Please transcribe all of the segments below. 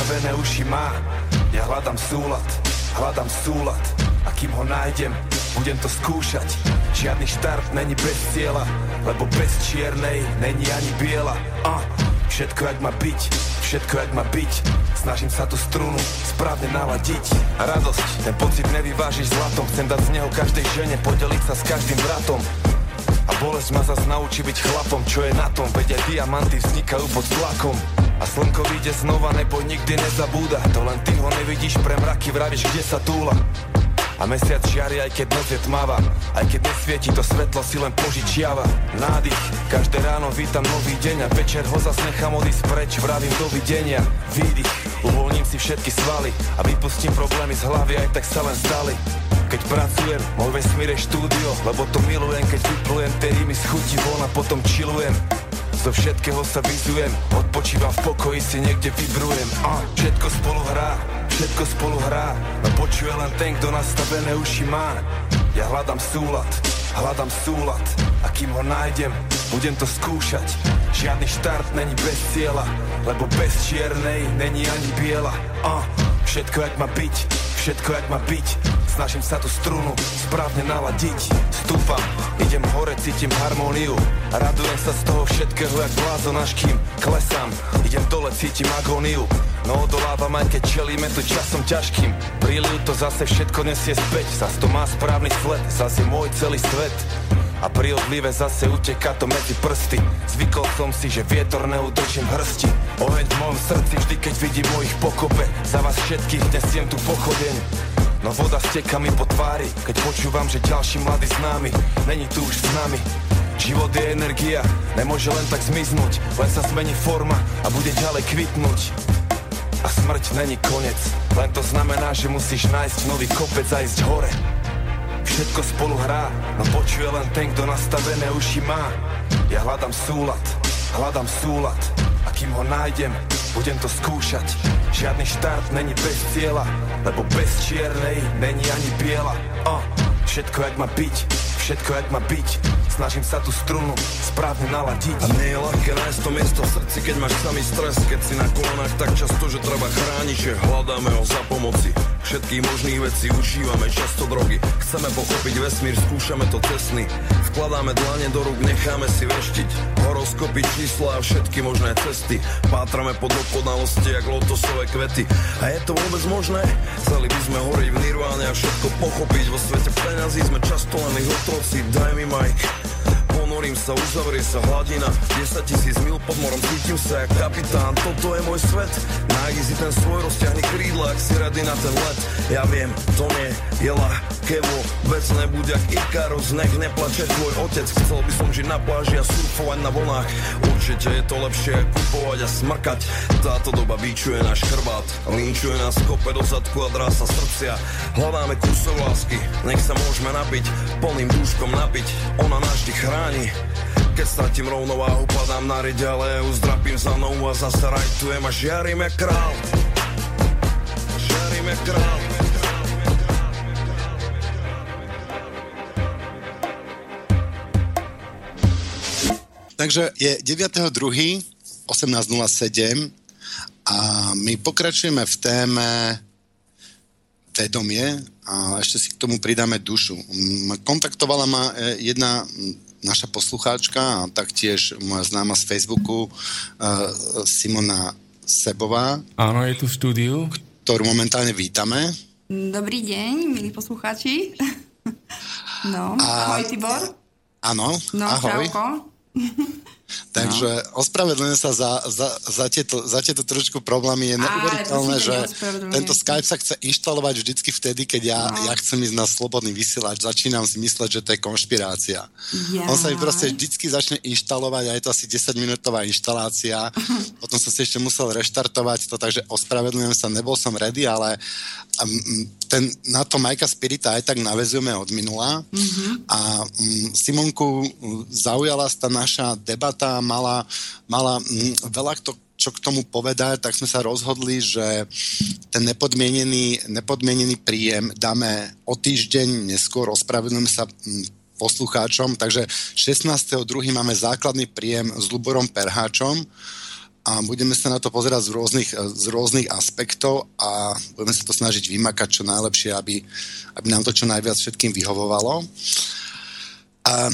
nastavené uši má. Ja hľadám súlad a kým ho nájdem, budem to skúšať. Žiadny štart není bez cieľa, lebo bez čiernej není ani biela. Všetko jak má byť, snažím sa tú strunu správne naladiť. Radosť, ten pocit nevyvážiš zlatom, chcem dať z neho každej žene, podeliť sa s každým bratom. A bolesť ma zas naučí byť chlapom, čo je na tom, veď aj diamanty vznikajú pod tlakom. A slnko vyjde znova, nebo nikdy nezabúda, to len ty ho nevidíš, pre mraky vravíš, kde sa túla. A mesiac žiari, aj keď noc je tmavá, aj keď nesvieti, to svetlo si len požičiava. Nádych, každé ráno vítam nový deň a večer ho zas nechám odísť preč, vravím dovidenia. Výdych, uvoľním si všetky svaly a vypustím problémy z hlavy, aj tak sa len zdali. Keď pracujem, môj vesmír je štúdio, lebo to milujem, keď vyplujem tie rýmy z chuti von a potom chillujem. Zo všetkého sa vyzujem, odpočívam v pokoji, si niekde vibrujem. Všetko spolu hrá, no počuje len ten, kto nastavené uši má. Ja hľadám súlad a kým ho nájdem, budem to skúšať. Žiadny štart není bez cieľa, lebo bez čiernej není ani biela. Všetko jak má byť, snažím sa tú strunu správne naladiť. Stúpam, idem hore, cítim harmóniu a radujem sa z toho všetkého jak blázon, až kým klesám. Idem dole, cítim agóniu, no odolávam, aj keď čelíme to časom ťažkým. Príliv to zase všetko nesie späť, zas to má správny sled, zas je môj celý svet. A pri odlive zase uteká to medzi prsty. Zvykol som si, že vietor neudržím hrsti. Oheň v mojom srdci vždy, keď vidím mojich pokope. Za vás všetkých nesiem tu pochodeň. No voda steká mi po tvári, keď počúvam, že ďalší mladý známy není tu už s nami. Život je energia, nemôže len tak zmiznúť, len sa zmení forma a bude ďalej kvitnúť. A smrť není koniec, len to znamená, že musíš nájsť nový kopec a ísť hore. Všetko spolu hrá, no počuje len ten, kto nastavené uši má. Ja hľadám súlad a kým ho nájdem, budem to skúšať. Žiadny štart není bez cieľa, lebo bez čiernej není ani biela. Všetko jak má byť, snažím sa tú strunu správne naladiť. A nie je ľahké nájsť to miesto v srdci, keď máš samý stres, keď si na kolenách tak často, že treba chrániť, že hľadáme ho za pomoci. Všetkých možných vecí užívame, často drogy. Chceme pochopiť vesmír, skúšame to cestný. Vkladáme dlane do rúk, necháme si veštiť horoskopy, čísla a všetky možné cesty. Pátrame po dokonalosti, jak lotosové kvety. A je to vôbec možné? Chceli by sme horiť v nirváne a všetko pochopiť. Vo svete peňazí sme často len ich otroci. Daj mi Mike, ponorím sa, uzavrie sa hladina, 10 000 mil pod morom, cítim sa jak kapitán, toto je môj svet. Nájdi si ten svoj, rozťahni krídla, ak si ready na ten let. Ja viem, to nie je ľahké, vôbec nebuď jak Ikarus, nech neplače tvoj otec. Chcel by som žiť na pláži a surfovať na vlnách. Určite je to lepšie kupovať a smrkať. Táto doba bičuje náš chrbát, linčuje nás, kope do zadku a drá sa srdcia. Hľadáme kusov lásky, nech sa môžeme napiť, plným dúškom napiť, ona nás vždy chráni. Keď stratím rovnováhu, padám na riť, ale uzdrapím za nohu a zase rajtujem a žiarím jak král. Žiarím jak král. Takže je 9.2. 18.07 a my pokračujeme v téme vedomie a ešte si k tomu pridáme dušu. Kontaktovala ma jedna naša poslucháčka a taktiež moja známa z Facebooku Simona Sebová. Áno, je tu v štúdiu. Ktorú momentálne vítame. Dobrý deň, milí poslucháči. No, ahoj Tibor. Áno, no, ahoj. Čauko. Takže ospravedlňujem sa za tieto trošku problémy. Je neuveriteľné, že tento Skype sa chce inštalovať vždycky vtedy, keď ja chcem ísť na slobodný vysielač. Začínam si mysleť, že to je konšpirácia. On sa mi proste vždycky začne inštalovať a je to asi 10-minútová inštalácia. Potom som si ešte musel reštartovať to, takže ospravedlňujem sa, nebol som ready, ale na to Majka Spirita aj tak naväzujeme od minula. A Simonku zaujala tá naša debata, mala veľa čo k tomu povedať, tak sme sa rozhodli, že ten nepodmienený príjem dáme o týždeň neskôr, ospravedlňujem sa poslucháčom, takže 16.2. máme základný príjem s Luborom Perháčom a budeme sa na to pozerať z rôznych aspektov a budeme sa to snažiť vymakať čo najlepšie, aby nám to čo najviac všetkým vyhovovalo. A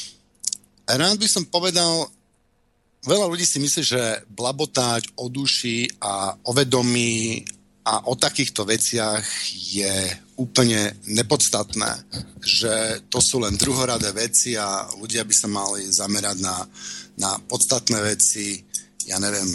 rád by som povedal, veľa ľudí si myslí, že blabotáť o duši a o vedomí a o takýchto veciach je úplne nepodstatné, že to sú len druhoradé veci a ľudia by sa mali zamerať na podstatné veci, ja neviem,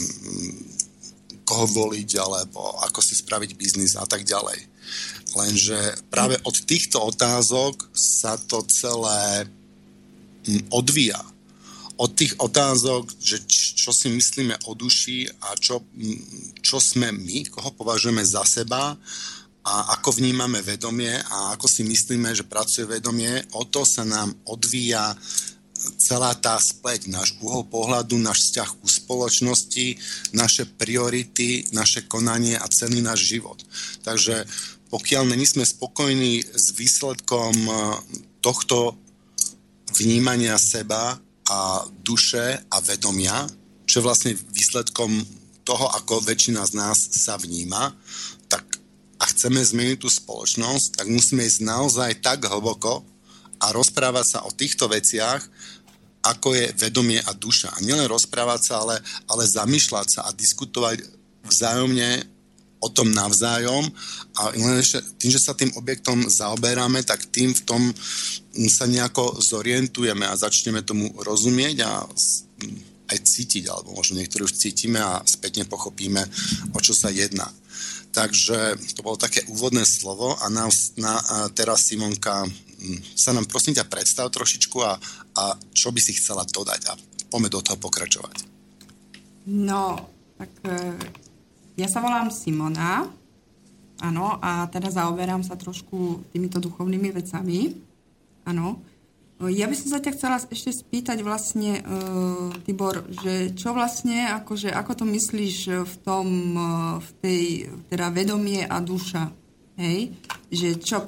koho voliť, alebo ako si spraviť biznis a tak ďalej. Lenže práve od týchto otázok sa to celé odvíja. Od tých otázok, že čo si myslíme o duši a čo sme my, koho považujeme za seba a ako vnímame vedomie a ako si myslíme, že pracuje vedomie, o to sa nám odvíja celá tá spleť, náš uhol pohľadu, náš vzťah ku spoločnosti, naše priority, naše konanie a celý náš život. Takže pokiaľ není sme spokojní s výsledkom tohto vnímania seba a duše a vedomia, čo je vlastne výsledkom toho, ako väčšina z nás sa vníma, tak a chceme zmeniť tú spoločnosť, tak musíme ísť naozaj tak hlboko a rozprávať sa o týchto veciach, ako je vedomie a duša. A nielen rozprávať sa, ale zamýšľať sa a diskutovať vzájomne o tom navzájom a len ešte tým, že sa tým objektom zaoberáme, tak tým v tom sa nejako zorientujeme a začneme tomu rozumieť a aj cítiť, alebo možno niektorí už cítime a spätne pochopíme, o čo sa jedná. Takže to bolo také úvodné slovo a teraz Simonka sa nám prosím ťa predstav trošičku a čo by si chcela dodať a poďme do toho pokračovať. No, tak ja sa volám Simona, áno, a teda zaoberám sa trošku týmito duchovnými vecami, áno. Ja by som sa ťa chcela ešte spýtať vlastne, Tibor, že čo vlastne, akože, ako to myslíš v tej, teda vedomie a duša, hej? Že čo,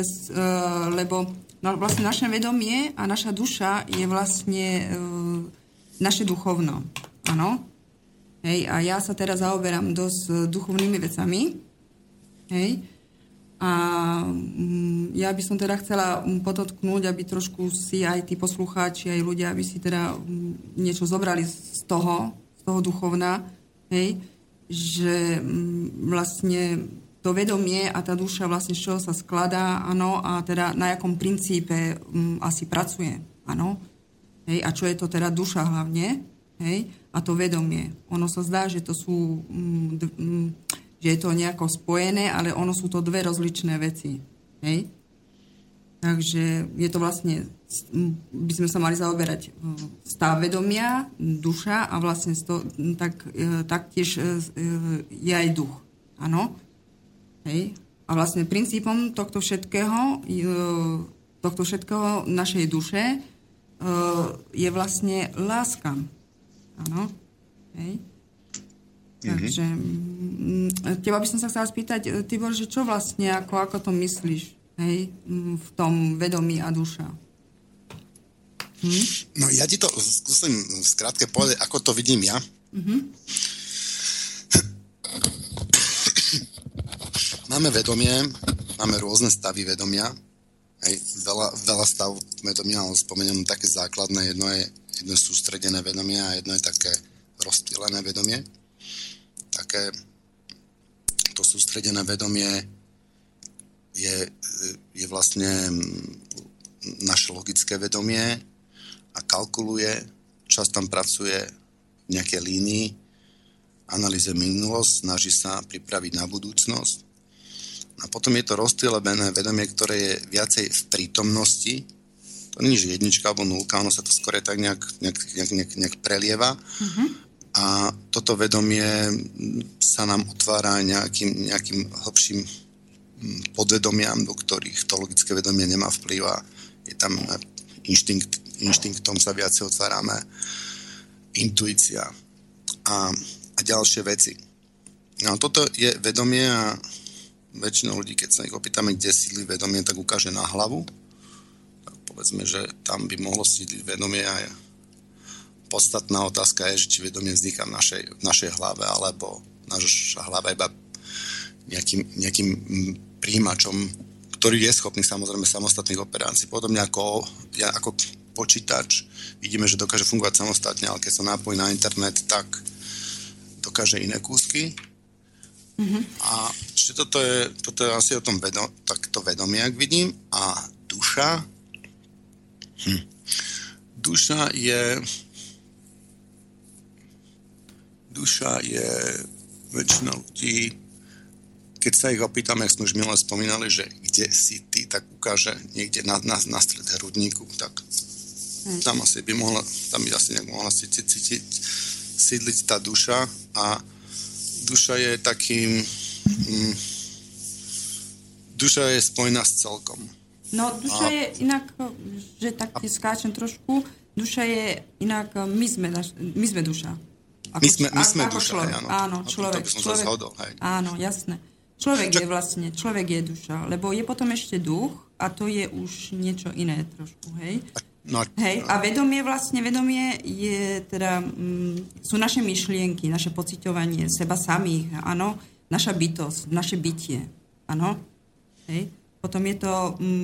lebo no, vlastne naše vedomie a naša duša je vlastne naše duchovno, áno? Hej, a ja sa teraz zaoberám dosť duchovnými vecami, hej? A ja by som teda chcela podotknúť, aby trošku si aj tí poslucháči, aj ľudia, aby si teda niečo zobrali z toho duchovna, hej, že vlastne to vedomie a tá duša vlastne z čoho sa skladá, áno, a teda na jakom princípe asi pracuje, áno, hej, a čo je to teda duša hlavne, hej, a to vedomie. Ono sa zdá, že to sú... že je to nejako spojené, ale ono sú to dve rozličné veci. Hej? Takže je to vlastne, by sme sa mali zaoberať stav vedomia, duša a vlastne taktiež je aj duch. Áno? Hej? A vlastne princípom tohto všetkého našej duše je vlastne láska. Áno? Hej? Takže teba by som sa chcela spýtať, Tibor, že čo vlastne, ako to myslíš, hej, v tom vedomí a duša? No ja ti to skúsim skrátke povedať, ako to vidím ja. Máme vedomie, máme rôzne stavy vedomia, hej, veľa stav vedomia, ale spomeniem také základné, jedno je sústredené vedomie a jedno je také rozptýlené vedomie. Také to sústredené vedomie je vlastne naše logické vedomie a kalkuluje, čas tam pracuje v nejakej línii, analýzuje minulosť, snaží sa pripraviť na budúcnosť. A potom je to rozptýlené vedomie, ktoré je viacej v prítomnosti. To nie je jednička alebo nulka, ono sa to skôr tak nejak prelieva. A toto vedomie sa nám otvára nejakým hlbším podvedomiam, do ktorých to logické vedomie nemá vplyv a je tam inštinktom sa viacej otvárame, intuícia a ďalšie veci. No toto je vedomie a väčšinou ľudí, keď sa ich opýtame, kde sídli vedomie, tak ukáže na hlavu. Tak povedzme, že tam by mohlo sídliť vedomie aj podstatná otázka je, že či vedomie vzniká v našej hlave, alebo naša hlava iba nejakým príjimačom, ktorý je schopný samozrejme samostatných operácií. Podobne ako počítač vidíme, že dokáže fungovať samostatne, ale keď sa napojí na internet, tak dokáže iné kúsky. A čiže toto je asi o tom takto vedomie, ak vidím. A duša je väčšina ľudí, keď sa ich opýtame, jak sme už minule spomínali, že kde si ty, tak ukáže niekde na stred hrudníku, tak tam asi by nejak mohla sídliť tá duša. A duša je takým duša je spojená s celkom. No, duša je inak, že tak ti skáčem trošku, duša je inak, my sme duša. My sme duša, človek. Áno. Áno, človek. To by som sa zhodol, hej. Áno, jasné. Človek je duša, lebo je potom ešte duch a to je už niečo iné trošku, hej? Hej, a vedomie je teda, sú naše myšlienky, naše pociťovanie seba samých, áno, naša bytosť, naše bytie, áno, hej. Potom je to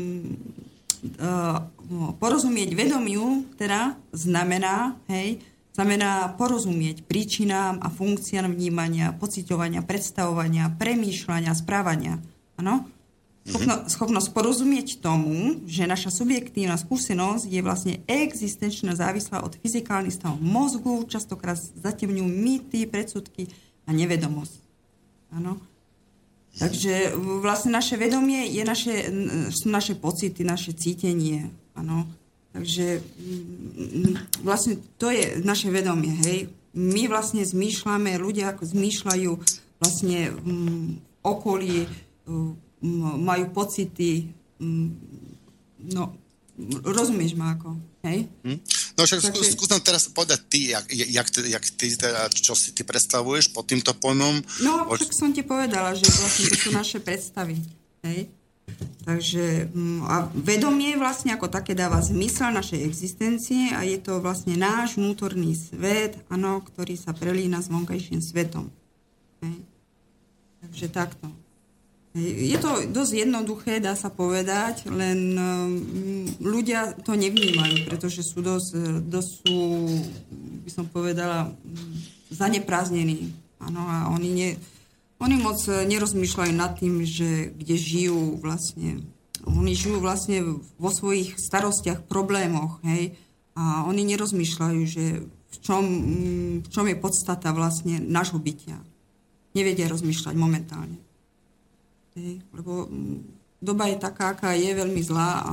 porozumieť vedomiu, teda znamená porozumieť príčinám a funkciám vnímania, pociťovania, predstavovania, premýšľania, správania. Áno? Schopnosť porozumieť tomu, že naša subjektívna skúsenosť je vlastne existenčne závislá od fyzikálnych stavov mozgu, častokrát zatemňujú mýty, predsudky a nevedomosť. Áno? Takže vlastne naše vedomie sú naše pocity, naše cítenie. Áno? Takže vlastne to je naše vedomie, hej. My vlastne zmýšľame, ľudia ako zmýšľajú vlastne v okolí, majú pocity, no, rozumieš ma ako, hej? No však skús nám teraz povedať ty, jak ty teda, čo si ty predstavuješ pod týmto pojmom? No, však som ti povedala, že vlastne to sú naše predstavy, hej. Takže a vedomie vlastne ako také dáva zmysel našej existencie a je to vlastne náš vnútorný svet, áno, ktorý sa prelína s vonkajším svetom. Hej. Takže takto. Je to dosť jednoduché, dá sa povedať, len ľudia to nevnímajú, pretože sú dosť by som povedala, zaneprázdnení. Áno, a oni moc nerozmýšľajú nad tým, že kde žijú vlastne. Oni žijú vlastne vo svojich starostiach, problémoch, hej. A oni nerozmýšľajú, že v čom je podstata vlastne nášho bytia. Nevedia rozmýšľať momentálne. Hej. Lebo doba je taká, aká je, veľmi zlá a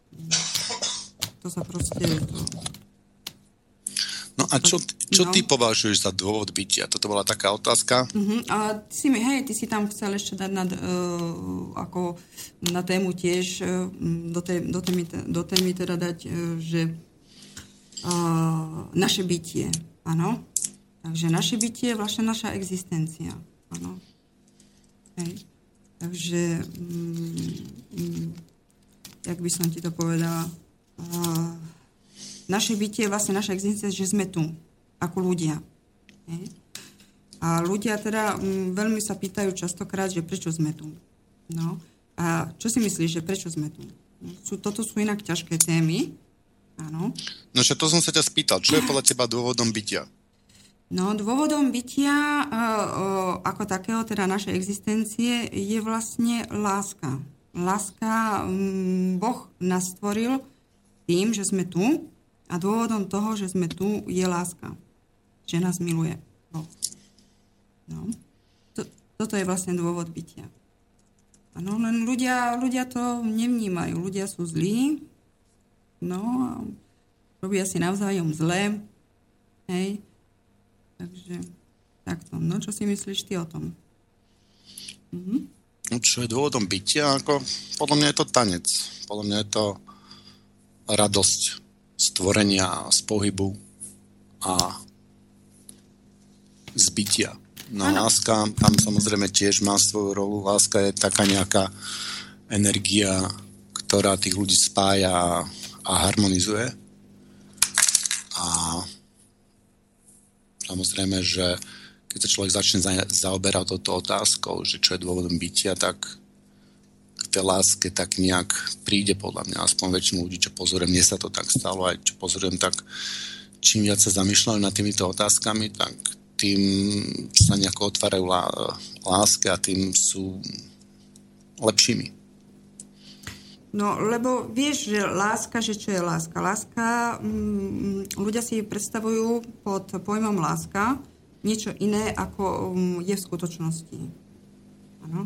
to sa proste... No a čo ty považuješ za dôvod bytia? Toto bola taká otázka. A ty si tam chcel ešte dať ako na tému tiež, do témy teda dať, že naše bytie, áno. Takže naše bytie je vlastne naša existencia, áno. Hej. Takže, jak by som ti to povedala, naše bytie je vlastne naša existencia, že sme tu, ako ľudia. Hej. A ľudia teda veľmi sa pýtajú častokrát, že prečo sme tu. No. A čo si myslíš, že prečo sme tu? Toto sú inak ťažké témy. Áno. No čo to som sa ťa spýtal. Čo je podľa teba dôvodom bytia? No, dôvodom bytia ako takého, teda našej existencie, je vlastne láska. Láska, Boh nás stvoril tým, že sme tu, a dôvodom toho, že sme tu, je láska. Že nás miluje Boh. No. Toto je vlastne dôvod bytia. Ano, len ľudia to nevnímajú. Ľudia sú zlí, no a robia si navzájom zlé. Hej. Takže takto. No, čo si myslíš ty o tom? No, čo je dôvodom bytia? Podľa mňa je to tanec. Podľa mňa je to radosť stvorenia, z pohybu a zbytia. No láska, tam samozrejme tiež má svoju rolu. Láska je taká nejaká energia, ktorá tých ľudí spája a harmonizuje. A samozrejme, že keď sa človek začne zaoberať touto otázkou, že čo je dôvodom bytia, tak k tej láske tak nejak príde podľa mňa, aspoň väčšinu ľudí, čo pozorujem, mne sa to tak stalo, aj čo pozorujem, tak čím viac sa zamýšľajú nad týmito otázkami, tak tým sa nejako otvárajú láske a tým sú lepšími. No, lebo vieš, že láska, že čo je láska? Láska, ľudia si predstavujú pod pojmom láska niečo iné, ako je v skutočnosti. Áno.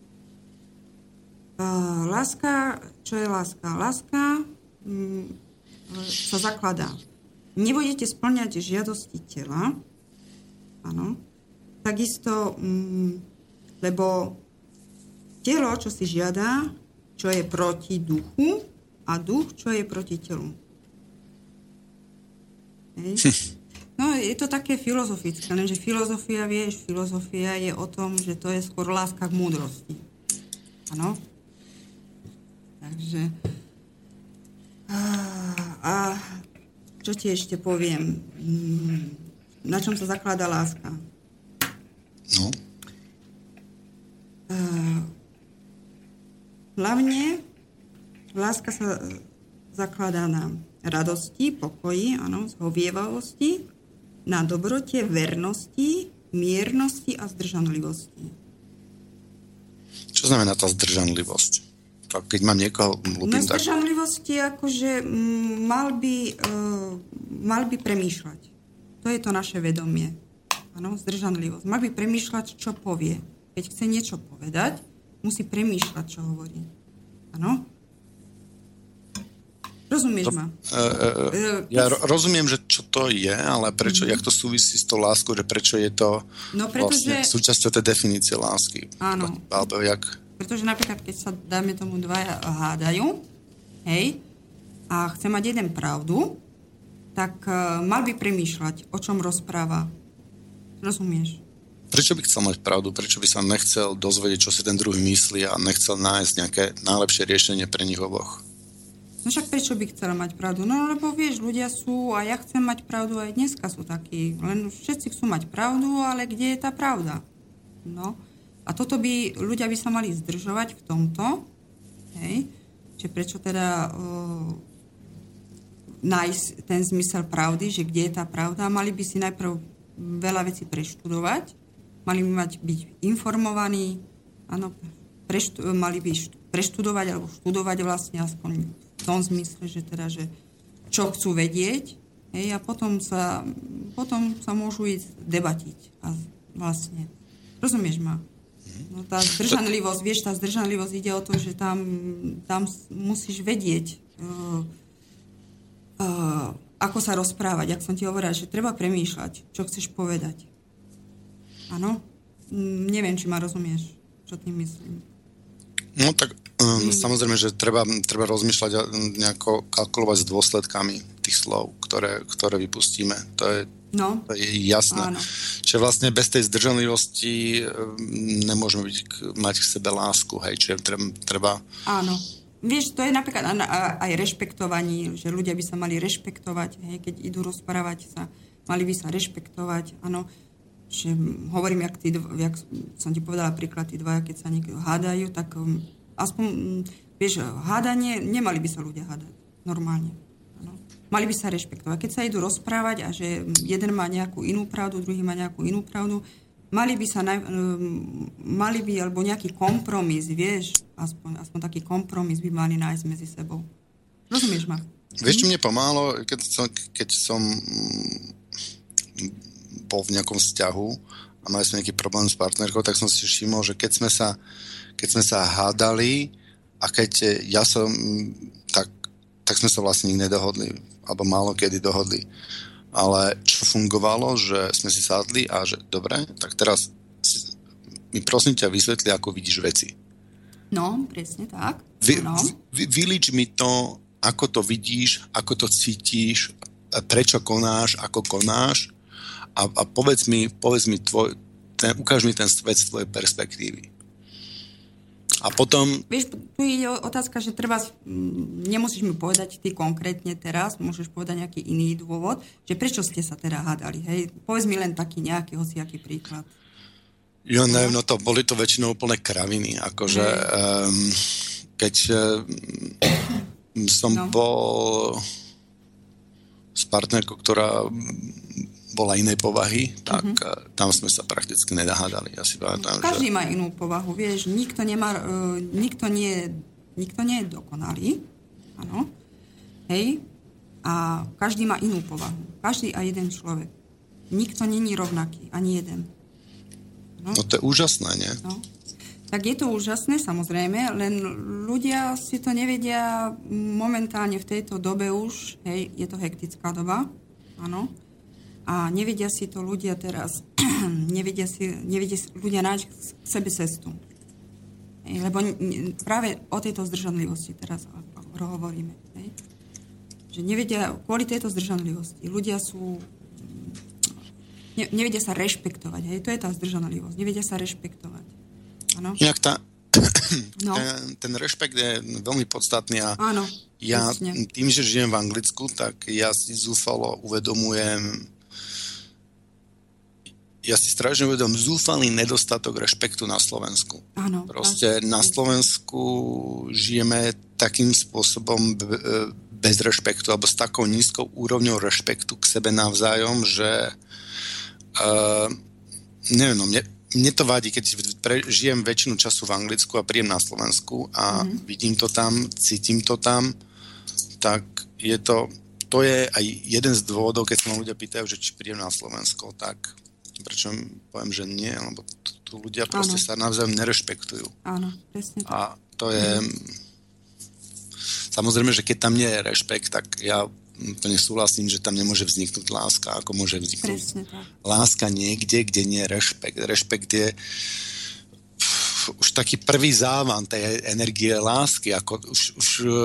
Láska, čo je láska? Láska sa zakladá. Nebudete spĺňať žiadosti tela, áno, takisto, lebo telo, čo si žiada, čo je proti duchu a duch, čo je proti telu. Hej. No, je to také filozofické, lenže filozofia je o tom, že to je skôr láska k múdrosti. Áno? Takže a čo ti ešte poviem? Na čom sa zakladá láska? No. Hlavne láska sa zakladá na radosti, pokoji, áno, zhovievavosti, na dobrote, vernosti, miernosti a zdržanlivosti. Čo znamená tá zdržanlivosť? Tak keď mám niekoho ľúbim, tak... Zdržanlivosť je akože mal by premýšľať. To je to naše vedomie. Áno, zdržanlivosť. Mal by premýšľať, čo povie. Keď chce niečo povedať, musí premýšľať, čo hovorí. Áno? Rozumieš ma? Ja rozumiem, že čo to je, ale prečo, jak to súvisí s tou láskou, že prečo je to vlastne súčasťou tej definície lásky? Áno. Alebo jak... Pretože napríklad, keď sa, dáme tomu, dvaja hádajú, hej, a chce mať jeden pravdu, tak mal by premýšľať, o čom rozpráva. Rozumieš? Prečo by chcel mať pravdu? Prečo by sa nechcel dozvedieť, čo si ten druhý myslí a nechcel nájsť nejaké najlepšie riešenie pre nich oboch? No však prečo by chcela mať pravdu? No lebo vieš, ľudia sú, a ja chcem mať pravdu, aj dneska sú takí. Len všetci chcú mať pravdu, ale kde je tá pravda? No. A toto by, ľudia by sa mali zdržovať v tomto. Hej. Čiže prečo teda nájsť ten zmysel pravdy, že kde je tá pravda? Mali by si najprv veľa vecí preštudovať, mali by byť informovaní, áno, mali by preštudovať alebo študovať vlastne aspoň v tom zmysle, že teda, že čo chcú vedieť, hej, a potom sa môžu ísť debatiť. A vlastne, rozumieš ma? No tá zdržanlivosť, vieš, tá zdržanlivosť ide o to, že tam musíš vedieť, ako sa rozprávať, ak som ti hovorila, že treba premýšľať, čo chceš povedať. Áno? Neviem, či ma rozumieš, čo tým myslím. No tak samozrejme, že treba rozmýšľať a nejako kalkulovať s dôsledkami tých slov, ktoré vypustíme. To je jasné. Áno. Čiže vlastne bez tej zdržanlivosti nemôžeme mať k sebe lásku, hej, čiže treba... Áno. Vieš, to je napríklad aj rešpektovanie, že ľudia by sa mali rešpektovať, hej, keď idú rozprávať sa, mali by sa rešpektovať, áno. Že hovorím, jak som ti povedala príklad, tí dvaja, keď sa niekto hádajú, tak aspoň, vieš, hádanie, nemali by sa ľudia hádať normálne. Áno. Mali by sa rešpektovať. Keď sa idú rozprávať a že jeden má nejakú inú pravdu, druhý má nejakú inú pravdu, mali by, alebo nejaký kompromis, vieš, aspoň taký kompromis by mali nájsť medzi sebou. Rozumieš ma? Vieš, čo mne pomálo, keď som bol v nejakom vzťahu a mali sme nejaký problém s partnerkou, tak som si všimol, že keď sme sa hádali a keď ja som, tak sme sa vlastne nikdy nedohodli, alebo málo kedy dohodli. Ale čo fungovalo, že sme si sadli a že dobre, tak teraz mi prosím ťa vysvetli, ako vidíš veci. No, presne tak. Vylíč mi to, ako to vidíš, ako to cítiš, prečo konáš, ako konáš a povedz mi ukáž mi ten svet z tvojej perspektívy. A potom... Vieš, tu ide otázka, že treba, nemusíš mi povedať ty konkrétne teraz, môžeš povedať nejaký iný dôvod, že prečo ste sa teda hádali, hej? Povedz mi len taký nejaký hociaký príklad. Jo, neviem, no to boli to väčšinou úplne kraviny, akože keď som bol s partnerkou, ktorá bola inej povahy, tak tam sme sa prakticky nedahádali. Ja si pamätám, každý má inú povahu, vieš, nikto nie je dokonalý, áno, hej, a každý má inú povahu. Každý a jeden človek. Nikto není rovnaký, ani jeden. No to je úžasné, nie? No. Tak je to úžasné, samozrejme, len ľudia si to nevedia momentálne v tejto dobe už, hej, je to hektická doba, áno, a nevedia si to ľudia teraz, nevedia ľudia nájsť k sebe cestu. Hej, lebo práve o tejto zdržanlivosti teraz hovoríme. Hej. Že nevedia, kvôli tejto zdržanlivosti, ľudia sú, nevedia sa rešpektovať. Hej, to je tá zdržanlivosť, nevedia sa rešpektovať. Áno. Inak ten rešpekt je veľmi podstatný a áno, ja tým, že žijem v Anglicku, tak ja si zúfalo uvedomujem, strašne zúfalý nedostatok rešpektu na Slovensku. Áno. Proste na Slovensku žijeme takým spôsobom bez rešpektu, alebo s takou nízkou úrovňou rešpektu k sebe navzájom, že neviem, no mne to vadí, keď žijem väčšinu času v Anglicku a príjem na Slovensku a vidím to tam, cítim to tam, tak to je aj jeden z dôvodov, keď sa ma ľudia pýtajú, že či príjem na Slovensko, tak prečo poviem, že nie, lebo tu ľudia proste sa navzájom nerešpektujú. Áno, presne. A to je... Samozrejme, že keď tam nie je rešpekt, tak ja plne súhlasím, že tam nemôže vzniknúť láska, ako môže vzniknúť láska niekde, kde nie je rešpekt. Rešpekt je už taký prvý závan tej energie lásky, ako už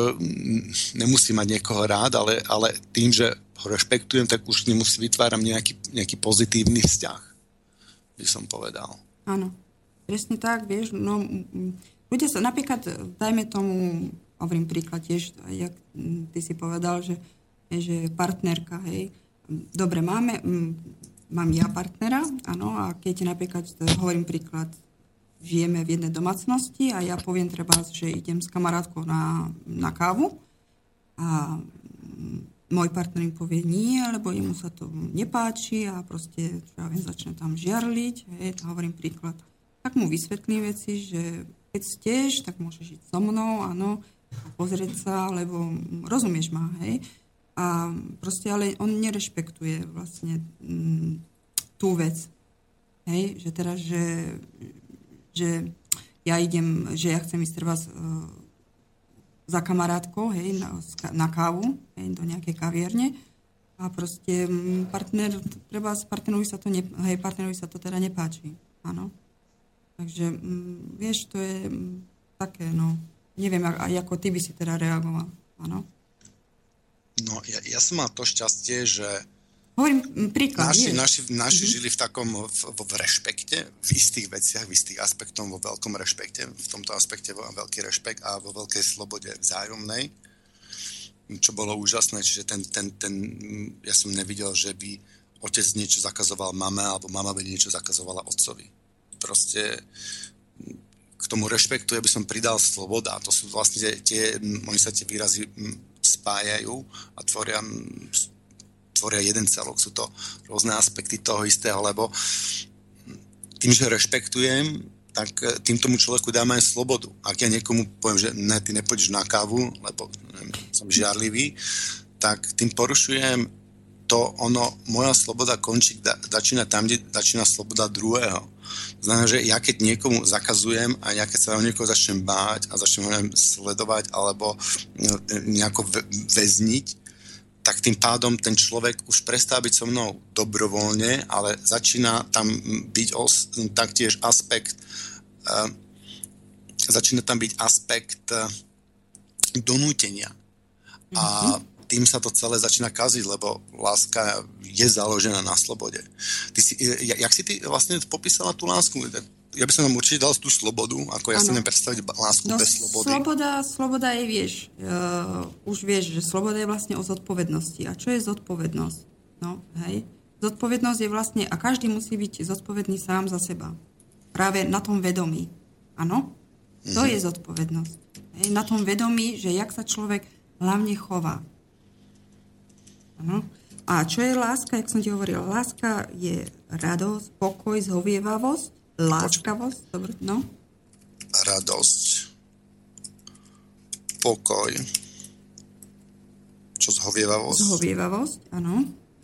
nemusí mať niekoho rád, ale tým, že ho rešpektujem, tak už nemusí vytváram nejaký pozitívny vzťah, by som povedal. Áno, presne tak, vieš, no ľudia sa, napríklad, dajme tomu, hovorím príklad tiež, jak ty si povedal, že partnerka, hej, dobre, mám ja partnera, áno, a keď napríklad, hovorím príklad, žijeme v jednej domácnosti a ja poviem treba, že idem s kamarátkou na kávu a môj partner im povie nie, lebo jemu sa to nepáči a proste, čo ja viem, začne tam žiarliť, hej, hovorím príklad. Tak mu vysvetlím veci, že keď chceš, tak môžeš ísť so mnou, áno, a pozrieť sa, lebo rozumieš ma, hej. A proste, ale on nerešpektuje vlastne tú vec, hej, že teraz, že ja idem, že ja chcem ísť treba za kamarátkou, hej, na kávu, hej, do nejakej kavierne a proste partnerovi sa to teda nepáči, áno. Takže, vieš, to je také, no, neviem, ako ty by si teda reagoval, áno. No, ja som mal to šťastie, že hovorím príklad. Naši žili v takom v rešpekte, v istých veciach, v istých aspektoch, vo veľkom rešpekte, v tomto aspekte vo veľký rešpekt a vo veľkej slobode vzájomnej, čo bolo úžasné, čiže ja som nevidel, že by otec niečo zakazoval mame, alebo mama by niečo zakazovala otcovi. Proste k tomu rešpektu ja by som pridal sloboda. To sú vlastne oni sa tie výrazy spájajú a tvoria jeden celok. Sú to rôzne aspekty toho istého, lebo tým, že rešpektujem, tak tým tomu človeku dáme aj slobodu. Ak ja niekomu poviem, že ne, ty nepôjdeš na kávu, lebo som žiarlivý, tak tým porušujem moja sloboda končí, začína tam, kde začína sloboda druhého. Znamená, že ja keď niekomu zakazujem a ja keď sa o niekoho začnem báť a začnem ho sledovať alebo nejako väzniť, tak tým pádom ten človek už prestá byť so mnou dobrovoľne, ale začína tam byť taktiež aspekt donútenia. A tým sa to celé začína kaziť, lebo láska je založená na slobode. Jak si ty vlastne popísala tú lásku? ja by som vám určite dal tú slobodu, ako ja si neviem predstaviť lásku bez slobody. Sloboda je, vieš, už vieš, že sloboda je vlastne o zodpovednosti. A čo je zodpovednosť? No, hej. Zodpovednosť je vlastne, a každý musí byť zodpovedný sám za seba. Práve na tom vedomí. Áno? To je zodpovednosť. Hej. Na tom vedomí, že jak sa človek hlavne chová. Áno? A čo je láska, jak som ti hovorila? Láska je radosť, pokoj, zhovievavosť, láskavosť, dobre, no? Radosť, pokoj, čo zhovievavosť? Zhovievavosť, áno.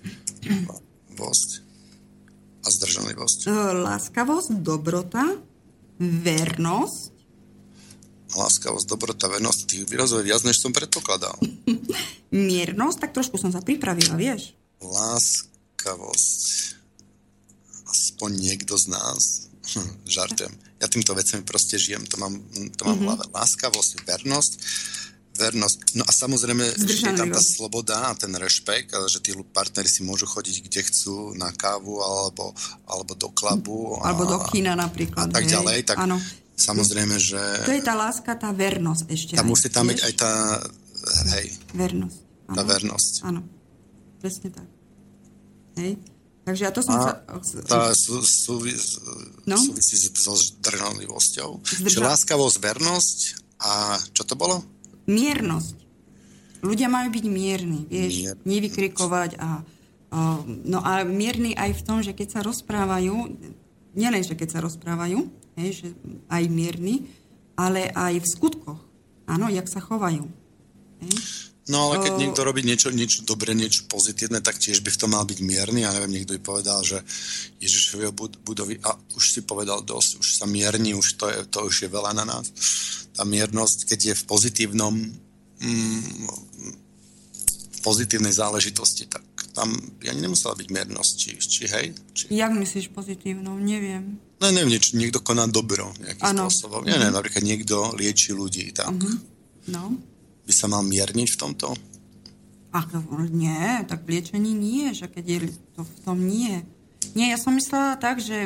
A zdržanlivosť. Láskavosť, dobrota, vernosť. Láskavosť, dobrota, vernosť. Tých výrazov je viac, než som predpokladal. Miernosť, tak trošku som sa pripravila, vieš. Láskavosť. Aspoň niekto z nás. Žartujem. Ja týmto vecami proste žijem. To mám v hlave. Láskavosť, vernosť. No a samozrejme, že je tam tá sloboda a ten rešpekt, že tí partneri si môžu chodiť kde chcú, na kávu alebo do klubu. Alebo do kína napríklad. A tak ďalej. Tak áno. Samozrejme, že... To je tá láska, tá vernosť ešte. Tam musí tam byť aj tá... Hej. Vernosť. Áno. Tá vernosť. Áno. Presne tak. Hej. Takže ja to som sa... Tá súvisí so zdržanlivosťou. Čiže láskavosť, vernosť a čo to bolo? Miernosť. Ľudia majú byť mierni, vieš, nevykrikovať no a mierni aj v tom, že keď sa rozprávajú, nielen, že keď sa rozprávajú, že aj mierni, ale aj v skutkoch. Áno, jak sa chovajú. No ale keď niekto robí niečo dobré, niečo pozitívne, tak tiež by v tom mal byť mierny. Ja neviem, niekto by povedal, že Ježišovie budovy, a už si povedal dosť, už sa mierni, už to už je veľa na nás. Tá miernosť, keď je v pozitívnej záležitosti, tak tam ani nemusela byť miernosť, či hej? Jak myslíš pozitívnou? Neviem. No neviem, niekto koná dobro nejakým spôsobom. Ja neviem, napríklad niekto lieči ľudí, tak No. By sa mal mierniť v tomto? Nie, tak v liečení nie, že keď je to v tom nie. Nie, ja som myslela tak, že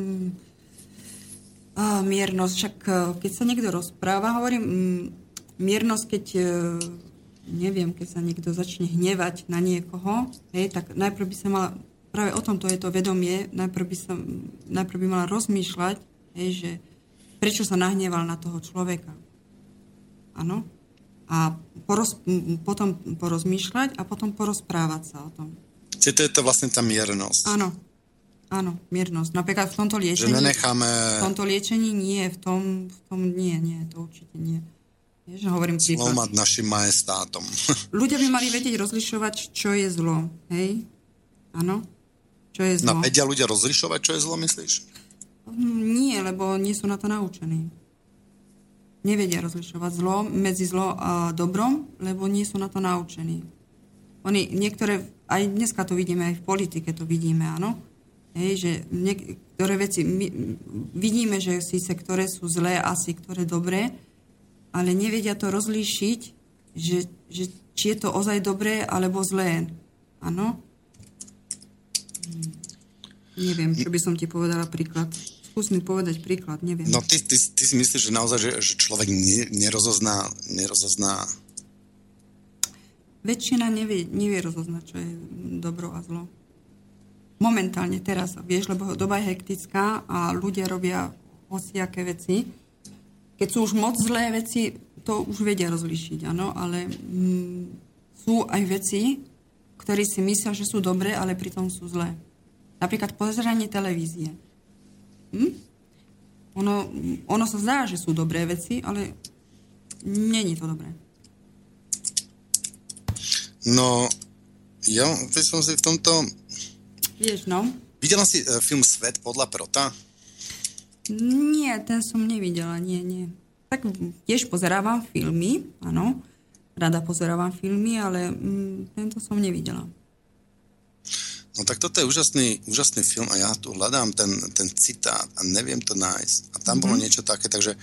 miernosť, však keď sa niekto rozpráva, hovorím, miernosť, keď keď sa niekto začne hnevať na niekoho, tak najprv by sa mala, práve o tom to je to vedomie, najprv by mala rozmýšľať, že prečo sa nahneval na toho človeka. Áno? A potom porozmýšľať a potom porozprávať sa o tom. Čiže to je to vlastne tá miernosť. Áno, miernosť. Napríklad v tomto liečení... Že nenecháme... V tomto liečení nie, v tom nie, to určite nie. Že hovorím príklad. Zlo mať našim majestátom. Ľudia by mali vedieť rozlišovať, čo je zlo. Hej? Áno? Čo je zlo. No, vedia ľudia rozlišovať, čo je zlo, myslíš? Nie, lebo nie sú na to naučení. Nevedia rozlišovať zlo medzi zlo a dobrom, lebo nie sú na to naučení. Oni niektoré, aj dneska to vidíme, aj v politike to vidíme, áno? Že niektoré veci vidíme, že síce ktoré sú zlé, asi ktoré dobré, ale nevedia to rozlíšiť, že či je to ozaj dobré alebo zlé. Áno? Neviem, čo by som ti povedala príklad. Skús mi povedať príklad, neviem. No ty si myslíš, že naozaj, že človek nerozozná? Väčšina nevie rozoznať, čo je dobro a zlo. Momentálne teraz, vieš, lebo doba je hektická a ľudia robia hociaké veci. Keď sú už moc zlé veci, to už vedia rozlíšiť, áno, ale sú aj veci, ktorí si myslia, že sú dobré, ale pritom sú zlé. Napríklad pozeranie televízie. Ono sa zdá, že sú dobré veci, ale není to dobré. No, ja som si v tomto... Vieš, no. Videla si film Svet podľa Prota? Nie, ten som nevidela, nie. Tak tiež pozerávam filmy, áno. Rada pozerávam filmy, ale tento som nevidela. No tak toto je úžasný film a ja tu hľadám ten citát a neviem to nájsť. A tam bolo niečo také, takže...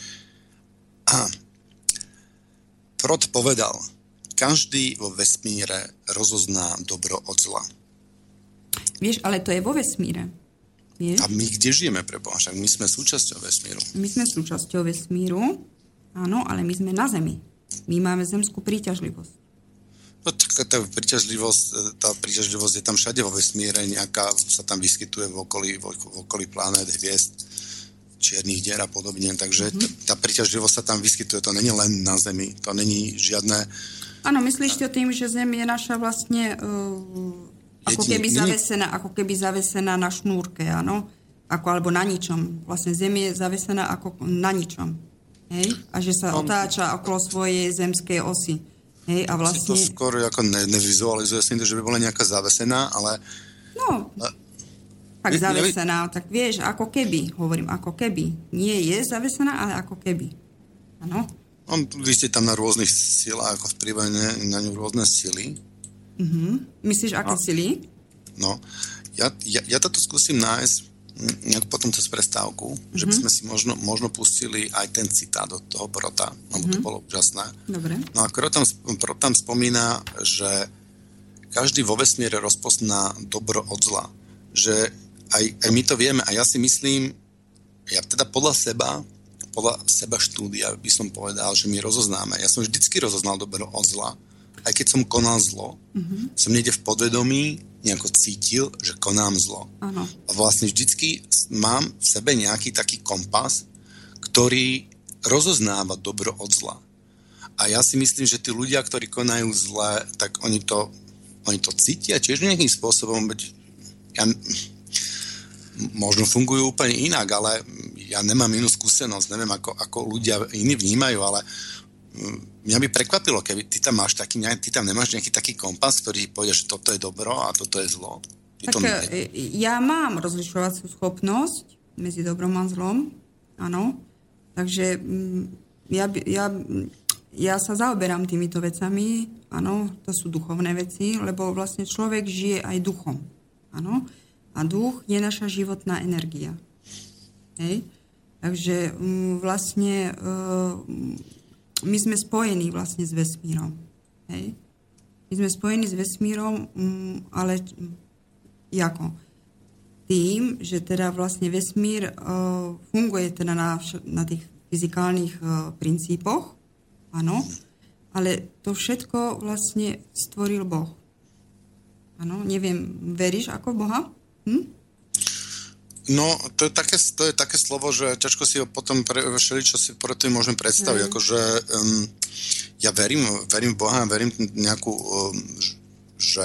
Prot povedal, každý vo vesmíre rozozná dobro od zla. Vieš, ale to je vo vesmíre. Vieš? A my kde žijeme, preboha? Však my sme súčasťou vesmíru. My sme súčasťou vesmíru, áno, ale my sme na Zemi. My máme zemskú príťažlivosť. No, tá príťažlivosť je tam všade vo vesmíre, nejaká sa tam vyskytuje v okolí planét, hviezd, čiernych dier a podobne, takže tá príťažlivosť sa tam vyskytuje, to není len na Zemi, to není žiadne... Áno, myslíš to tým, že Zem je naša vlastne ako keby zavesená na šnúrke, áno? Alebo na ničom. Vlastne Zem je zavesená ako na ničom. Hej? A že sa otáča okolo svojej zemskej osy. Hej? A vlastne... Si to skôr ako nevizualizuje si to, že by bola nejaká zavesená, ale... No, tak zavesená, tak vieš, ako keby, hovorím, ako keby. Nie je zavesená, ale ako keby. Áno? Vy ste tam na rôznych silách, ako vplyvajú na ňu rôzne sily. Myslíš, aké sily? No, ja toto skúsim nájsť nejak potom cez prestávku, že by sme si možno pustili aj ten citát od toho Prota, lebo to bolo úžasné. Dobre. No a Prot tam spomína, že každý vo vesmíre rozpozná dobro od zla. Že aj my to vieme a ja si myslím, ja teda podľa seba štúdia by som povedal, že my rozoznáme. Ja som vždycky rozoznal dobro od zla. Aj keď som konal zlo, som niekde v podvedomí nejako cítil, že konám zlo. Áno. A vlastne vždycky mám v sebe nejaký taký kompas, ktorý rozoznáva dobro od zla. A ja si myslím, že tí ľudia, ktorí konajú zle, tak oni to cítia tiež nejakým spôsobom, možno fungujú úplne inak, ale ja nemám inú skúsenosť, neviem, ako ľudia iní vnímajú, ale mňa by prekvapilo, keby ty tam nemáš nejaký taký kompas, ktorý povie, že toto je dobro a toto je zlo. Ja mám rozlišovaciu schopnosť medzi dobrom a zlom, áno, takže ja sa zaoberám týmito vecami, áno, to sú duchovné veci, lebo vlastne človek žije aj duchom, áno, a duch je naša životná energia. Hej? Takže vlastne my sme spojení vlastne s vesmírom. Hej? My sme spojení s vesmírom, ale ako? Tým, že teda vlastne vesmír funguje teda na tých fyzikálnych princípoch, áno, ale to všetko vlastne stvoril Boh. Áno, neviem, veríš ako Boha? No, to je také slovo, že ťažko si ho potom čo si pro tým môžem predstaviť. Akože ja verím v Boha, verím nejakú, že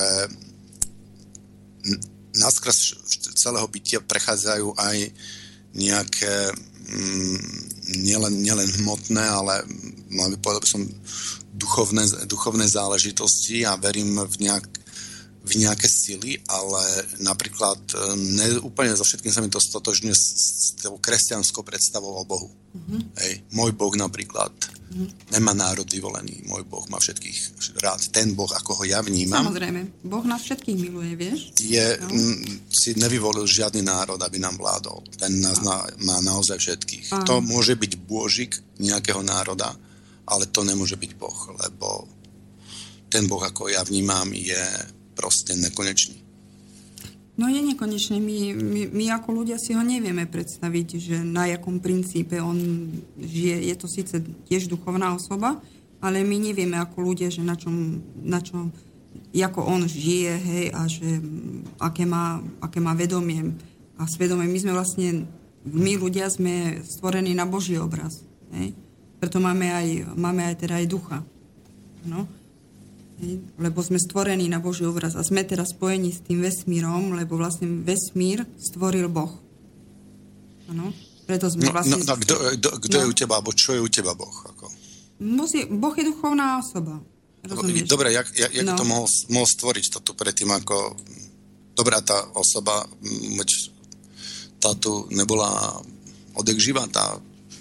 naskrz celého bytia prechádzajú aj nejaké nielen hmotné, ale povedal by som duchovné záležitosti a verím v nejaké sily, ale napríklad úplne so všetkým sa mi to stotožňuje s tou kresťanskou predstavou o Bohu. Hej, môj Boh napríklad nemá národ vyvolený, môj Boh má všetkých rád. Ten Boh, ako ho ja vnímam. Samozrejme, Boh nás všetkých miluje, vieš? Si nevyvolil žiadny národ, aby nám vládol. Ten nás má naozaj všetkých. To môže byť bôžik nejakého národa, ale to nemôže byť Boh, lebo ten Boh, ako ja vnímam, je proste nekonečný. No je nekonečný. My ako ľudia si ho nevieme predstaviť, že na jakom princípe on žije. Je to síce tiež duchovná osoba, ale my nevieme ako ľudia, že na čom ako on žije, hej, a že aké má vedomie a svedomie. My ľudia sme stvorení na Boží obraz. Hej. Preto máme aj teda aj ducha. No. Lebo sme stvorení na Boží obraz a sme teraz spojení s tým vesmírom, lebo vlastne vesmír stvoril Boh. Áno? Preto sme vlastne... Kto je u teba, alebo čo je u teba Boh? Ako? Boh je duchovná osoba. Rozumieš? Dobre, jak to mohol stvoriť to tu predtým, ako... Dobrá tá osoba, tá tu nebola odjak živá, tá...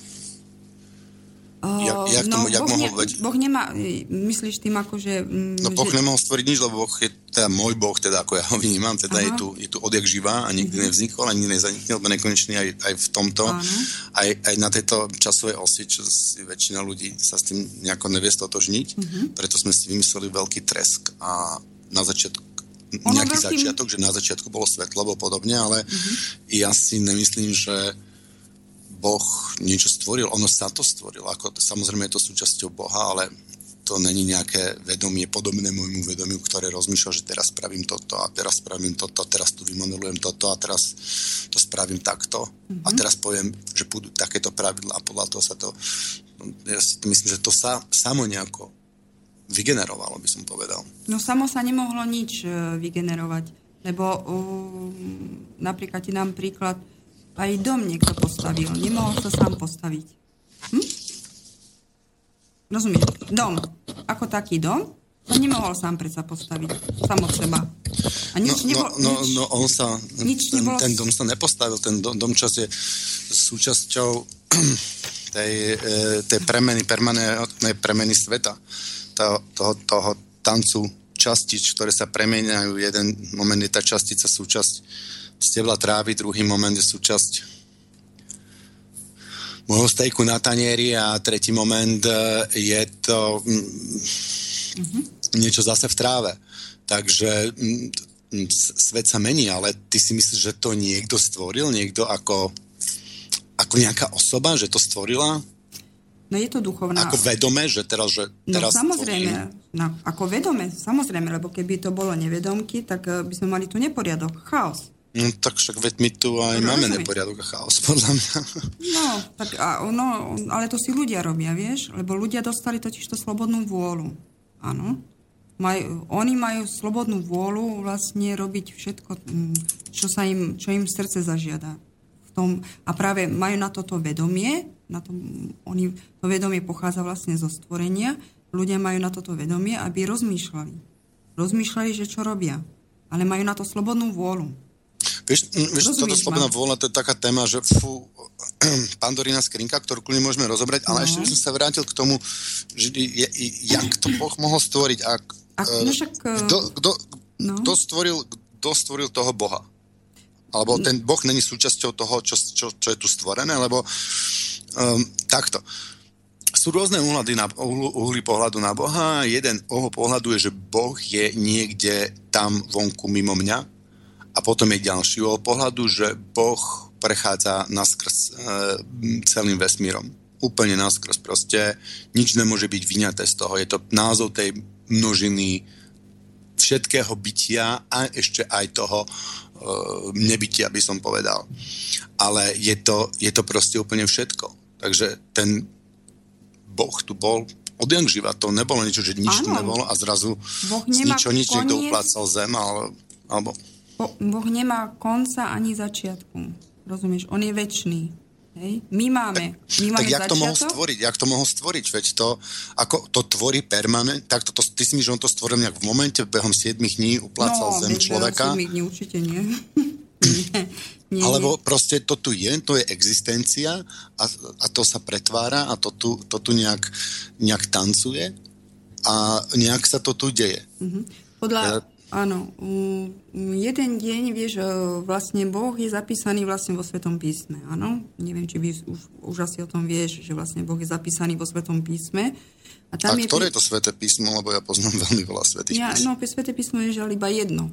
Boh nemá, myslíš tým ako, že... Boh nemohol stvoriť nič, lebo Boh je teda môj Boh, teda ako ja ho vnímam, teda je tu odjak živá a nikdy nevznikol, ani nezanikne, lebo nekonečný aj v tomto, aj na tejto časovej osi, čo si väčšina ľudí sa s tým nejako nevie stotožniť, preto sme si vymysleli veľký tresk a nejaký začiatok, že na začiatku bolo svetlo, alebo podobne, ale ja si nemyslím, že Boh niečo stvoril. Ono sa to stvorilo. Samozrejme je to súčasťou Boha, ale to není nejaké vedomie podobné môjmu vedomiu, ktoré rozmýšľa, že teraz spravím toto a teraz spravím toto, teraz tu vymodelujem toto a teraz to spravím takto a teraz poviem, že budú takéto pravidlá a podľa toho sa to... Ja si myslím, že to sa samo nejako vygenerovalo, by som povedal. No samo sa nemohlo nič vygenerovať, lebo napríklad ti dám príklad, aj dom niekto postavil, nemohol sa sám postaviť. Rozumieš? Dom, ako taký dom, sa nemohol sám predsa postaviť, sám od seba. A nič nebolo... on sa... Ten dom sa nepostavil, ten domčas je súčasťou tej permanentnej premeny sveta. Toho tancu častíc, ktoré sa premeniajú. Jeden moment je tá častica súčasť stebla trávy, druhý moment je súčasť môjho stejku na tanieri a tretí moment je to niečo zase v tráve. Takže svet sa mení, ale ty si myslíš, že to niekto stvoril? Niekto ako nejaká osoba, že to stvorila? No je to duchovná... Ako vedome, že teraz... No samozrejme, ako vedome, samozrejme, lebo keby to bolo nevedomky, tak by sme mali tu neporiadok, chaos. No tak však veď my tu aj máme neporiadok a chaos, podľa mňa. No, tak ale to si ľudia robia, vieš? Lebo ľudia dostali totiž to slobodnú vôľu. Áno. Oni majú slobodnú vôľu vlastne robiť všetko, čo im srdce zažiada. A práve majú na toto vedomie, to vedomie pochádza vlastne zo stvorenia, ľudia majú na toto vedomie, aby rozmýšľali. Rozmýšľali, že čo robia. Ale majú na to slobodnú vôľu. Vieš toto slobodná vôľa, to je taká téma, že Pandorína skrinka, ktorú kľudne môžeme rozobrať, ale ešte by som sa vrátil k tomu, že jak to Boh mohol stvoriť a kto stvoril toho Boha? Alebo ten Boh není súčasťou toho, čo je tu stvorené, lebo takto. Sú rôzne uhly pohľadu na Boha. Jeden uhol pohľadu je, že Boh je niekde tam vonku mimo mňa. A potom je ďalší uhol pohľadu, že Boh prechádza naskrz celým vesmírom. Úplne naskrz. Proste nič nemôže byť vyňaté z toho. Je to názov tej množiny všetkého bytia a ešte aj toho nebytia, by som povedal. Ale je to proste úplne všetko. Takže ten Boh tu bol odjak živa. To nebolo niečo, že nič tu nebolo a zrazu z ničo nič niekto uplácal zem alebo... Boh nemá konca ani začiatku. Rozumieš? On je večný. Hej? My máme tak jak začiatok. Jak to mohol stvoriť? Veď to, ako to tvorí permanent, tak ty si mi, že on to stvoril nejak v momente, behom 7 dní uplácal zem človeka? No, 7 dní určite nie. nie. Alebo proste to tu je, to je existencia a to sa pretvára a to tu nejak tancuje a nejak sa to tu deje. Áno, jeden deň, vieš, vlastne Boh je zapísaný vlastne vo Svetom písme, áno? Neviem, či už asi o tom vieš, že vlastne Boh je zapísaný vo Svetom písme. A ktoré je to Sveté písmo, lebo ja poznám veľmi veľa Svetých písm. No, Sveté písmo je žiaľ iba jedno.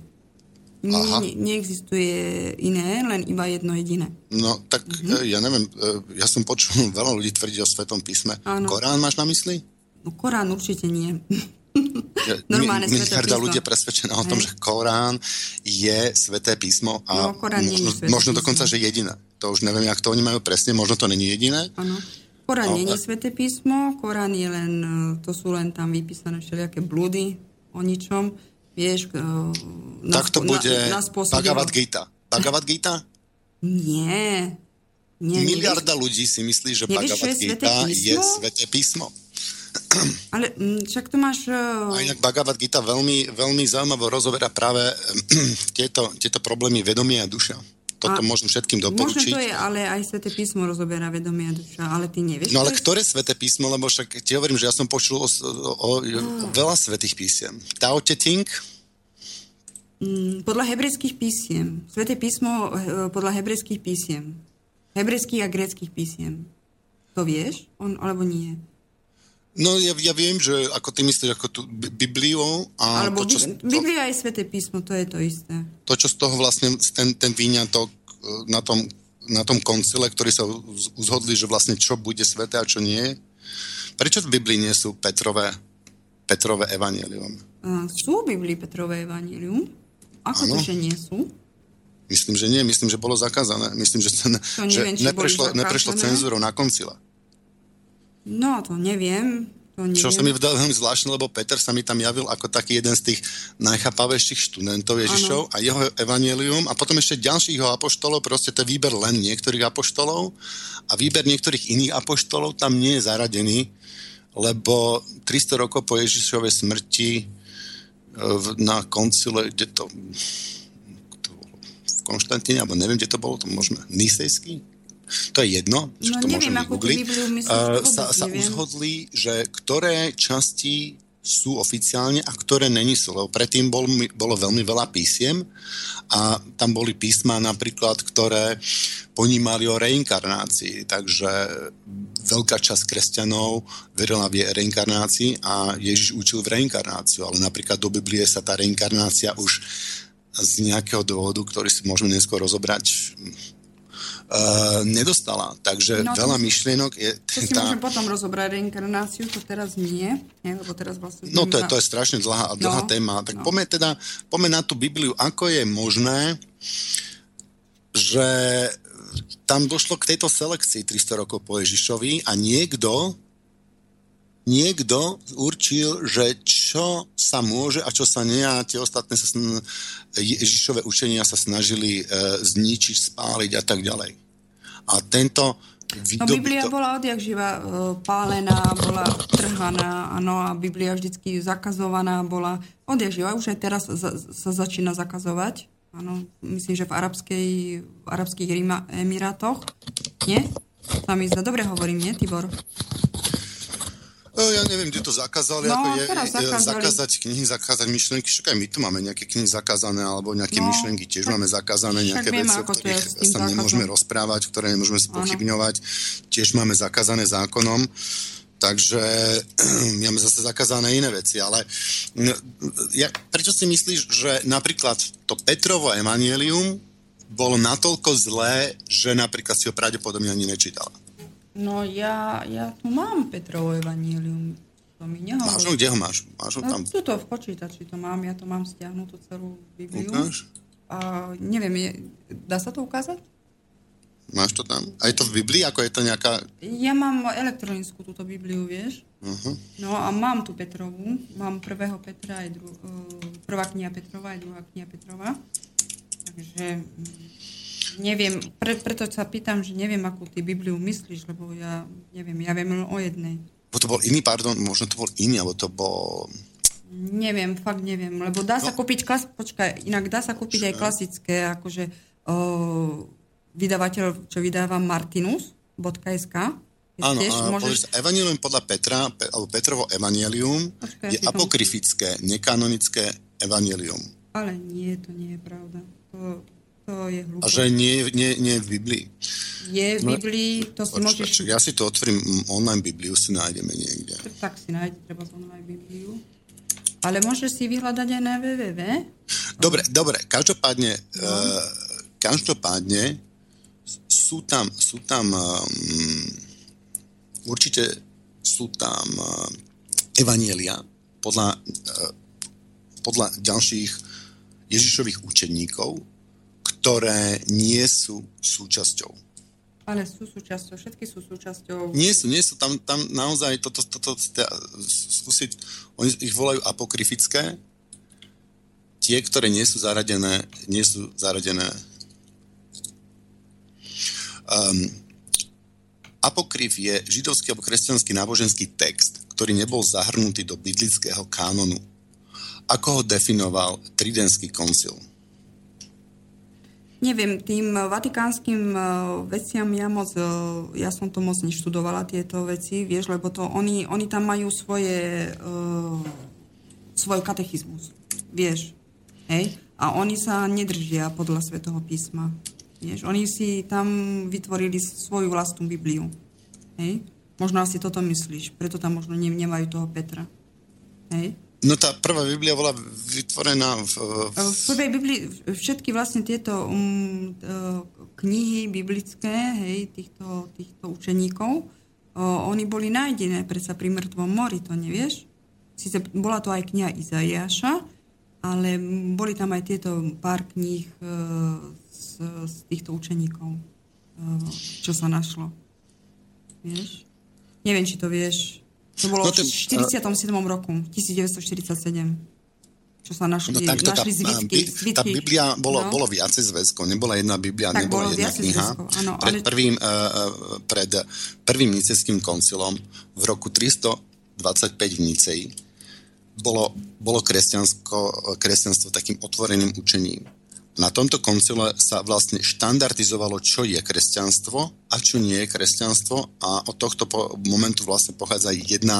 Neexistuje iné, len iba jedno jediné. No, tak ja neviem, ja som počul veľa ľudí tvrdiť o Svetom písme. Áno. Korán máš na mysli? No, Korán určite nie. Normálne Sveté písmo. Ľudia presvedčená o tom, že Korán je Sveté písmo a možno dokonca, že jediné. To už neviem, jak to oni majú presne, možno to není jediné. Áno. Korán nie je Sveté písmo, Korán je len, to sú len tam vypísané všelijaké blúdy o ničom. Vieš, tak to bude Bhagavad Gita. Bhagavad Gita? Nie. Miliarda ľudí si myslí, že Bhagavad Gita je Sveté písmo. Ale však to máš... A inak Bhagavad Gita veľmi, veľmi zaujímavo rozoberá práve tieto problémy vedomia a duša. Toto môžem všetkým doporučiť. Možno to je, ale aj Sveté písmo rozoberá vedomia a duša, ale ty nevieš. No ale ktoré Sveté písmo, lebo však ti hovorím, že ja som počul o veľa svätých písiem. Tao Te Ching? Podľa hebrejských písiem. Sveté písmo podľa hebrejských písiem. Hebrejských a gréckych písiem. To vieš? Alebo nie? No ja viem, že ako ty myslíš, ako tú Bibliu a alebo Biblia je Sväté písmo, to je to isté. To, čo z toho vlastne ten výňatok na tom koncile, ktorí sa uzhodli, že vlastne čo bude sväté a čo nie. Prečo v Biblii nie sú Petrové evanjelium? Sú v Biblii Petrové evanjelium? Ako to, že nie sú? Myslím, že nie. Myslím, že bolo zakázané. Myslím, že neprešlo cenzúrou na koncile. No, to neviem. Čo sa mi vdalo veľmi zvláštne, lebo Peter sa mi tam javil ako taký jeden z tých najchápavejších študentov Ježišov a jeho evanjelium a potom ešte ďalších jeho apoštolov, proste to je výber len niektorých apoštolov a výber niektorých iných apoštolov tam nie je zaradený, lebo 300 rokov po Ježišovej smrti na koncile, kde to bolo v Konštantíne, alebo neviem, kde to bolo, to možno Nisejský? To je jedno, že to neviem, môžeme googliť, sa uzhodli, že ktoré časti sú oficiálne a ktoré není sú, lebo predtým bolo veľmi veľa písiem a tam boli písma napríklad, ktoré ponímali o reinkarnácii, takže veľká časť kresťanov verila v reinkarnácii a Ježiš učil v reinkarnáciu, ale napríklad do Biblie sa tá reinkarnácia už z nejakého dôvodu, ktorý si môžeme neskôr rozobrať, nedostala. Takže veľa myšlienok je... To si môžem potom rozobrať reinkarnáciu, to teraz nie, lebo teraz vlastne... No to je strašne dlhá téma. Tak poďme na tú Bibliu. Ako je možné, že tam došlo k tejto selekcii 300 rokov po Ježišovi a niekto určil, že čo sa môže a čo sa nie a tie ostatné Ježišové učenia sa snažili zničiť, spáliť a tak ďalej. A tento Biblia bola odjak živa pálená, bola trhaná, áno, a Biblia vždycky zakazovaná bola odjak živa. Už aj teraz sa začína zakazovať. Áno, myslím, že v arabských emirátoch. Nie? To mi zdá. Dobre hovorím, nie, Tibor? Ja neviem, kde to zakázali, ako je zakázať knihy, zakázať myšlienky. Však aj my tu máme nejaké knihy zakázané, alebo nejaké myšlienky tiež máme zakázané, nejaké veci, o ktorých sa nemôžeme rozprávať, ktoré nemôžeme spochybňovať. Tiež máme zakázané zákonom, takže máme zase zakázané iné veci. Ale prečo si myslíš, že napríklad to Petrovo evanjelium bolo natoľko zlé, že napríklad si ho pravdepodobne ani nečítala? No ja tu mám Petrovo evanjelium. To mi nehovorí. Máš ho? Kde ho máš? Máš ho tam? Tuto v počítači to mám. Ja to mám stiahnutú celú Bibliu. Ukáž? Neviem, dá sa to ukázať? Máš to tam? A je to v Biblii? Ako je to nejaká... Ja mám elektronickú túto Bibliu, vieš? Uh-huh. No a mám tu Petrovú. Mám 1. Petra aj prvá kniha Petrova aj druhá kniha Petrova. Takže... Neviem, preto sa pýtam, že neviem, akú ty Bibliu myslíš, lebo ja neviem, ja viem len o jednej. To bol iný, možno to bol iný, alebo to bol... Neviem, fakt neviem, lebo dá sa kúpiť, inak dá sa kúpiť aj klasické, akože vydavateľ, čo vydáva Martinus.sk. Áno, evanjelium podľa Petra, alebo Petrovo evanjelium je apokryfické, nekanonické evanjelium. Ale nie, to nie je pravda. To je hlúpo. A že nie je v Biblii. Je v Biblii, to si môžeš... Ja si to otvorím, online Bibliu si nájdeme niekde. Tak si nájde, treba online Bibliu. Ale môžeš si vyhľadať aj na www. Dobre, každopádne sú tam určite sú tam evanjelia podľa ďalších Ježišových učeníkov, ktoré nie sú súčasťou. Ale sú súčasťou, všetky sú súčasťou. Nie sú, tam naozaj toto skúsiť, oni ich volajú apokryfické, tie, ktoré nie sú zaradené. Apokryf je židovský alebo kresťanský náboženský text, ktorý nebol zahrnutý do biblického kánonu. Ako ho definoval Tridentský koncil? Neviem, tým vatikánskym veciam ja som to moc neštudovala, tieto veci, vieš, lebo to oni tam majú svoj katechizmus, vieš, hej? A oni sa nedržia podľa Svätého písma, vieš, oni si tam vytvorili svoju vlastnú Bibliu, hej? Možno asi toto myslíš, preto tam možno nemajú toho Petra. Hej? No tá prvá Biblia bola vytvorená v prvej Biblii všetky vlastne tieto knihy biblické, hej, týchto učeníkov, oni boli nájdené predsa pri mŕtvom mori, to nevieš? Sice bola to aj kniha Izaiáša, ale boli tam aj tieto pár kníh z týchto učeníkov, čo sa našlo. Vieš? Neviem, či to vieš. To bolo v 47. roku, 1947. Čo sa našli zvitky. Tá Biblia bolo viacej zväzkov. Nebola jedna Biblia, tak nebola jedna kniha. Áno, pred prvým nicejským koncilom v roku 325 v Niceji bolo kresťanstvo takým otvoreným učením. Na tomto koncile sa vlastne štandardizovalo, čo je kresťanstvo a čo nie je kresťanstvo, a od tohto momentu vlastne pochádza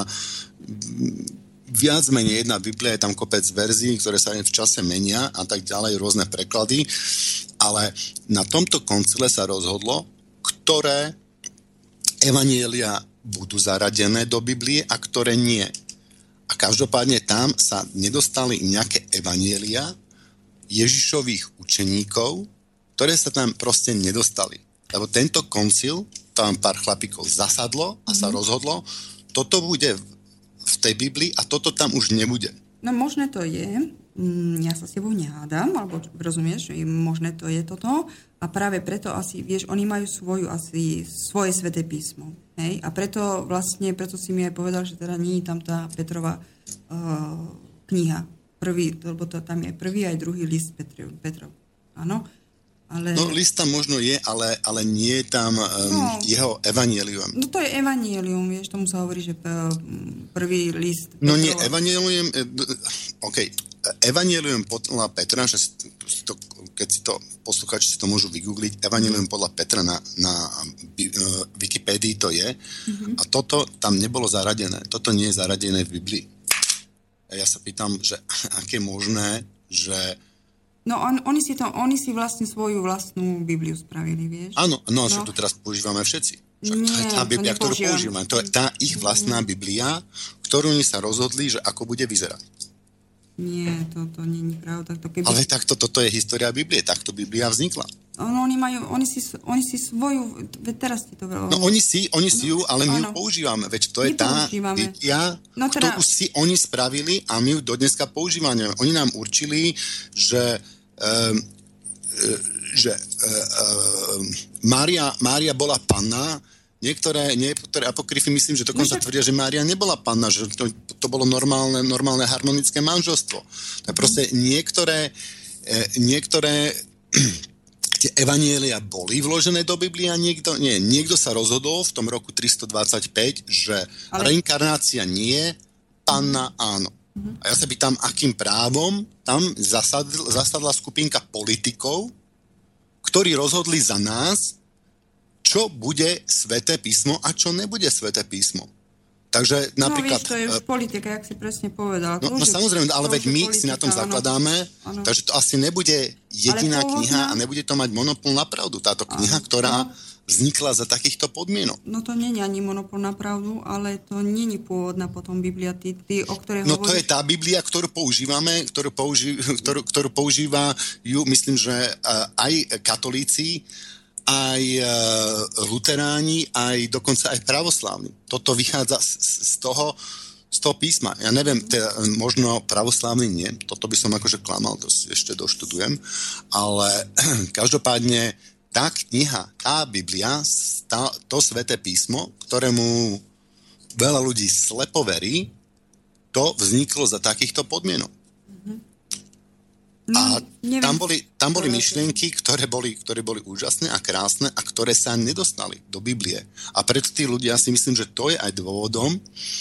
viac menej jedna Biblia, je tam kopec verzií, ktoré sa v čase menia a tak ďalej, rôzne preklady, ale na tomto koncile sa rozhodlo, ktoré evanjelia budú zaradené do Biblie a ktoré nie. A každopádne tam sa nedostali nejaké evanjelia Ježišových učeníkov, ktoré sa tam proste nedostali. Lebo tento koncil, tam pár chlapíkov zasadlo a sa rozhodlo, toto bude v tej Biblii a toto tam už nebude. No možné to je, ja sa s tebou nehádam, alebo rozumieš, možné to je toto, a práve preto asi, vieš, oni majú svoje sväté písmo. Hej? A preto si mi aj povedal, že teda nie je tam tá Petrova kniha. Lebo tam je prvý aj druhý list Petrov. Áno. Ale... No list tam možno je, ale nie je tam jeho evanjelium. No to je evanjelium, vieš, tomu sa hovorí, že prvý list Petrova. No nie, evanjelium, evanjelium podľa Petra, že keď si to poslucháči si to môžu vygoogliť, evanjelium podľa Petra na Wikipédii to je, a toto tam nebolo zaradené. Toto nie je zaradené v Biblii. Ja sa pýtam, že aké je možné, že... No oni si vlastne svoju vlastnú Bibliu spravili, vieš? Áno, že tu teraz používame všetci. To je tá Biblia, ktorú používame. To je tá ich vlastná Biblia, ktorú oni sa rozhodli, že ako bude vyzerať. Nie, to nie je pravda. Ale takto, toto je história Biblie, takto Biblia vznikla. Oni si svoju, teraz ti to veľa... No oni si ju, ale my ju používame. Veď to je tá Biblia, ktorú si oni spravili a my ju dodneska používame. Oni nám určili, že Mária bola panna. Niektoré apokryfy, myslím, že dokonca tvrdia, že Mária nebola panna, že to bolo normálne harmonické manželstvo. Tak proste niektoré tie evanjelia boli vložené do Biblie a niekto nie. Niekto sa rozhodol v tom roku 325, že reinkarnácia nie, panna áno. A ja sa pýtam, akým právom tam zasadla skupinka politikov, ktorí rozhodli za nás, čo bude sväté písmo a čo nebude sväté písmo. Takže napríklad... No, to je už politika, jak si presne povedal. No samozrejme, ale veď my si na tom zakladáme, takže to asi nebude jediná kniha a nebude to mať monopol na pravdu. Táto kniha, ktorá vznikla za takýchto podmienok. No to nie je ani monopol na pravdu, ale to nie je pôvodná potom Biblia, o ktorej hovoríš. No to je tá Biblia, ktorú používame, ktorú používajú, myslím, že aj katolíci, aj luteráni, aj dokonca aj pravoslávni. Toto vychádza z toho písma. Ja neviem, možno pravoslávny nie, toto by som akože klamal, to si ešte doštudujem, ale každopádne tá kniha, tá Biblia, to sväté písmo, ktorému veľa ľudí slepo verí, to vzniklo za takýchto podmienok. A tam boli myšlienky, ktoré boli úžasné a krásne a ktoré sa nedostali do Biblie. A preto tí ľudia si myslím, že to je aj dôvodom,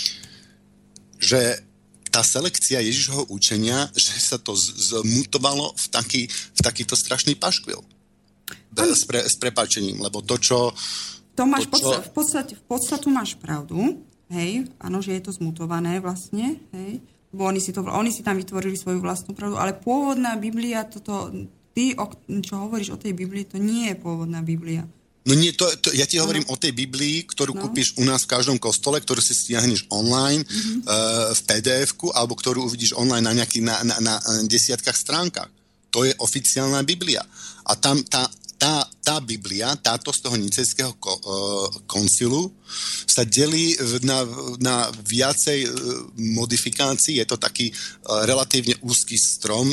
že tá selekcia Ježišovho učenia, že sa to zmutovalo v takýto strašný paškvil. S prepáčením, lebo to, čo... V podstate máš pravdu, hej, áno, že je to zmutované vlastne, hej, bo oni si tam vytvorili svoju vlastnú pravdu, ale pôvodná Biblia, ty, čo hovoríš o tej Biblii, to nie je pôvodná Biblia. No nie, ja ti hovorím o tej Biblii, ktorú kúpiš u nás v každom kostole, ktorú si stiahneš online v PDF-ku, alebo ktorú uvidíš online na nejakých na desiatkách stránkach. To je oficiálna Biblia. A tam tá Biblia, táto z toho nicejského koncilu sa delí na viacej modifikácií. Je to taký relatívne úzky strom,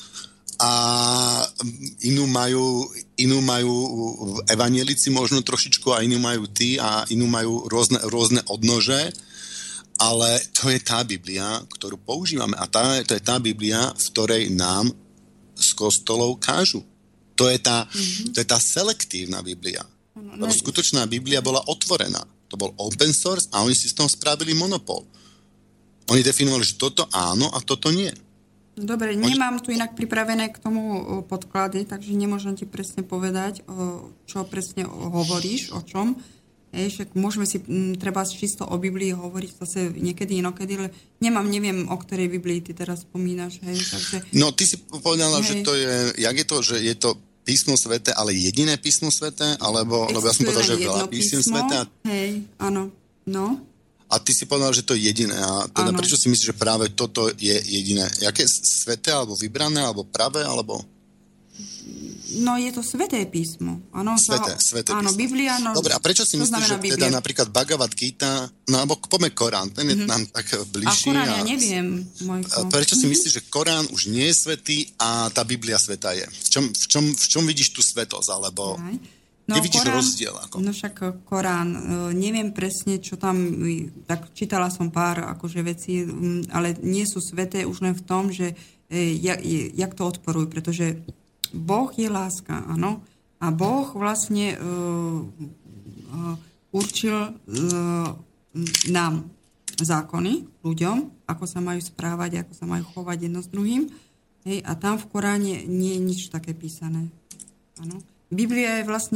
a inú majú evanjelici možno trošičku a inú majú tí a inú majú rôzne odnože, ale to je tá Biblia, ktorú používame a to je tá Biblia, v ktorej nám z kostolov kážu. To je tá selektívna Biblia. Lebo skutočná Biblia bola otvorená. To bol open source a oni si z toho spravili monopol. Oni definovali, že toto áno a toto nie. Dobre, nemám tu inak pripravené k tomu podklady, takže nemôžem ti presne povedať, čo presne hovoríš, o čom. Však môžeme si treba čisto o Biblii hovoriť zase niekedy inokedy, ale neviem, o ktorej Biblii ty teraz spomínaš. Takže... No, ty si povedala, že to je, jak je to, že je to písmo sväté, ale jediné písmo sväté, alebo lebo ja som povedal, že veľa písm sväté. Hej, áno, no. A ty si povedal, že to je jediné. A teda prečo si myslíš, že práve toto je jediné? Jaké sveté, alebo vybrané, alebo pravé, alebo... No, je to sveté písmo. Áno, sveté písmo. Áno, Biblia... No, dobre, a prečo si myslíš, že teda napríklad Bhagavad Gita, no alebo poďme Korán, ten je nám tak bližší. A Korán ja neviem, Mojko. Prečo si myslíš, že Korán už nie je svätý a tá Biblia svätá je? V čom vidíš tú svetosť, alebo... No, nevidíš Korán, rozdiel? Ako? No však Korán, neviem presne, čo tam, tak čítala som pár akože veci, ale nie sú sveté už len v tom, že jak to odporujú, pretože Boh je láska, áno, a Boh vlastne určil nám zákony, ľuďom, ako sa majú správať, ako sa majú chovať jedno s druhým, a tam v Koráne nie je nič také písané, áno. Biblia je vlastne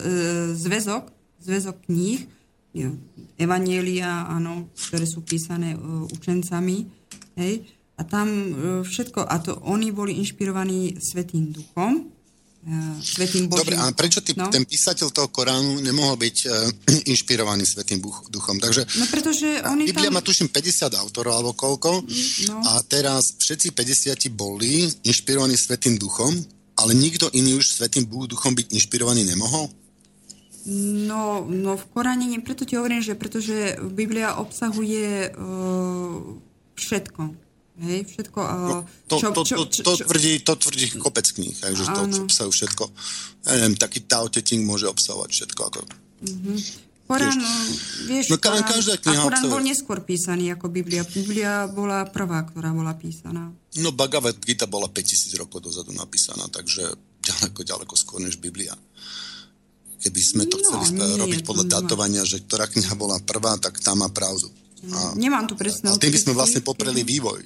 zväzok kníh, evanjelia, áno, ktoré sú písané učencami, hej, a tam všetko, a to oni boli inšpirovaní Svätým Duchom, Svätým Božím. Dobre, a prečo ten písateľ toho Koránu nemohol byť inšpirovaný Svätým Duchom? Takže no, pretože oni Biblia má tuším 50 autorov, alebo koľko, a teraz všetci 50 boli inšpirovaní Svätým Duchom, ale nikto iný už Svätým Duchom byť inšpirovaný nemohol? No v Koráne nie, preto ti hovorím, že pretože Biblia obsahuje všetko. Hej, všetko. To tvrdí kopec kníh, takže to obsahuje všetko. Ja neviem, taký Tao Te Ching môže obsahovať všetko. Ako... Korán, vieš, Korán bol neskôr písaný ako Biblia. Biblia bola prvá, ktorá bola písaná. No Bhagavad Gita bola 5000 rokov dozadu napísaná, takže ďaleko skôr než Biblia. Keby sme to chceli robiť podľa datovania, že ktorá kniha bola prvá, tak tá má pravdu. Nemám tu presné. A tým by sme vlastne popreli vývoj,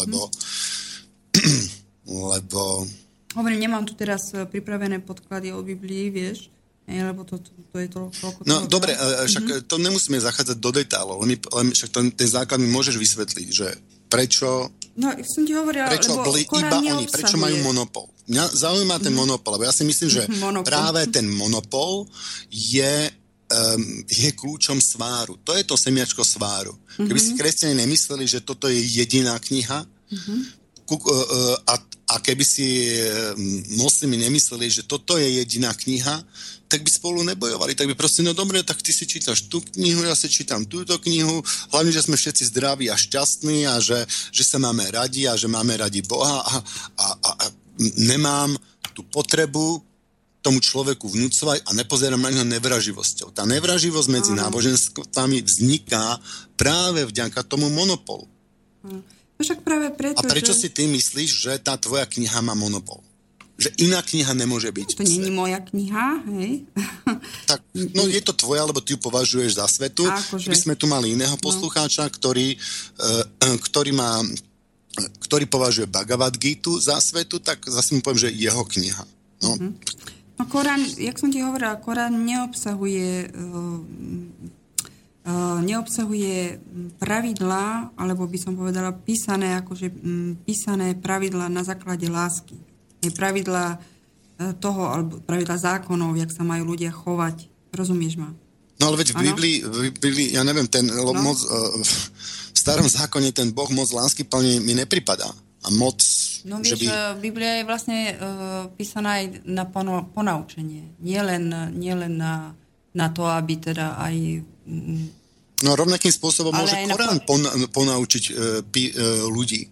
lebo... Hovorím, nemám tu teraz pripravené podklady o Biblii, vieš, lebo to je toľko... No dobre, však to nemusíme zachádzať do detailov, len však ten základ mi môžeš vysvetliť, že prečo... No, som ti hovorila, prečo boli iba oni, prečo majú monopol? Mňa zaujíma ten monopol, lebo ja si myslím, že práve ten monopol je kľúčom sváru. To je to semiačko sváru. Keby si kresťania nemysleli, že toto je jediná kniha, a keby si moslimi nemysleli, že toto je jediná kniha, tak by spolu nebojovali. Tak by proste, no dobre, tak ty si čítaš tú knihu, ja si čítam túto knihu, hlavne, že sme všetci zdraví a šťastní a že sa máme radi a že máme radi Boha a nemám tú potrebu tomu človeku vnúcovať a nepozerám na neho nevraživosťou. Tá nevraživosť medzi náboženstvami vzniká práve vďaka tomu monopolu. Však práve preto, a prečo si ty myslíš, že tá tvoja kniha má monopol? Že iná kniha nemôže byť. To nie je moja kniha, hej? Tak, no je to tvoja, lebo ty ju považuješ za svetu. Keby sme tu mali iného poslucháča, ktorý považuje Bhagavad Gitu za svetu, tak zase mu poviem, že jeho kniha. No. No Korán, jak som ti hovorila, Korán neobsahuje pravidlá, alebo by som povedala písané pravidlá na základe lásky. Je pravidlá toho, alebo pravidlá zákonov, jak sa majú ľudia chovať. Rozumieš ma? No ale veď v Biblii, ja neviem, moc, v starom zákone ten Boh moc láskyplný mi nepripadá. A moc... No vieš, Biblia je vlastne písaná aj na ponaučenie. Nie len na to, aby teda aj... No rovnakým spôsobom môže Korán ponaučiť ľudí.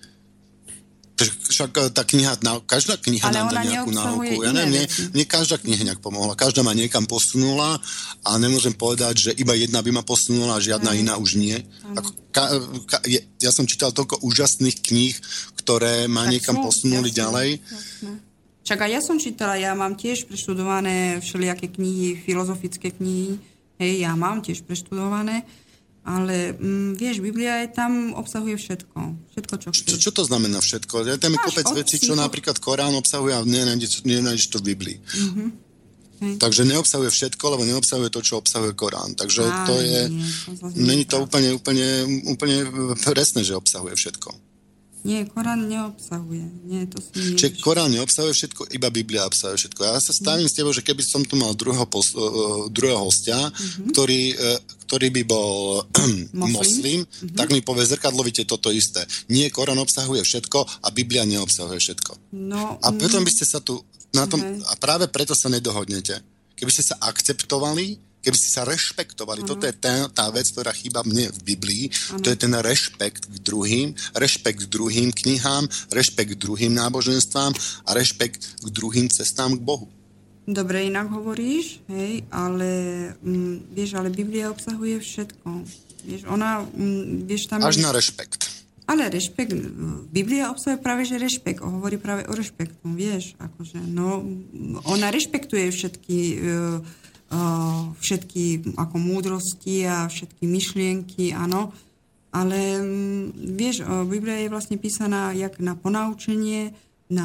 Však tá kniha, každá kniha nám dá nejakú náuku. Ja neviem, mne každá kniha nejak pomohla. Každá ma niekam posunula a nemôžem povedať, že iba jedna by ma posunula a žiadna iná už nie. Ja som čítal toľko úžasných kníh, ktoré ma niekam posunuli ďalej. Jasne. Však aj ja som čítala, ja mám tiež preštudované všelijaké knihy, filozofické knihy. Hej, ja mám tiež preštudované. Ale vieš, Biblia tam obsahuje všetko. Všetko, čo chceš. Čo to znamená všetko? Tam je kopec vecí, čo napríklad Korán obsahuje a nenájdeš to v Biblii. Takže neobsahuje všetko, lebo neobsahuje to, čo obsahuje Korán. Takže to je... Není to úplne presné, že obsahuje všetko. Nie, Korán neobsahuje. Nie, to si nie. Čiže Korán neobsahuje všetko, iba Biblia obsahuje všetko. Ja sa stavím s tebou, že keby som tu mal druhého hostia, ktorý by bol moslim, tak mi povie zrkadlovite toto isté. Nie, Korán obsahuje všetko a Biblia neobsahuje všetko. No, a potom by ste sa tu na tom, a práve preto sa nedohodnete. Keby ste sa akceptovali, keby ste sa rešpektovali, toto je tá vec, ktorá chýba mne v Biblii, to je ten rešpekt k druhým knihám, rešpekt k druhým náboženstvám a rešpekt k druhým cestám k Bohu. Dobre, inak hovoríš, hej, ale vieš, ale Biblia obsahuje všetko. Vieš, tam... Až na rešpekt. Ale rešpekt, Biblia obsahuje práve, že rešpekt, hovorí práve o rešpektu, vieš, akože, no, ona rešpektuje všetky ako múdrosti a všetky myšlienky, áno, ale vieš, Biblia je vlastne písaná jak na ponaučenie,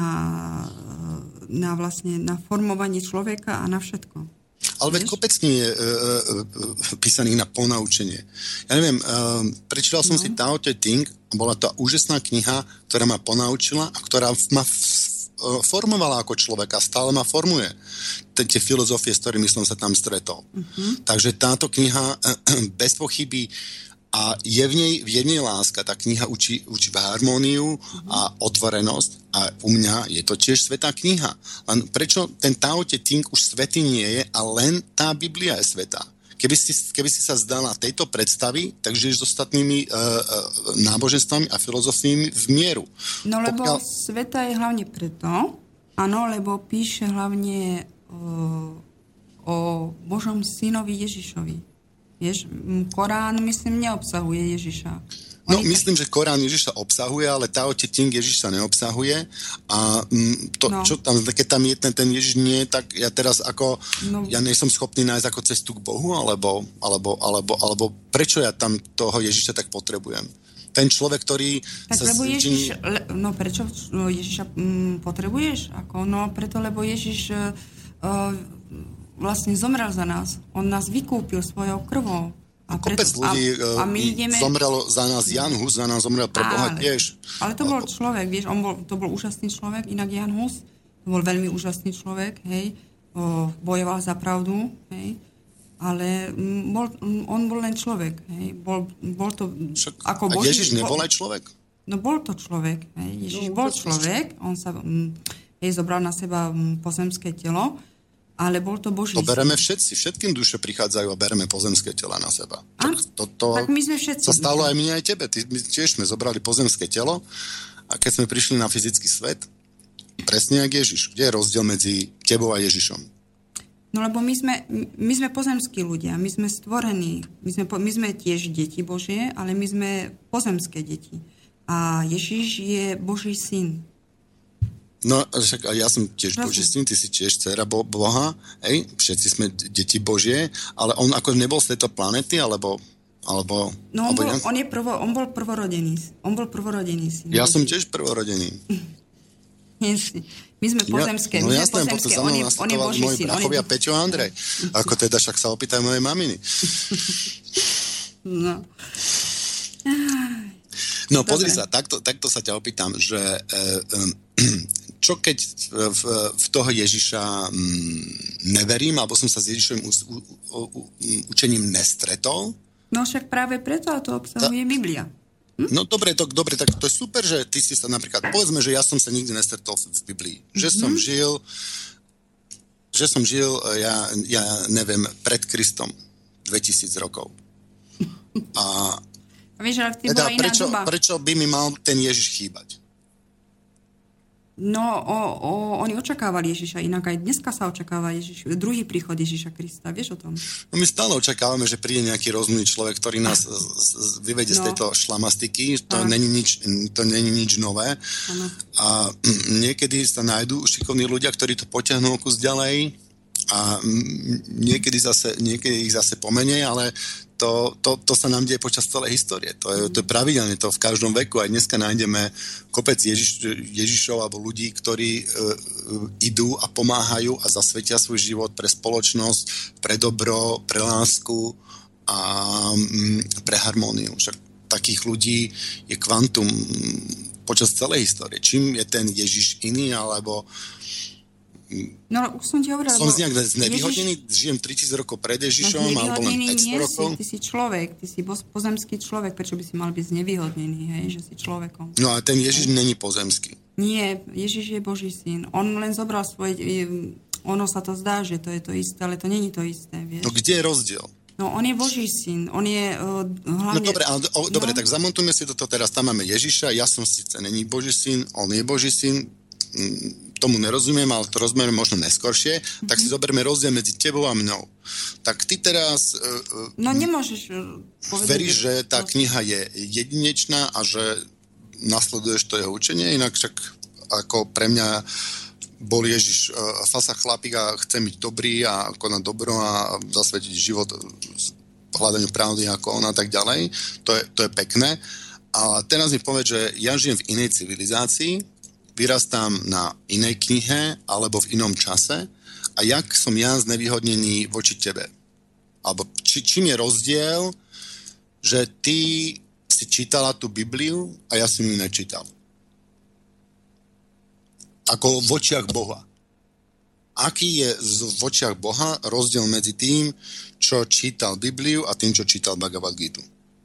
na formovanie človeka a na všetko. Ale veď kopec nie je písaných na ponaučenie. Ja neviem, prečítal som si Tao Te Ching, bola to úžasná kniha, ktorá ma ponaučila a ktorá ma formovala ako človeka, stále ma formuje. Tie filozofie, s ktorými som sa tam stretol. Takže táto kniha bez pochyby a je v nej láska. Tá kniha učí harmóniu a otvorenosť a u mňa je to tiež svätá kniha. Len prečo ten Tao Te Ching už svätý nie je a len tá Biblia je svätá? Keby si sa zdala tejto predstavy, tak žiješ s ostatnými náboženstvami a filozofiami v mieru. No lebo svätá je hlavne preto, áno, lebo píše hlavne o Božom synovi Ježišovi. Vieš, Korán, myslím, neobsahuje Ježiša. Myslím, že Korán Ježiša obsahuje, ale Tao Te Ching Ježiša neobsahuje a čo tam, keď tam je ten Ježiš nie, tak ja teraz ja nie som schopný nájsť ako cestu k Bohu, alebo prečo ja tam toho Ježiša tak potrebujem? Ten človek, ktorý tak lebo prečo Ježiša potrebuješ? Preto, lebo Ježiš vlastne zomrel za nás. On nás vykúpil svojou krvou. Kopec ľudí zomrel za nás. Jan Hus za nás zomrel pre Boha tiež. Ale to bol človek, vieš, to bol úžasný človek, inak Jan Hus, to bol veľmi úžasný človek, hej, bojoval za pravdu, hej, ale on bol len človek, hej, bol to ako Boží... A Ježiš nebol aj človek? No bol to človek, hej, Ježiš bol človek, on sa zobral na seba pozemské telo, ale bol to Boží. To bereme všetkým duše prichádzajú a bereme pozemské tela na seba. Tak my sme všetci. To stalo aj mne, aj tebe. My tiež sme zobrali pozemské telo a keď sme prišli na fyzický svet, presne jak Ježiš. Kde je rozdiel medzi tebou a Ježišom? No lebo my sme pozemskí ľudia, my sme stvorení, my sme tiež deti Božie, ale my sme pozemské deti. A Ježiš je Boží syn. No, však ja som tiež Boží syn, ty si tiež dcera Boha, hej, všetci sme deti Božie, ale on ako nebol z tejto planety, alebo... No, on bol prvorodený. On bol prvorodený syn. Ja som tiež prvorodený. My sme pozemské. No jasné, potom za mnou nastupovali moji brachovia Peťo a Andrej. Ako teda, však sa opýtaj mojej maminy. No pozri sa, takto sa ťa opýtam, že čo keď v toho Ježiša neverím, alebo som sa s Ježišovým učením nestretol? No však práve preto to obsahuje Biblia. No dobre, tak to je super, že ty si sa napríklad, povedzme, že ja som sa nikdy nestretol v Biblii. Že som žil, ja neviem, pred Kristom 2000 rokov. A vieš, ale bola iná doba. Prečo by mi mal ten Ježiš chýbať? No, oni očakávali Ježiša, inak aj dneska sa očakáva druhý príchod Ježiša Krista, vieš o tom? No my stále očakávame, že príde nejaký rozumný človek, ktorý nás vyvedie z tejto šlamastiky, to není nič nové. Ano. A niekedy sa nájdú šikovní ľudia, ktorí to potiahnú kus ďalej a niekedy ich zase pomenie, ale to sa nám deje počas celej histórie. To je pravidelne, to v každom veku. Aj dneska nájdeme kopec Ježišov alebo ľudí, ktorí idú a pomáhajú a zasvetia svoj život pre spoločnosť, pre dobro, pre lásku a pre harmóniu. Však takých ľudí je kvantum počas celej histórie. Čím je ten Ježiš iný, alebo no, už som ti hovorila. Som nejak znevýhodnený, žijem 3000 rokov pred Ježišom, alebo len 500 rokov. Ty si človek, ty si pozemský človek, prečo by si mal byť znevýhodnený, hej, že si človekom. No a ten Ježiš není pozemský. Nie, Ježiš je Boží syn. On len zobral ono sa to zdá, že to je to isté, ale to není to isté, vieš. No kde je rozdiel? No on je Boží syn, on je hlavne... No dobre, tak zamontujme si toto teraz, tam máme Ježiša, ja som síce není Boží syn, on je Boží syn, tomu nerozumiem, ale to rozumieme možno neskoršie, tak si zoberme rozdiel medzi tebou a mnou. Tak ty teraz no nemôžeš povedať, veríš, že tá kniha je jedinečná a že nasleduješ to jeho učenie, inak však ako pre mňa bol Ježiš fasa chlapík a chce byť dobrý a konať dobro a zasvetiť život hľadaniu pravdy ako on a tak ďalej. To je pekné. A teraz mi povedz, že ja žijem v inej civilizácii, vyrastám na inej knihe alebo v inom čase a jak som ja znevýhodnený voči tebe? Alebo čím je rozdiel, že ty si čítala tú Bibliu a ja som ju nečítal? Ako v očiach Boha. Aký je v očiach Boha rozdiel medzi tým, čo čítal Bibliu a tým, čo čítal Bhagavad Gitu?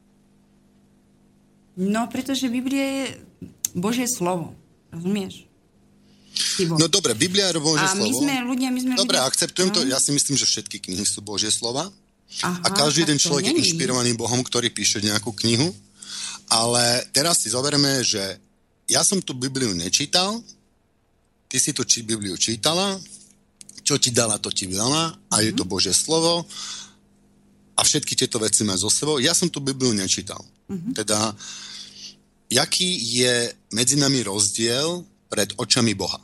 No, pretože Biblia je Božie slovo. Rozumieš? No dobre, Biblia je Božie slovo. My sme ľudia... Dobre, akceptujem to. Ja si myslím, že všetky knihy sú Božie slova. Aha, a každý ten človek je inšpirovaný Bohom, ktorý píše nejakú knihu. Ale teraz si zoberme, že ja som tú Bibliu nečítal, ty si tú Bibliu čítala, čo ti dala, to ti dala a je to Božie slovo a všetky tieto veci má so sebou. Ja som tú Bibliu nečítal. Teda jaký je medzi nami rozdiel pred očami Boha?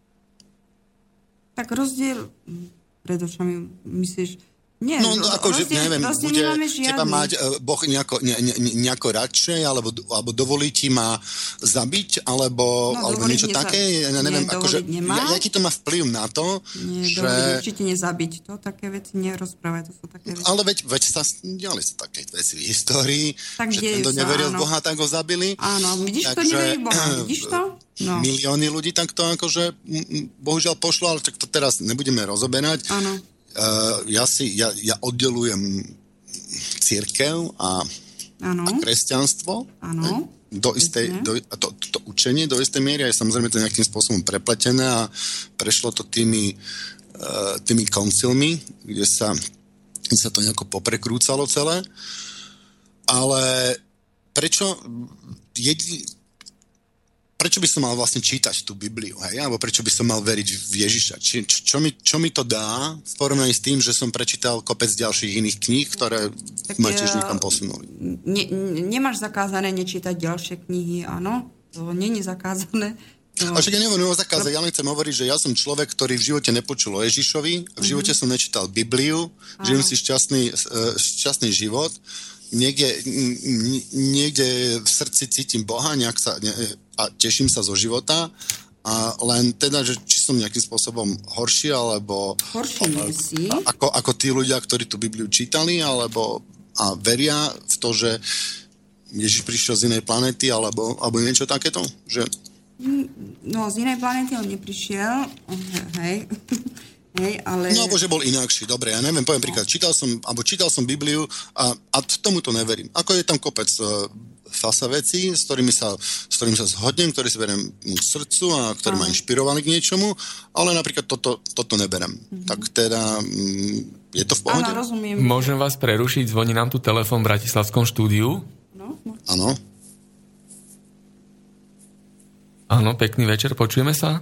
Tak rozdiel pred očami, myslíš... Nie, no akože, neviem, bude teba mať Boh nejako radšej, alebo dovolí ti ma zabiť, alebo niečo také, ja neviem, akože, jaký to má vplyv na to, že... Určite nezabiť, to také veci nerozprávajú, to sú také veci. Ale veď sa diali sa také veci v histórii, tak že ten, kto neveril v Boha, tak ho zabili. Áno, vidíš, to neverí v Boha, vidíš to? No. Milióny ľudí takto akože, bohužiaľ pošlo, ale tak to teraz nebudeme rozoberať. Áno. Ja oddelujem cirkev a kresťanstvo. Áno. To učenie do istej miery je samozrejme to nejakým spôsobom prepletené a prešlo to tými koncilmi, kde sa to nejako poprekrúcalo celé. Ale prečo by som mal vlastne čítať tú Bibliu, hej? Alebo prečo by som mal veriť v Ježiša? Čo mi to dá v porovnaní s tým, že som prečítal kopec ďalších iných kníh, ktoré ma tiež niekam posunuli? Nemáš zakázané nečítať ďalšie knihy, áno? To nie je zakázané. A však ja nehovorím o zakáze, ja len chcem hovoriť, že ja som človek, ktorý v živote nepočul o Ježišovi, v živote som nečítal Bibliu, žijem si šťastný život, niekde v srdci cítim Boha, a teším sa zo života, a len teda, že či som nejakým spôsobom horší, alebo ako tí ľudia, ktorí tú Bibliu čítali, alebo a veria v to, že Ježiš prišiel z inej planety, alebo niečo takéto, že... No, z inej planéty on neprišiel. Hej. Hej, ale... No, alebo že bol inakší. Dobre, ja neviem, poviem príklad. Čítal som Bibliu a tomu to neverím. Ako je tam kopec fasa vecí, s ktorými sa zhodnem, ktoré si beriem k srdcu a ktoré ma inšpirovali k niečomu, ale napríklad toto neberem. Tak teda je to v pohode? Áno, rozumiem. Môžem vás prerušiť? Zvoní nám tu telefon v bratislavskom štúdiu. Áno. Áno, pekný večer, počujeme sa?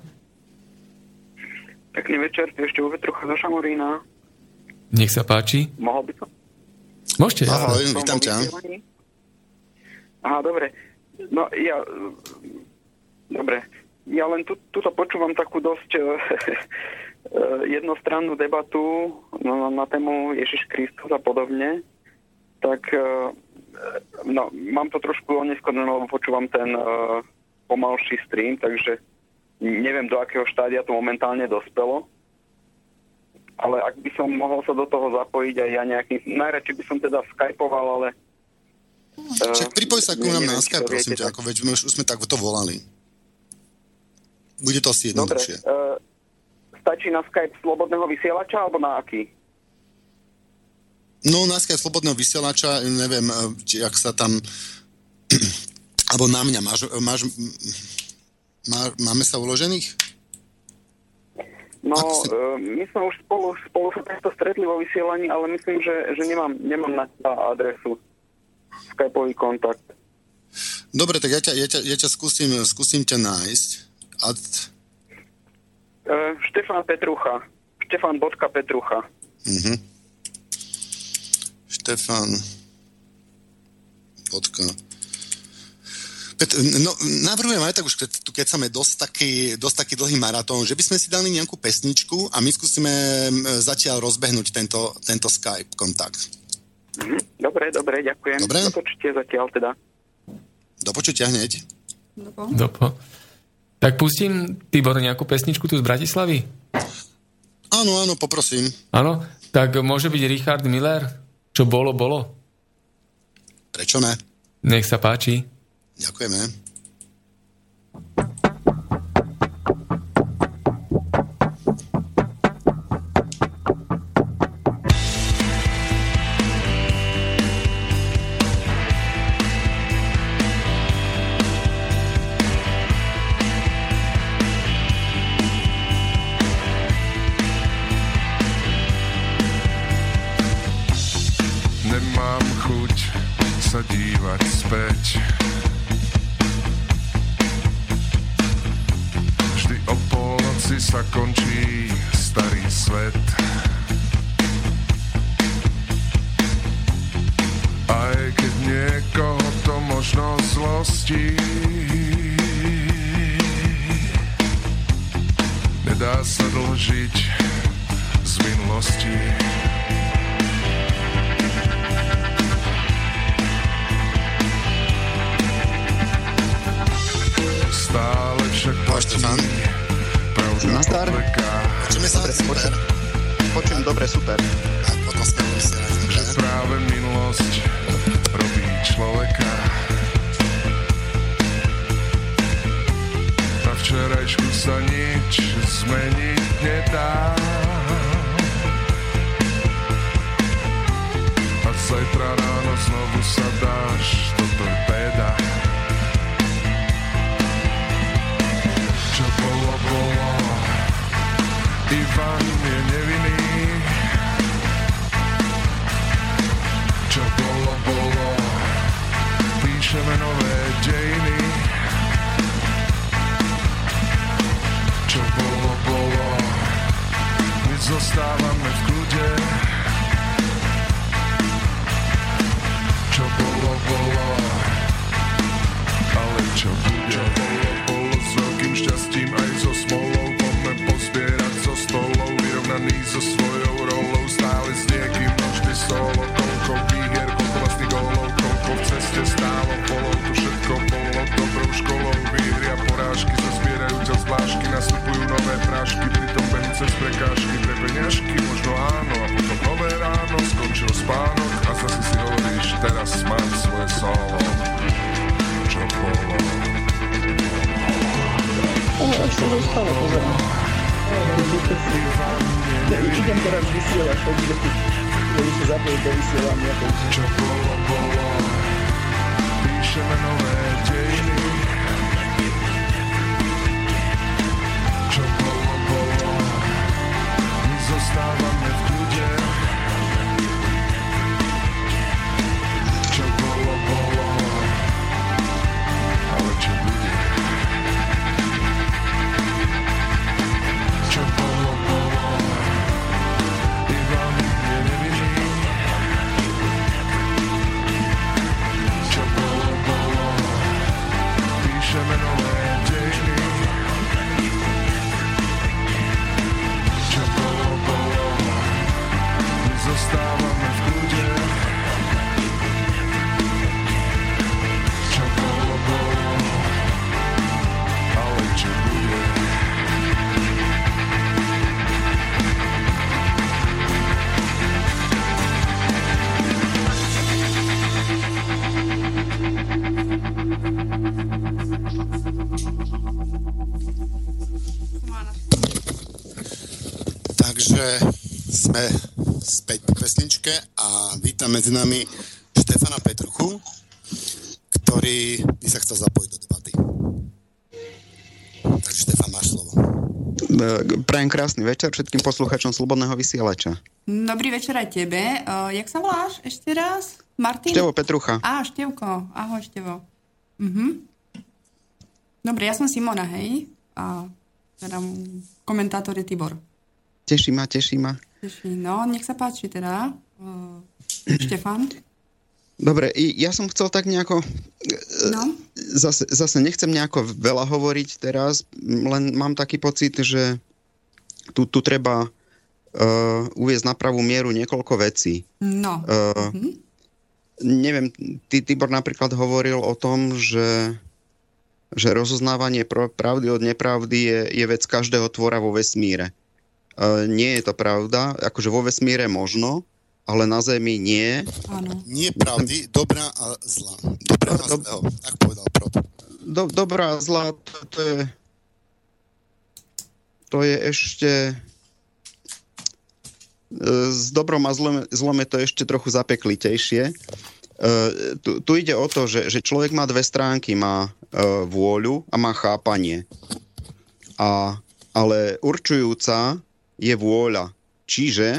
Pekný večer, ešte u Vetrucha zo Šamorína. Nech sa páči. Mohol by som? Môžete, jasne. Ahoj, vítam ťa. Aha, dobre. No, Dobre. Ja len tuto počúvam takú dosť jednostrannú debatu na tému Ježiš Kristus a podobne. Tak, mám to trošku oneskorené, lebo počúvam ten pomalší stream, takže neviem, do akého štádia to momentálne dospelo. Ale ak by som mohol sa do toho zapojiť aj ja nejakým... Najradšej by som teda skypoval, ale... Však pripoj sa ku nám na Skype, prosím ťa, ako veď už sme tak to volali. Bude to asi jednoduchšie. Dobre. Stačí na Skype slobodného vysielača, alebo na aký? No, na Skype slobodného vysielača, neviem, jak sa tam... alebo na mňa. Máme sa uložených? No, my sme už spolu sa takto stretli vo vysielaní, ale myslím, že nemám na adresu Skypeový kontakt. Dobre, tak ja ťa skúsim ťa nájsť. Štefan Petrucha. Štefan.Petrucha. Štefan. No, navrhujem aj tak už, keď sa dosť taký dlhý maratón, že by sme si dali nejakú pesničku a my skúsime zatiaľ rozbehnúť tento Skype kontakt. Dobre, ďakujem. Dobre? Do počutia zatiaľ teda. Do počutia hneď. Dopo. Tak pustím, Tibor, nejakú pesničku tu z Bratislavy? Áno, poprosím. Áno, tak môže byť Richard Miller? Čo bolo? Prečo ne? Nech sa páči. Ďakujeme. Nemám chuť sa dívať späť. Vždy o polnoci sa končí starý svet. Aj keď niekoho to možno zlostí, nedá sa dlho žiť z minulosti. Stále však platí pravda odveka. Počujeme sa, super. Počujem, dobre, super. Tak, potom sme vysielať. Že práve minulosť robí človeka. Na včerajšku sa nič zmeniť nedá. A zajtra ráno znovu sa dáš do torpéda. Čo bolo, Ivan je nevinný. Čo bolo, píšeme nové dejiny. Čo bolo, my zostávame v kľude. Čo bolo, ale čo bude? Bolo s veľkým šťastím aj so smolou. Poďme pozbierať zo stolov, vyrovnaný so svojou rolou. Stále s niekým vždy solo. Koľko výhier, koľko vlastných gólov, koľko v ceste stálo polov. Tu všetko bolo dobrou školou. Výhry a porážky sa zbierajú ťa zvlášky. Nastupujú nové prášky, pritom behu cez prekážky. Pre peňažky možno áno, a potom nové ráno. Skončil spánok a zase si hovoríš, teraz mám svoje solo. Čo bolo? to stále pozerám. Idem teraz vysielať, takže keď sa zapojiť do vysielania. Čo bolo, píšeme nové dejiny. Čo bolo, my zostávame v kľude. Čo bolo, ale čo bude? Čo bolo, Ivan je nevinný. Čo bolo, píšeme nové dejiny. Čo bolo, my zostávame v kľude. Čo bolo, ale čo bude? Takže sme späť po pesničke a vítam medzi nami Štefana Petruchu, ktorý by sa chcel zapojiť do debaty. Takže Štefan, máš slovo. Prajem krásny večer všetkým poslucháčom Slobodného vysielača. Dobrý večer aj tebe. Jak sa voláš ešte raz? Martin? Števo Petrucha. Števko. Ahoj, Števo. Dobre, ja som Simona, hej. A teda komentátor je Tibor. Teší ma. Teší. No, nech sa páči teda. Štefan. Dobre, ja som chcel tak nejako... No. Zase nechcem nejako veľa hovoriť teraz, len mám taký pocit, že tu treba uviesť na pravú mieru niekoľko vecí. No. Neviem, Tibor napríklad hovoril o tom, že rozoznávanie pravdy od nepravdy je vec každého tvora vo vesmíre. Nie je to pravda, akože vo vesmíre možno, ale na Zemi nie. Áno. Nie pravdy, dobrá a zlá. Dobrá a zlého, tak povedal Prot. Dobrá a zlá, to je ešte... S dobrom a zlom je to ešte trochu zapeklitejšie. Tu ide o to, že človek má dve stránky. Má vôľu a má chápanie. Ale určujúca je vôľa. Čiže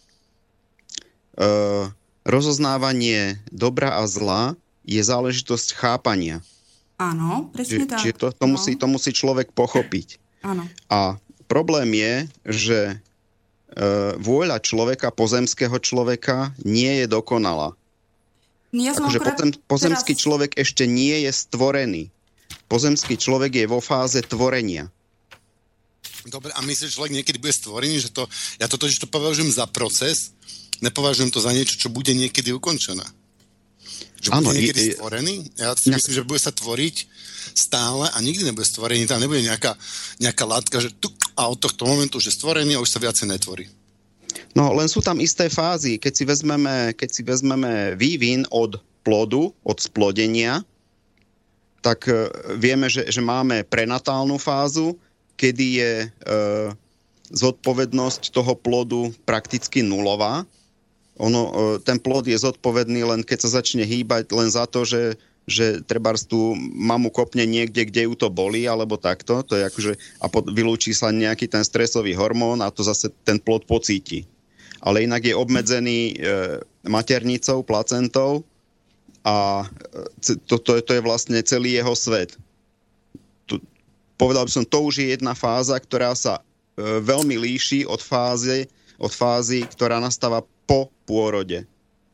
rozoznávanie dobra a zla je záležitosť chápania. Áno, presne tak. Čiže to musí človek pochopiť. Áno. A problém je, že vôľa človeka, pozemského človeka, nie je dokonalá. Ja akože pozemský človek ešte nie je stvorený. Pozemský človek je vo fáze tvorenia. Dobre, a myslíš, že človek niekedy bude stvorený? Ja to považujem za proces, nepovažujem to za niečo, čo bude niekedy ukončené. Že bude niekedy stvorený? Ja si myslím, že bude sa tvoriť stále a nikdy nebude stvorený. Tam nebude nejaká látka, že a od tohto momentu už je stvorený a už sa viacej netvorí. No, len sú tam isté fázy. Keď si vezmeme vývin od plodu, od splodenia, tak vieme, že máme prenatálnu fázu, kedy je zodpovednosť toho plodu prakticky nulová. Ten plod je zodpovedný len keď sa začne hýbať len za to, že trebárs tú mamu kopne niekde, kde ju to bolí, alebo takto. To je akože, vylúči sa nejaký ten stresový hormón a to zase ten plod pocíti. Ale inak je obmedzený maternicou, placentou a to je vlastne celý jeho svet. Povedal by som, to už je jedna fáza, ktorá sa veľmi líši od fázy, ktorá nastáva po pôrode.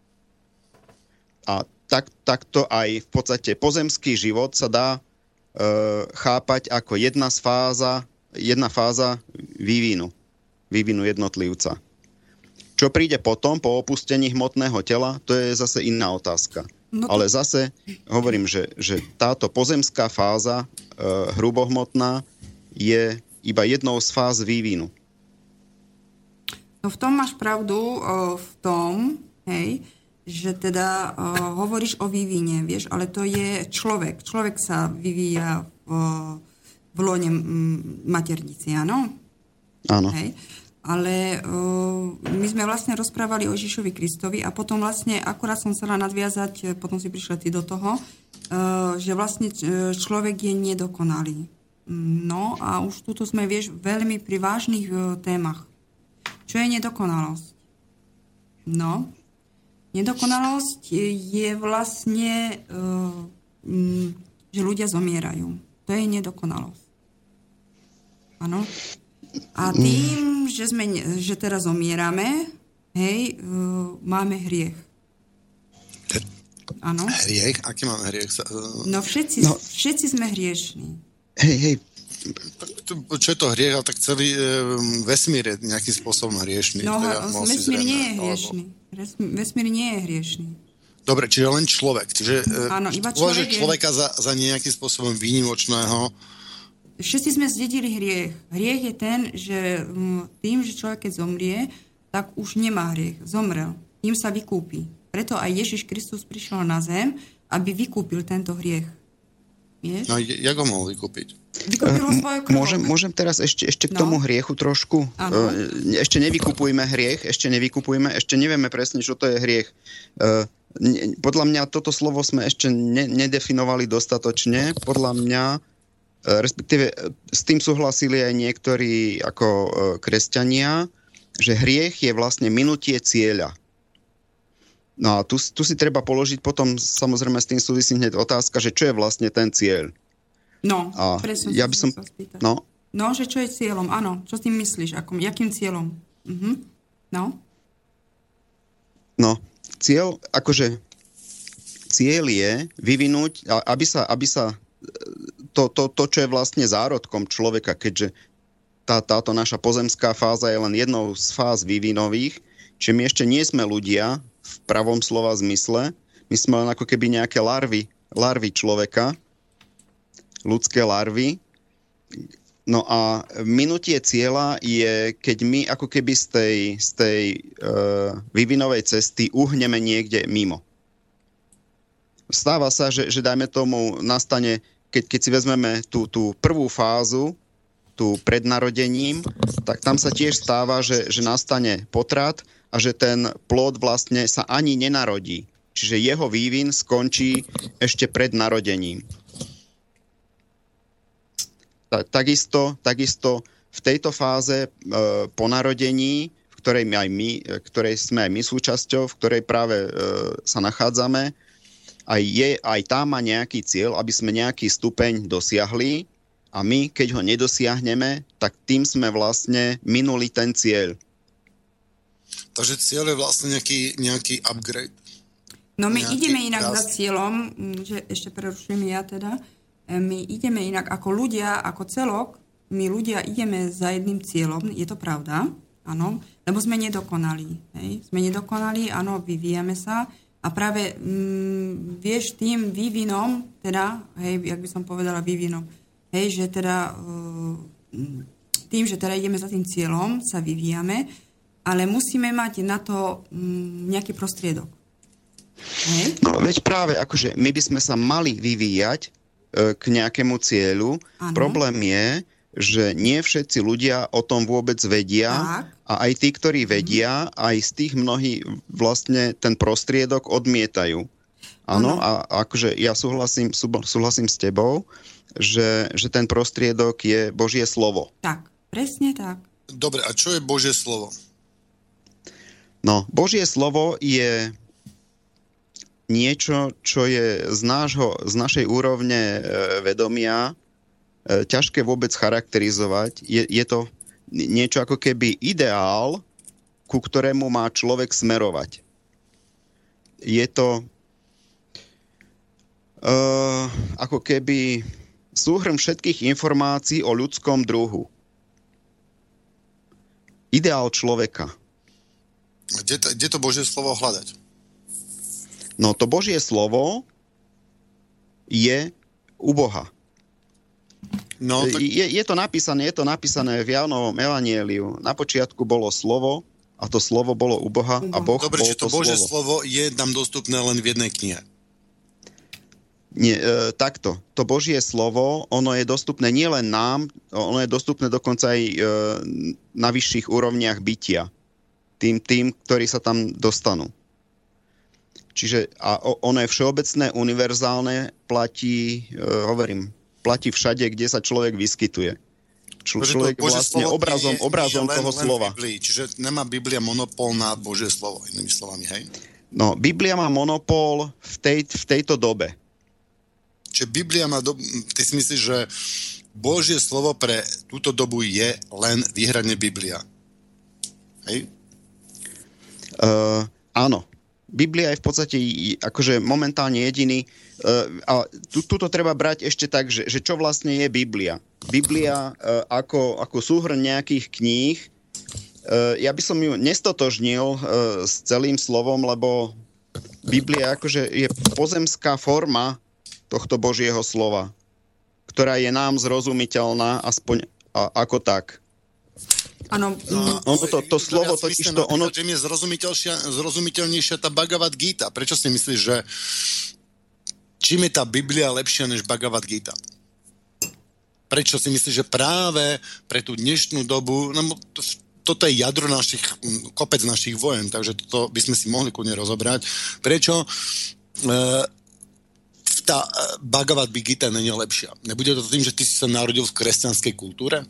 A takto aj v podstate pozemský život sa dá chápať ako jedna fáza vývinu jednotlivca. Čo príde potom, po opustení hmotného tela, to je zase iná otázka. No to... Ale zase hovorím, že táto pozemská fáza hrubohmotná je iba jednou z fáz vývinu. No v tom máš pravdu, v tom, hej, že teda hovoríš o vývine, vieš, ale to je človek. Človek sa vyvíja v v lone maternici, áno? Áno. Hej. Ale my sme vlastne rozprávali o Ježišovi Kristovi a potom vlastne akurát som chcela nadviazať, potom si prišla ty do toho, že vlastne človek je nedokonalý. No a už tuto sme, vieš, veľmi pri vážnych témach. Čo je nedokonalosť? No, nedokonalosť je vlastne, že ľudia zomierajú. To je nedokonalosť. Áno. A tým, že teraz zomierame, hej, máme hriech. Áno. Hriech? Aký máme hriech? No všetci sme hriešní. Hej. Čo je to hriech? Ale tak celý vesmír je nejakým spôsobom hriešný. No, vesmír nie je hriešný. Vesmír nie je hriešný. Dobre, čiže len človek. Čiže áno, iba človeka za nejakým spôsobom výnimočného. Všetci sme zdedili hriech. Hriech je ten, že tým, že človek keď zomrie, tak už nemá hriech. Zomrel. Tým sa vykúpi. Preto aj Ježiš Kristus prišiel na zem, aby vykúpil tento hriech. Vieš? No, jak ho mohol vykúpiť? Vykúpil ho svojou krvou. Môžem teraz ešte k tomu hriechu trošku? Ešte nevykupujme hriech, ešte nevieme presne, čo to je hriech. Podľa mňa toto slovo sme ešte nedefinovali dostatočne. Podľa mňa respektíve s tým súhlasili aj niektorí ako kresťania, že hriech je vlastne minutie cieľa. No a tu si treba položiť potom, samozrejme s tým súvisí hneď otázka, že čo je vlastne ten cieľ. No, presne ja by som sa spýtať. No, že čo je cieľom, áno. Čo s tým myslíš? Jakým cieľom? No, cieľ je vyvinúť, aby sa to, čo je vlastne zárodkom človeka, keďže táto naša pozemská fáza je len jednou z fáz vývinových, čiže my ešte nie sme ľudia v pravom slova zmysle, my sme len ako keby nejaké larvy človeka, ľudské larvy. No a minutie cieľa je, keď my ako keby z tej vývinovej cesty uhneme niekde mimo. Stáva sa, že dajme tomu nastane, keď si vezmeme tú prvú fázu, tú pred narodením, tak tam sa tiež stáva, že nastane potrat a že ten plod vlastne sa ani nenarodí. Čiže jeho vývin skončí ešte pred narodením. Takisto v tejto fáze po narodení, ktorej sme aj my súčasťou, v ktorej práve sa nachádzame, aj tam má nejaký cieľ, aby sme nejaký stupeň dosiahli a my, keď ho nedosiahneme, tak tým sme vlastne minuli ten cieľ. Takže cieľ je vlastne nejaký upgrade. No my ideme inak za cieľom, že ešte prerušujem ja teda, my ideme inak ako ľudia, ako celok, my ľudia ideme za jedným cieľom, je to pravda, áno, lebo sme nedokonali. Hej? Sme nedokonali, áno, vyvíjame sa, a práve, vieš, tým vývinom, teda, hej, jak by som povedala vývinom, hej, že teda tým, že teda ideme za tým cieľom, sa vyvíjame, ale musíme mať na to nejaký prostriedok. Hej? No, veď práve, akože my by sme sa mali vyvíjať k nejakému cieľu. Ano. Problém je, že nie všetci ľudia o tom vôbec vedia. Tak. A aj tí, ktorí vedia, aj z tých mnohí vlastne ten prostriedok odmietajú. Áno, a akože ja súhlasím s tebou, že ten prostriedok je Božie slovo. Tak, presne tak. Dobre, a čo je Božie slovo? No, Božie slovo je niečo, čo je z našej úrovne vedomia ťažké vôbec charakterizovať. Je to niečo ako keby ideál, ku ktorému má človek smerovať. Je to ako keby súhrn všetkých informácií o ľudskom druhu. Ideál človeka. Kde to Božie slovo hľadať? No to Božie slovo je u Boha. No, tak... je to napísané v Jánovom evanjeliu. Na počiatku bolo slovo a to slovo bolo u Boha a Boh Dobre, bol to slovo. Božie slovo je nám dostupné len v jednej knihe. Nie, takto. To Božie slovo, ono je dostupné nielen nám, ono je dostupné dokonca aj na vyšších úrovniach bytia. Tým, ktorí sa tam dostanú. Čiže ono je všeobecné, univerzálne, platí všade, kde sa človek vyskytuje. Človek vlastne obrazom toho slova. Čiže nemá Biblia monopol na Božie slovo, inými slovami, hej? No, Biblia má monopol v tejto dobe. Čiže Biblia má ty si myslíš, že Božie slovo pre túto dobu je len výhradne Biblia? Hej? Áno. Biblia je v podstate akože momentálne jediný. A tuto treba brať ešte tak, že čo vlastne je Biblia. Biblia ako súhrn nejakých kníh, ja by som ju nestotožnil s celým slovom, lebo Biblia akože je pozemská forma tohto Božieho slova, ktorá je nám zrozumiteľná aspoň ako tak. Áno. To slovo totiž to... Že mi je zrozumiteľnejšia tá Bhagavad Gita. Prečo si myslíš, že čím je tá Biblia lepšia než Bhagavad Gita? Prečo si myslíš, že práve pre tú dnešnú dobu... Toto je jadro kopec našich vojen, takže toto by sme si mohli kľudne rozobrať. Prečo tá Bhagavad Gita nie je lepšia? Nebude to tým, že ty si sa narodil v kresťanskej kultúre?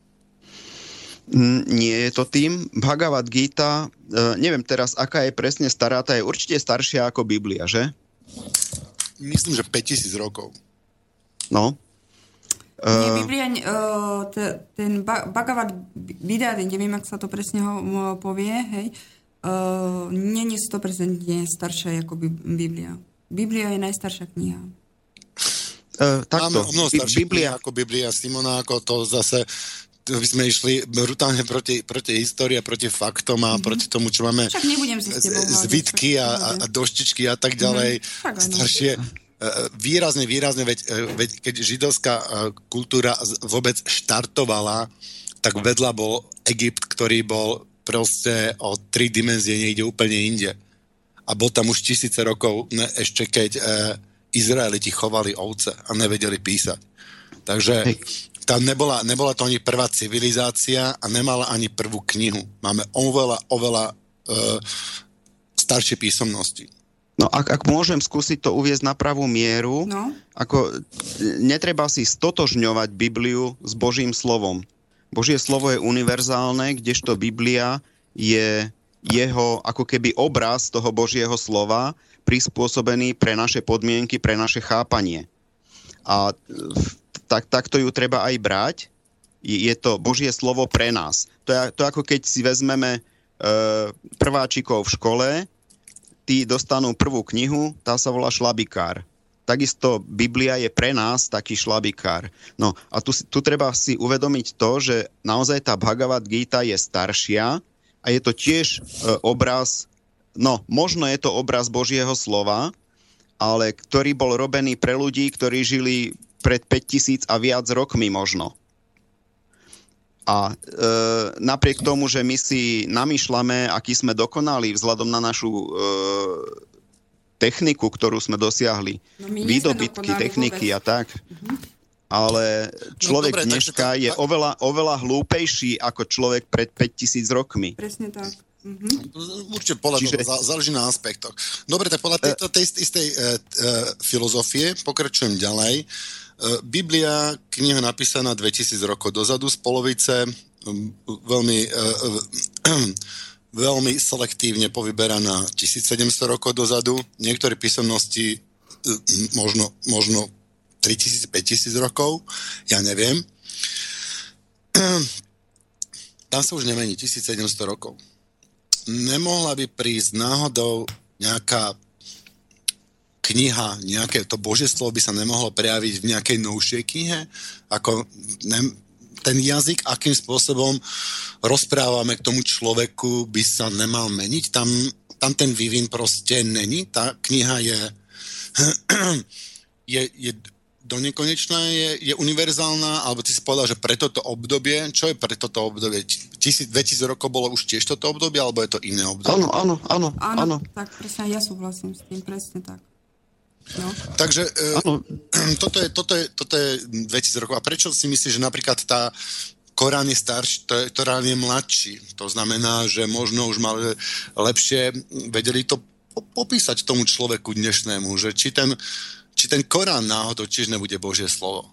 Nie je to tým. Bhagavad Gita, neviem teraz, aká je presne stará, tá je určite staršia ako Biblia, že? Myslím, že 5000 rokov. No. Nie, Biblia, ten Bhagavad Gita, neviem, ak sa to presne povie, hej, nie je 100% staršia ako Biblia. Biblia je najstaršia kniha. Takto. Máme mnoho staršia kniha ako Biblia, Simona, ako to zase by sme išli brutálne proti histórii a proti faktom a proti tomu, čo máme zvitky a doštičky a tak ďalej. Staršie. Výrazne, veď keď židovská kultúra vôbec štartovala, tak vedľa bol Egypt, ktorý bol proste o 3 dimenzie niekde úplne inde. A bol tam už 1000 rokov, ešte keď Izraeliti chovali ovce a nevedeli písať. Takže tam nebola to ani prvá civilizácia a nemala ani prvú knihu. Máme oveľa staršie písomnosti. No ak môžem skúsiť to uviesť na pravú mieru, ako netreba si stotožňovať Bibliu s Božím slovom. Božie slovo je univerzálne, kdežto Biblia je jeho ako keby obraz toho Božieho slova prispôsobený pre naše podmienky, pre naše chápanie. A takto ju treba aj brať. Je to Božie slovo pre nás. To ako keď si vezmeme prváčikov v škole, tí dostanú prvú knihu, tá sa volá Šlabikár. Takisto Biblia je pre nás taký šlabikár. No a tu treba si uvedomiť to, že naozaj tá Bhagavad Gita je staršia a je to tiež obraz, možno je to obraz Božieho slova, ale ktorý bol robený pre ľudí, ktorí žili pred 5000 a viac rokmi možno. A napriek tomu, že my si namýšľame, aký sme dokonali vzhľadom na našu techniku, ktorú sme dosiahli, výdobytky, techniky a tak, ale človek dneska je oveľa hlúpejší ako človek pred 5000 rokmi. Presne tak. Určite záleží na aspektoch. Dobre, tak podľa tej istej filozofie pokračujem ďalej. Biblia, kniha napísaná 2000 rokov dozadu, z polovice veľmi selektívne povyberaná 1700 rokov dozadu, niektoré písomnosti možno 3000-5000 rokov, ja neviem. Tam sa už nemení 1700 rokov. Nemohla by prísť náhodou nejaká kniha, nejaké to božstvo by sa nemohlo prejaviť v nejakej novšej knihe? Ako ten jazyk, akým spôsobom rozprávame k tomu človeku, by sa nemal meniť? Tam ten vývin proste není. Tá kniha je do nekonečná, je univerzálna, alebo ty si povedal, že pre toto obdobie, čo je pre toto obdobie? 2000 rokov bolo už tiež toto obdobie, alebo je to iné obdobie? Áno. Tak presne, ja súhlasím s tým, presne tak. No. Takže toto je 2000 rokov. A prečo si myslíš, že napríklad tá Korán je starší, Korán je mladší? To znamená, že možno už mali lepšie vedeli to popísať tomu človeku dnešnému, že či ten Korán náhodou tiež nebude Božie slovo.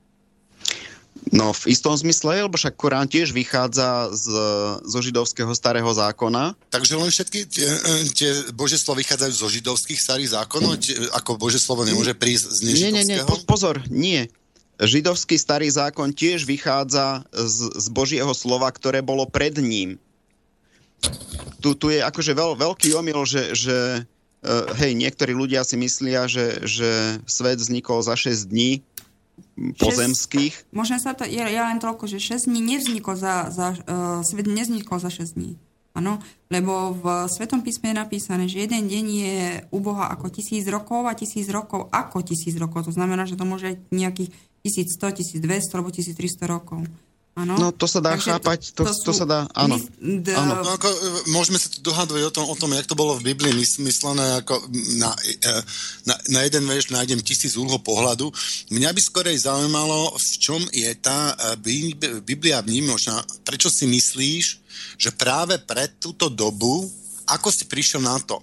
No v istom zmysle, lebo však Korán tiež vychádza zo židovského starého zákona. Takže len všetky tie Božie slova vychádzajú zo židovských starých zákonov? Ako Božie slovo nemôže prísť z nežidovského? Nie, pozor, nie. Židovský starý zákon tiež vychádza z Božieho slova, ktoré bolo pred ním. Tu je akože veľký omyl, že niektorí ľudia si myslia, že svet vznikol za 6 dní pozemských. Môžem sa to, ja len toľko, že 6 dní nevznikol svet nevznikol za 6 dní. Áno, lebo v Svetom písme je napísané, že jeden deň je u Boha ako 1000 rokov a 1000 rokov ako 1000 rokov. To znamená, že to môže nejakých 1100, 1200 alebo 1300 rokov. Áno. No to sa dá chápať, to sa dá, áno. No, ako, môžeme sa tu dohadovať o tom, jak to bolo v Biblii myslené, ako na jeden verš nájdem 1000 úhlov pohľadu. Mňa by skorej zaujímalo, v čom je tá Biblia vnímaná. Prečo si myslíš, že práve pre túto dobu, ako si prišiel na to?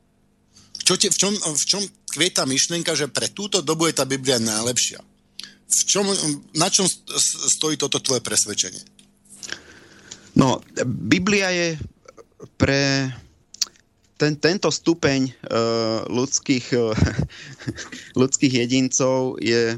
V čom tkvie tá myšlienka, že pre túto dobu je tá Biblia najlepšia? Na čom stojí toto tvoje presvedčenie? No, Biblia je pre tento stupeň ľudských jedincov je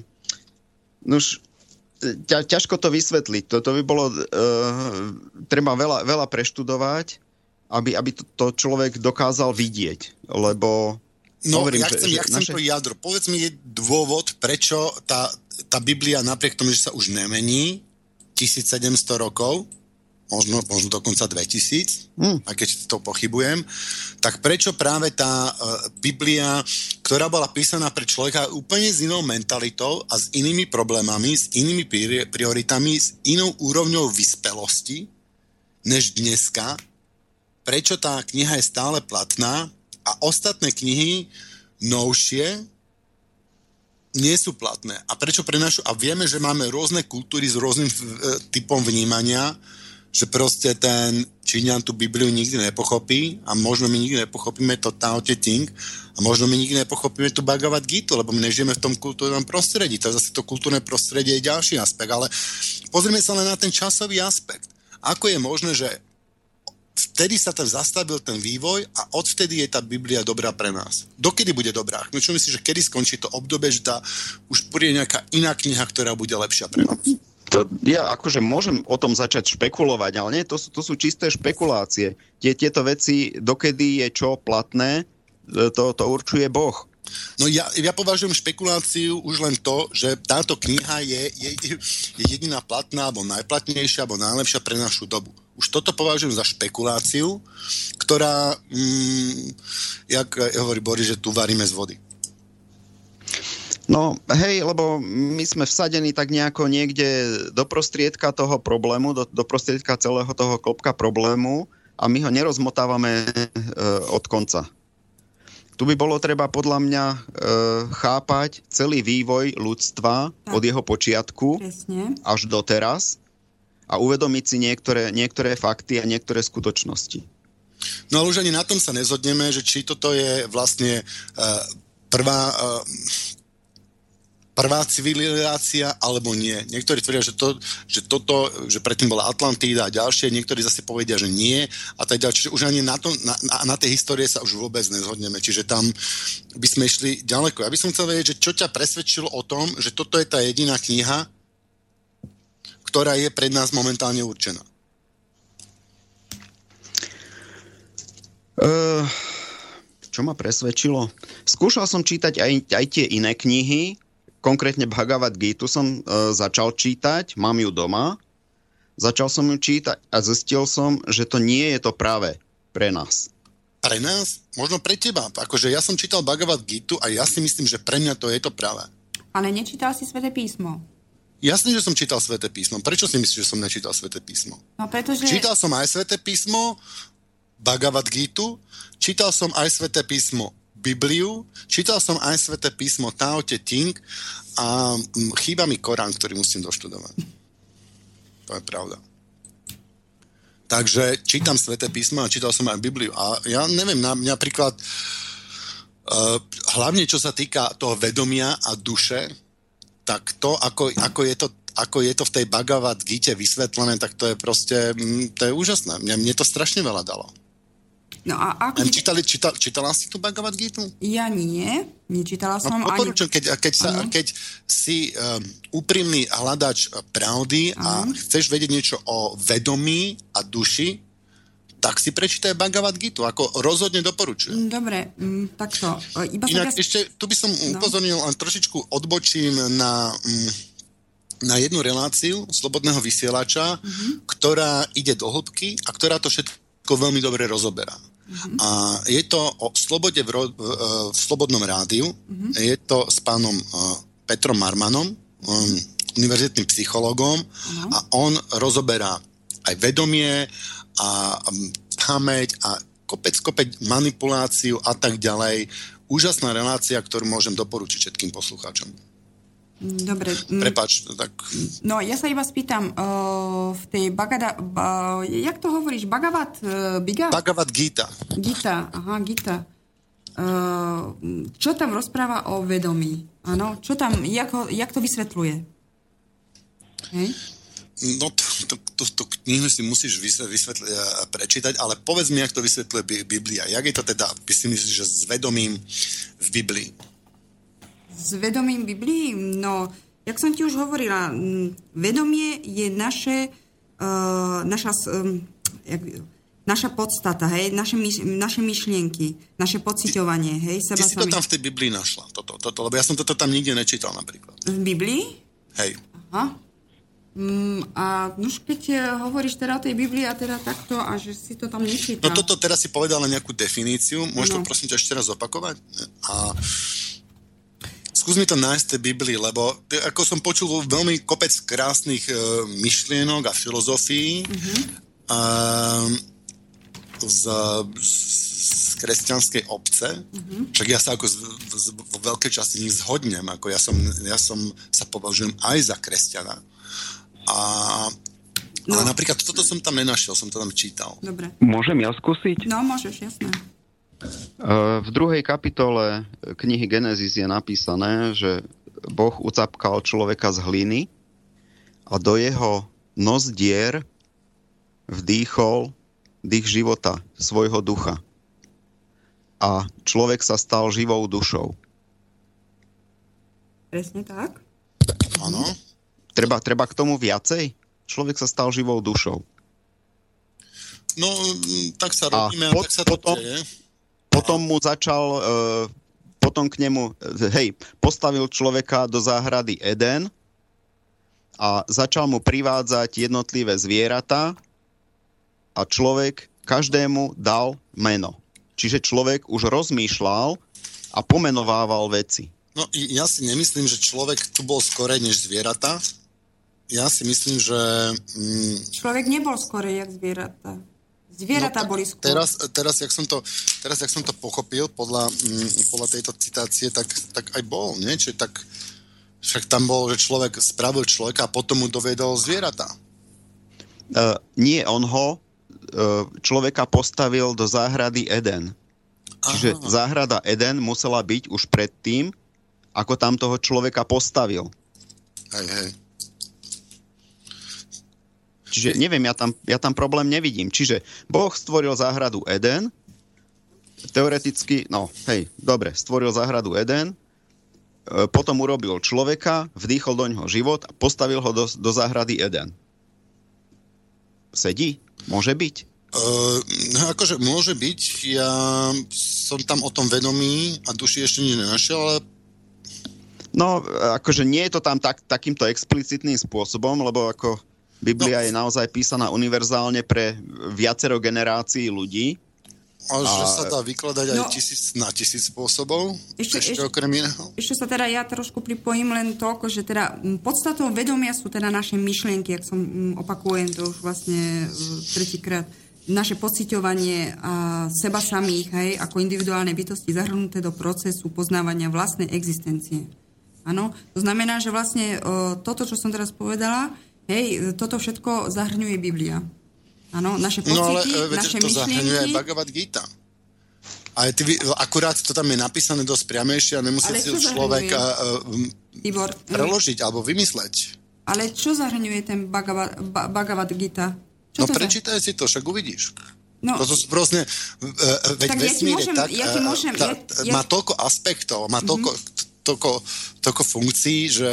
ťažko to vysvetliť. To by bolo treba veľa preštudovať, aby to človek dokázal vidieť, lebo ja chcem to jadro. Povedz mi dôvod, prečo tá Biblia napriek tomu, že sa už nemení 1700 rokov, možno dokonca 2000, a keď to pochybujem, tak prečo práve tá Biblia, ktorá bola písaná pre človeka úplne s inou mentalitou a s inými problémami, s inými prioritami, s inou úrovňou vyspelosti, než dneska, prečo tá kniha je stále platná a ostatné knihy novšie nie sú platné. A prečo prenášu? A vieme, že máme rôzne kultúry s rôznym typom vnímania, že proste ten Číňan tú Bibliu nikdy nepochopí a možno my nikdy nepochopíme to Tao Te Ching a možno my nikdy nepochopíme tú Bhagavad Gitu, lebo my nežijeme v tom kultúrnom prostredí. To zase to kultúrne prostredie je ďalší aspekt, ale pozrieme sa len na ten časový aspekt. Ako je možné, že vtedy sa tam zastavil ten vývoj a odvtedy je tá Biblia dobrá pre nás. Dokedy bude dobrá? No čo myslíš, že kedy skončí to obdobie, že už príde nejaká iná kniha, ktorá bude lepšia pre nás? Ja akože môžem o tom začať špekulovať, ale nie, to sú čisté špekulácie. Tieto veci, dokedy je čo platné, to určuje Boh. No ja považujem špekuláciu už len to, že táto kniha je jediná platná, alebo najplatnejšia, alebo najlepšia pre našu dobu. Už toto považujem za špekuláciu, ktorá, jak hovorí Boris, že tu varíme z vody. No hej, lebo my sme vsadení tak nejako niekde do prostriedka toho problému, do prostriedka celého toho klopka problému a my ho nerozmotávame od konca. Tu by bolo treba podľa mňa chápať celý vývoj ľudstva od jeho počiatku až do teraz a uvedomiť si niektoré fakty a niektoré skutočnosti. No ale už ani na tom sa nezhodneme, že či toto je vlastne prvá civilizácia, alebo nie. Niektorí tvrdia, že predtým bola Atlantída a ďalšie, niektorí zase povedia, že nie a tak ďalej. Čiže už ani na tej histórie sa už vôbec nezhodneme. Čiže tam by sme išli ďaleko. Ja by som chcel vedieť, že čo ťa presvedčilo o tom, že toto je tá jediná kniha, ktorá je pre nás momentálne určená. Čo ma presvedčilo? Skúšal som čítať aj tie iné knihy. Konkrétne Bhagavad Gitu som začal čítať, mám ju doma. Začal som ju čítať a zistil som, že to nie je to práve pre nás. Pre nás? Možno pre teba. Akože ja som čítal Bhagavad Gitu a ja si myslím, že pre mňa to je to práve. Ale nečítal si Sväté písmo. Jasne, že som čítal Sväté písmo. Prečo si myslíš, že som nečítal Sväté písmo? No pretože... Čítal som aj Sväté písmo, Bhagavad Gitu, čítal som aj Sväté písmo Bibliu, čítal som aj Sväté písmo Tao Te Ching a chýba mi Korán, ktorý musím doštudovať. To je pravda. Takže čítam Sväté písmo a čítal som aj Bibliu. A ja neviem, napríklad hlavne čo sa týka toho vedomia a duše, tak to, ako je to v tej Bhagavad Gite vysvetlené, tak to je proste, to je úžasné. Mne to strašne veľa dalo. No a ako... Čítala si tú Bhagavad Gitu? Ja nečítala som ani... Keď si úprimný hľadač pravdy a chceš vedieť niečo o vedomí a duši, tak si prečítaj Bhagavad Gitu, ako rozhodne doporučujem. Dobre, takto. Inak ešte, tu by som upozornil, len trošičku odbočím na jednu reláciu Slobodného vysielača, ktorá ide do hĺbky a ktorá to všetko veľmi dobre rozoberá. A je to o slobode v Slobodnom rádiu. Je to s pánom Petrom Marmanom, univerzitným psychológom, a on rozoberá aj vedomie a pamäť a kopec manipuláciu a tak ďalej. Úžasná relácia, ktorú môžem doporučiť všetkým poslucháčom. Dobre. Prepáč, tak... No, ja sa iba spýtam, v tej jak to hovoríš? Bhagavad Gita. Gita. Čo tam rozpráva o vedomí? Áno, čo tam, jak to vysvetľuje? Hej? No, tú knihu si musíš prečítať, ale povedz mi, jak to vysvetľuje Biblia. Jak je to teda, by si myslíš, že s vedomím v Biblii? S vedomím Biblii? No, jak som ti už hovorila, vedomie je naša podstata, hej, naše myšlienky, naše pociťovanie, hej. Ty si to tam v tej Biblii našla, toto, lebo ja som toto tam nikde nečítal napríklad. V Biblii? Hej. Aha. A už keď hovoríš teda o tej Biblii a teda takto a že si to tam nečítal. No toto teraz si povedala nejakú definíciu, môžeš to prosím ťa ešte raz opakovať? A skús mi to nájsť v tej Biblii, lebo ako som počul veľmi kopec krásnych myšlienok a filozofií z kresťanskej obce, však ja sa ako vo veľkej časti nich zhodnem, ako ja som sa považujem aj za kresťana. Ale napríklad toto som tam nenašiel, som to tam čítal. Dobre. Môžem ja skúsiť? No, môžeš, jasné. V 2. kapitole knihy Genesis je napísané, že Boh ucapkal človeka z hliny a do jeho nozdier vdýchol dých života, svojho ducha. A človek sa stal živou dušou. Presne tak. Áno. Treba k tomu viacej? Človek sa stal živou dušou. No, tak sa robíme a tak sa to deje. Potom mu začal, potom k nemu, postavil človeka do záhrady Eden a začal mu privádzať jednotlivé zvieratá a človek každému dal meno. Čiže človek už rozmýšľal a pomenovával veci. No, ja si nemyslím, že človek tu bol skorej než zvieratá. Ja si myslím, že... Človek nebol skorej jak zvieratá. Zvieratá boli skôr. Teraz, jak som to pochopil podľa tejto citácie, tak aj bol, nie? Čiže tak, však tam bol, že človek spravil človeka a potom mu dovedol zvieratá. Nie, on ho človeka postavil do záhrady Eden. Čiže záhrada Eden musela byť už predtým, ako tam toho človeka postavil. Hej. Čiže neviem, ja tam problém nevidím. Čiže Boh stvoril záhradu Eden, teoreticky, stvoril záhradu Eden, potom urobil človeka, vdýchol do ňoho život a postavil ho do záhrady Eden. Sedí? Môže byť? Akože môže byť. Ja som tam o tom vedomí a duši ešte nič nenašiel, ale... No, akože nie je to tam takýmto explicitným spôsobom, lebo ako Biblia je naozaj písaná univerzálne pre viacero generácií ľudí. Ale že sa dá vykladať aj na 1000 spôsobov? Ešte okrem iného? Ešte sa teda ja trošku pripojím len toľko, že teda podstatou vedomia sú teda naše myšlienky, ak som opakujem to už vlastne tretíkrát, naše pociťovanie seba samých, hej, ako individuálne bytosti zahrnuté do procesu poznávania vlastnej existencie. Áno, to znamená, že vlastne toto, čo som teraz povedala, hej, toto všetko zahrňuje Biblia. Áno, naše pocity, naše myšlienky. To zahrňuje aj Bhagavad Gita. Ale akurát to tam je napísané dosť priamejšie a nemusí si človek preložiť alebo vymysleť. Ale čo zahrňuje ten Bhagavad Gita? Čo prečítaj si to, však uvidíš. No, to sú proste, veď vesmír má toľko aspektov, má toľko funkcií, že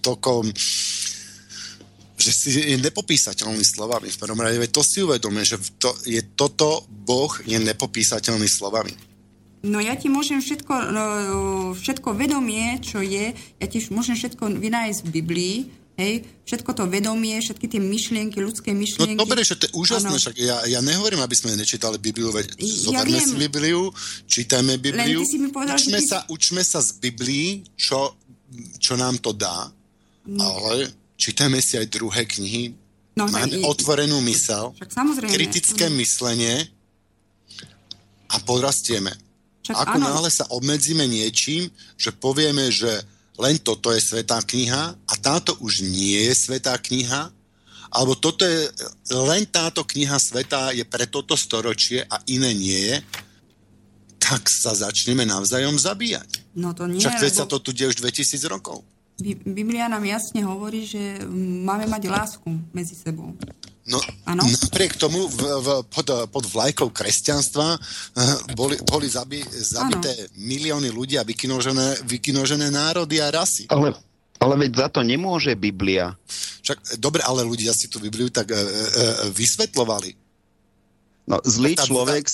si je nepopísateľný slovami. V prvom rade, to si uvedomuje, že toto Boh je nepopísateľný slovami. No ja ti môžem všetko vedomie, čo je, ja ti môžem všetko vynájsť v Biblii, hej, všetko to vedomie, všetky tie myšlienky, ľudské myšlienky. No dobre, že to je úžasné, však ja nehovorím, aby sme nečítali Bibliu, veď zoberme si Bibliu, čítajme Bibliu, učme sa z Biblii, čo nám to dá, ale čítajme si aj druhé knihy, máme otvorenú myseľ, kritické myslenie a podrastieme. Ako náhle sa obmedzíme niečím, že povieme, že len toto je svätá kniha a táto už nie je svätá kniha, alebo len táto kniha svätá je pre toto storočie a iné nie je, tak sa začneme navzájom zabíjať. No to nie, však sa to tu deje už 2000 rokov. Biblia nám jasne hovorí, že máme mať lásku medzi sebou. No, napriek tomu pod vlajkou kresťanstva boli zabité milióny ľudí a vykinožené národy a rasy. Ale veď za to nemôže Biblia. Však dobre, ale ľudia si tú Bibliu tak vysvetľovali. No, zlý človek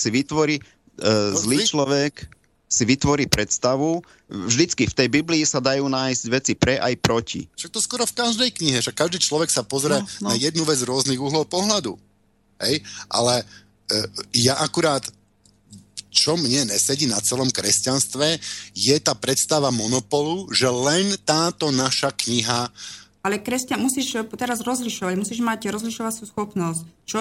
si vytvorí predstavu. Vždycky v tej Biblii sa dajú nájsť veci pre aj proti. Však to skoro v každej knihe, že každý človek sa pozrie na jednu vec z rôznych uhlov pohľadu. Hej? Ale ja akurát, čo mne nesedí na celom kresťanstve, je tá predstava monopolu, že len táto naša kniha. Ale kresťan, musíš teraz rozlišovať, musíš mať rozlišovaciu schopnosť.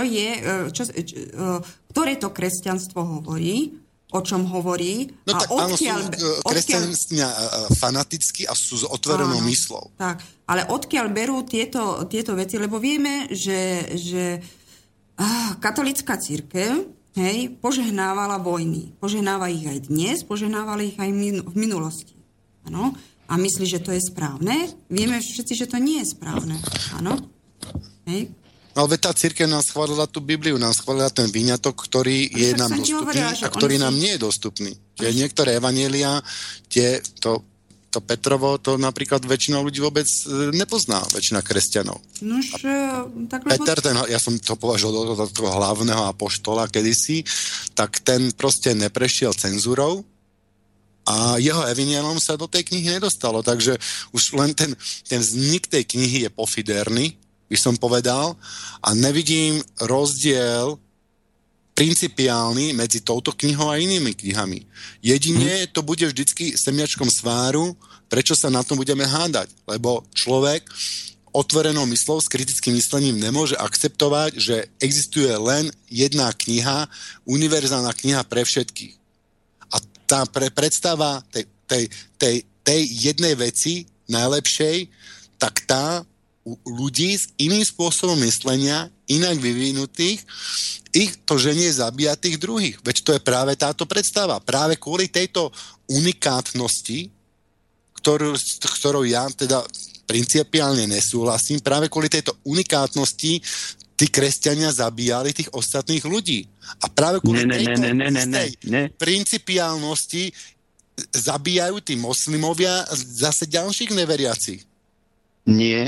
Ktoré to kresťanstvo hovorí, o čom hovorí. No tak áno, sú kresťania fanatickí a sú s otvorenou myslou. Tak, ale odkiaľ berú tieto veci, lebo vieme, že katolícka cirkev, hej, požehnávala vojny. Požehnáva ich aj dnes, požehnávala ich aj v minulosti. Áno? A myslí, že to je správne. Vieme všetci, že to nie je správne. Áno? Hej? Ale tá cirkev nám schválila tú Bibliu, nám schválila ten výňatok, ktorý je nám dostupný a ktorý nám nie je dostupný. Čiže niektoré evanjelia, to Petrovo, to napríklad väčšina ľudí vôbec nepozná, väčšina kresťanov. Peter, ja som to považoval do toho hlavného apoštola kedysi, tak ten proste neprešiel cenzúrou a jeho evanjelium sa do tej knihy nedostalo, takže už len ten vznik tej knihy je pofiderný, by som povedal, a nevidím rozdiel principiálny medzi touto knihou a inými knihami. Jedine to bude vždycky semiačkom sváru, prečo sa na tom budeme hádať, lebo človek otvorenou myslou s kritickým myslením nemôže akceptovať, že existuje len jedna kniha, univerzálna kniha pre všetkých. A tá predstava tej jednej veci najlepšej, tak tá ľudí s iným spôsobom myslenia, inak vyvinutých, ich to ženie zabíja tých druhých. Veď to je práve táto predstava. Práve kvôli tejto unikátnosti, ktorou ja teda principiálne nesúhlasím, práve kvôli tejto unikátnosti tí kresťania zabíjali tých ostatných ľudí. A práve kvôli tejto principiálnosti zabíjajú tí moslimovia zase ďalších neveriacich. Nie.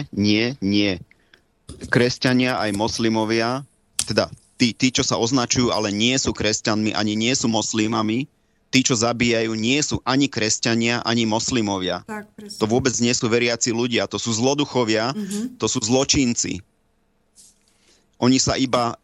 Kresťania aj moslimovia, teda tí, čo sa označujú, ale nie sú kresťanmi, ani nie sú moslimami, tí, čo zabíjajú, nie sú ani kresťania, ani moslimovia. Tak, to vôbec nie sú veriaci ľudia, to sú zloduchovia, to sú zločinci. Oni sa iba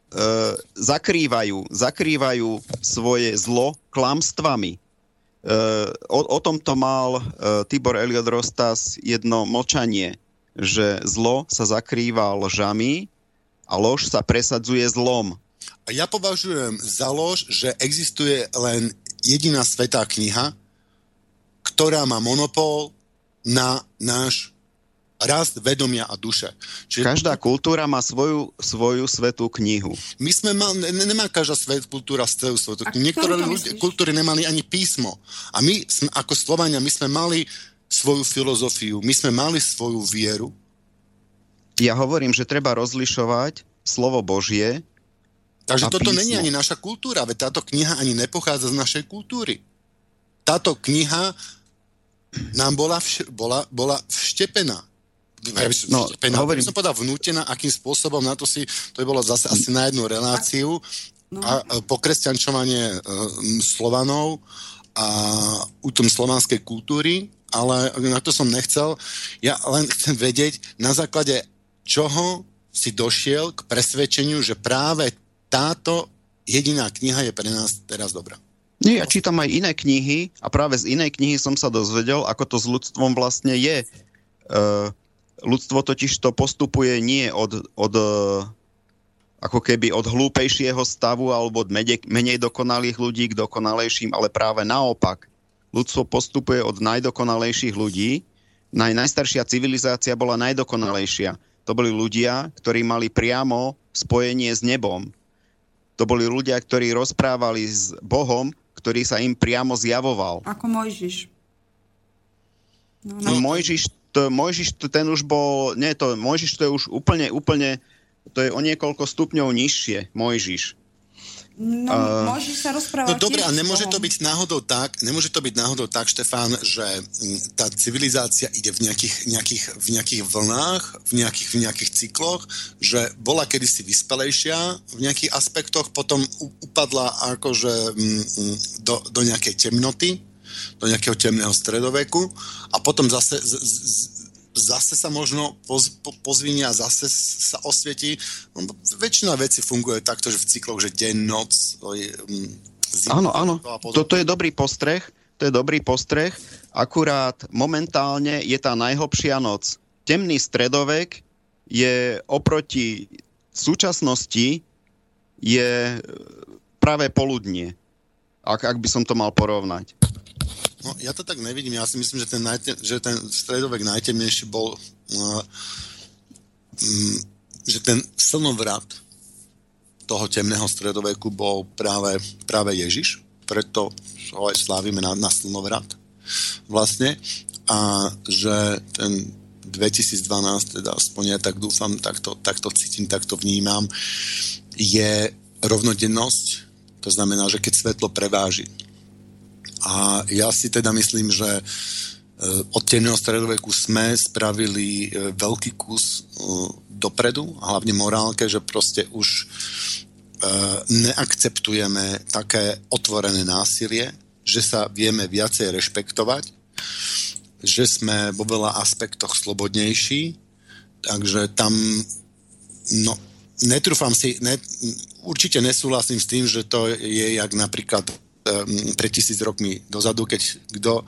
zakrývajú svoje zlo klamstvami. O tomto mal Tibor Eliot Rostas jedno mlčanie, že zlo sa zakrýva lžami a lož sa presadzuje zlom. A ja považujem za lož, že existuje len jediná svätá kniha, ktorá má monopol na náš rast vedomia a duše. Čiže každá kultúra má svoju svätú knihu. My sme nemá každá kultúra svoju svätú knihu. Niektoré kultúry nemali ani písmo. A my, ako Slovania, my sme mali svoju filozofiu, my sme mali svoju vieru. Ja hovorím, že treba rozlišovať slovo Božie. Takže toto není ani naša kultúra, veď táto kniha ani nepochádza z našej kultúry. Táto kniha nám bola vštepená. Hovorím. Som povedal vnútená, akým spôsobom, na to to by bolo zase asi na jednu reláciu, a pokresťančovanie Slovanov a útom slovanskej kultúry, ale na to som nechcel. Ja len chcem vedieť, na základe čoho si došiel k presvedčeniu, že práve táto jediná kniha je pre nás teraz dobrá. Nie, ja čítam aj iné knihy a práve z inej knihy som sa dozvedel, ako to s ľudstvom vlastne je. Ľudstvo totiž to postupuje nie ako keby od hlúpejšieho stavu alebo od menej dokonalých ľudí k dokonalejším, ale práve naopak. Ľudstvo postupuje od najdokonalejších ľudí. Najstaršia civilizácia bola najdokonalejšia. To boli ľudia, ktorí mali priamo spojenie s nebom. To boli ľudia, ktorí rozprávali s Bohom, ktorý sa im priamo zjavoval. Ako Mojžiš. Mojžiš ten už bol... Nie, Mojžiš to je už úplne... To je o niekoľko stupňov nižšie. Mojžiš. Mojžiš sa rozpráva... No dobre, a nemôže to byť náhodou tak, Štefán, že tá civilizácia ide v nejakých vlnách, v nejakých cykloch, že bola kedysi vyspelejšia v nejakých aspektoch, potom upadla akože do nejakej temnoty, do nejakého temného stredoveku a potom zase sa možno pozvinie a zase sa osvietí. Väčšina vecí funguje takto, že v cykloch, že deň, noc, zima. Áno. Toto je dobrý postreh. Akurát momentálne je tá najhlbšia noc. Temný stredovek je oproti súčasnosti je práve poludnie. Ak by som to mal porovnať. No, ja to tak nevidím. Ja si myslím, že ten stredovek najtemnejší bol že ten slnovrat toho temného stredoveku bol práve Ježiš. Preto ho aj slávime na slnovrat vlastne. A že ten 2012, teda aspoň ja tak dúfam, takto cítim, takto vnímam, je rovnodennosť. To znamená, že keď svetlo preváži. A ja si teda myslím, že od temného stredoveku sme spravili veľký kus dopredu, hlavne morálke, že proste už neakceptujeme také otvorené násilie, že sa vieme viacej rešpektovať, že sme vo veľa aspektoch slobodnejší, takže tam netrúfam si, určite nesúhlasím s tým, že to je jak napríklad pred 1000 rokmi dozadu, keď kto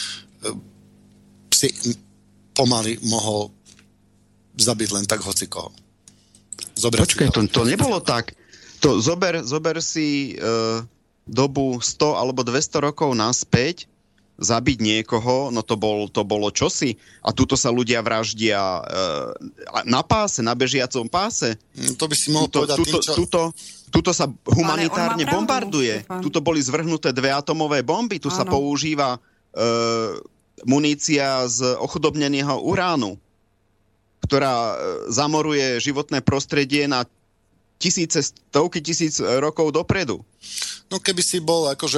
si pomaly mohol zabiť len tak hocikoho. Počkaj, to nebolo tak. Zober si dobu 100 alebo 200 rokov naspäť, zabiť niekoho, no to bolo čosi. A tuto sa ľudia vraždia na páse, na bežiacom páse. To by si mohol povedať tým, čo... Tuto sa humanitárne bombarduje. Tuto boli zvrhnuté 2 atomové bomby. Tu sa používa munícia z ochudobneného uránu, ktorá zamoruje životné prostredie na stovky tisíc rokov dopredu. No keby si bol akože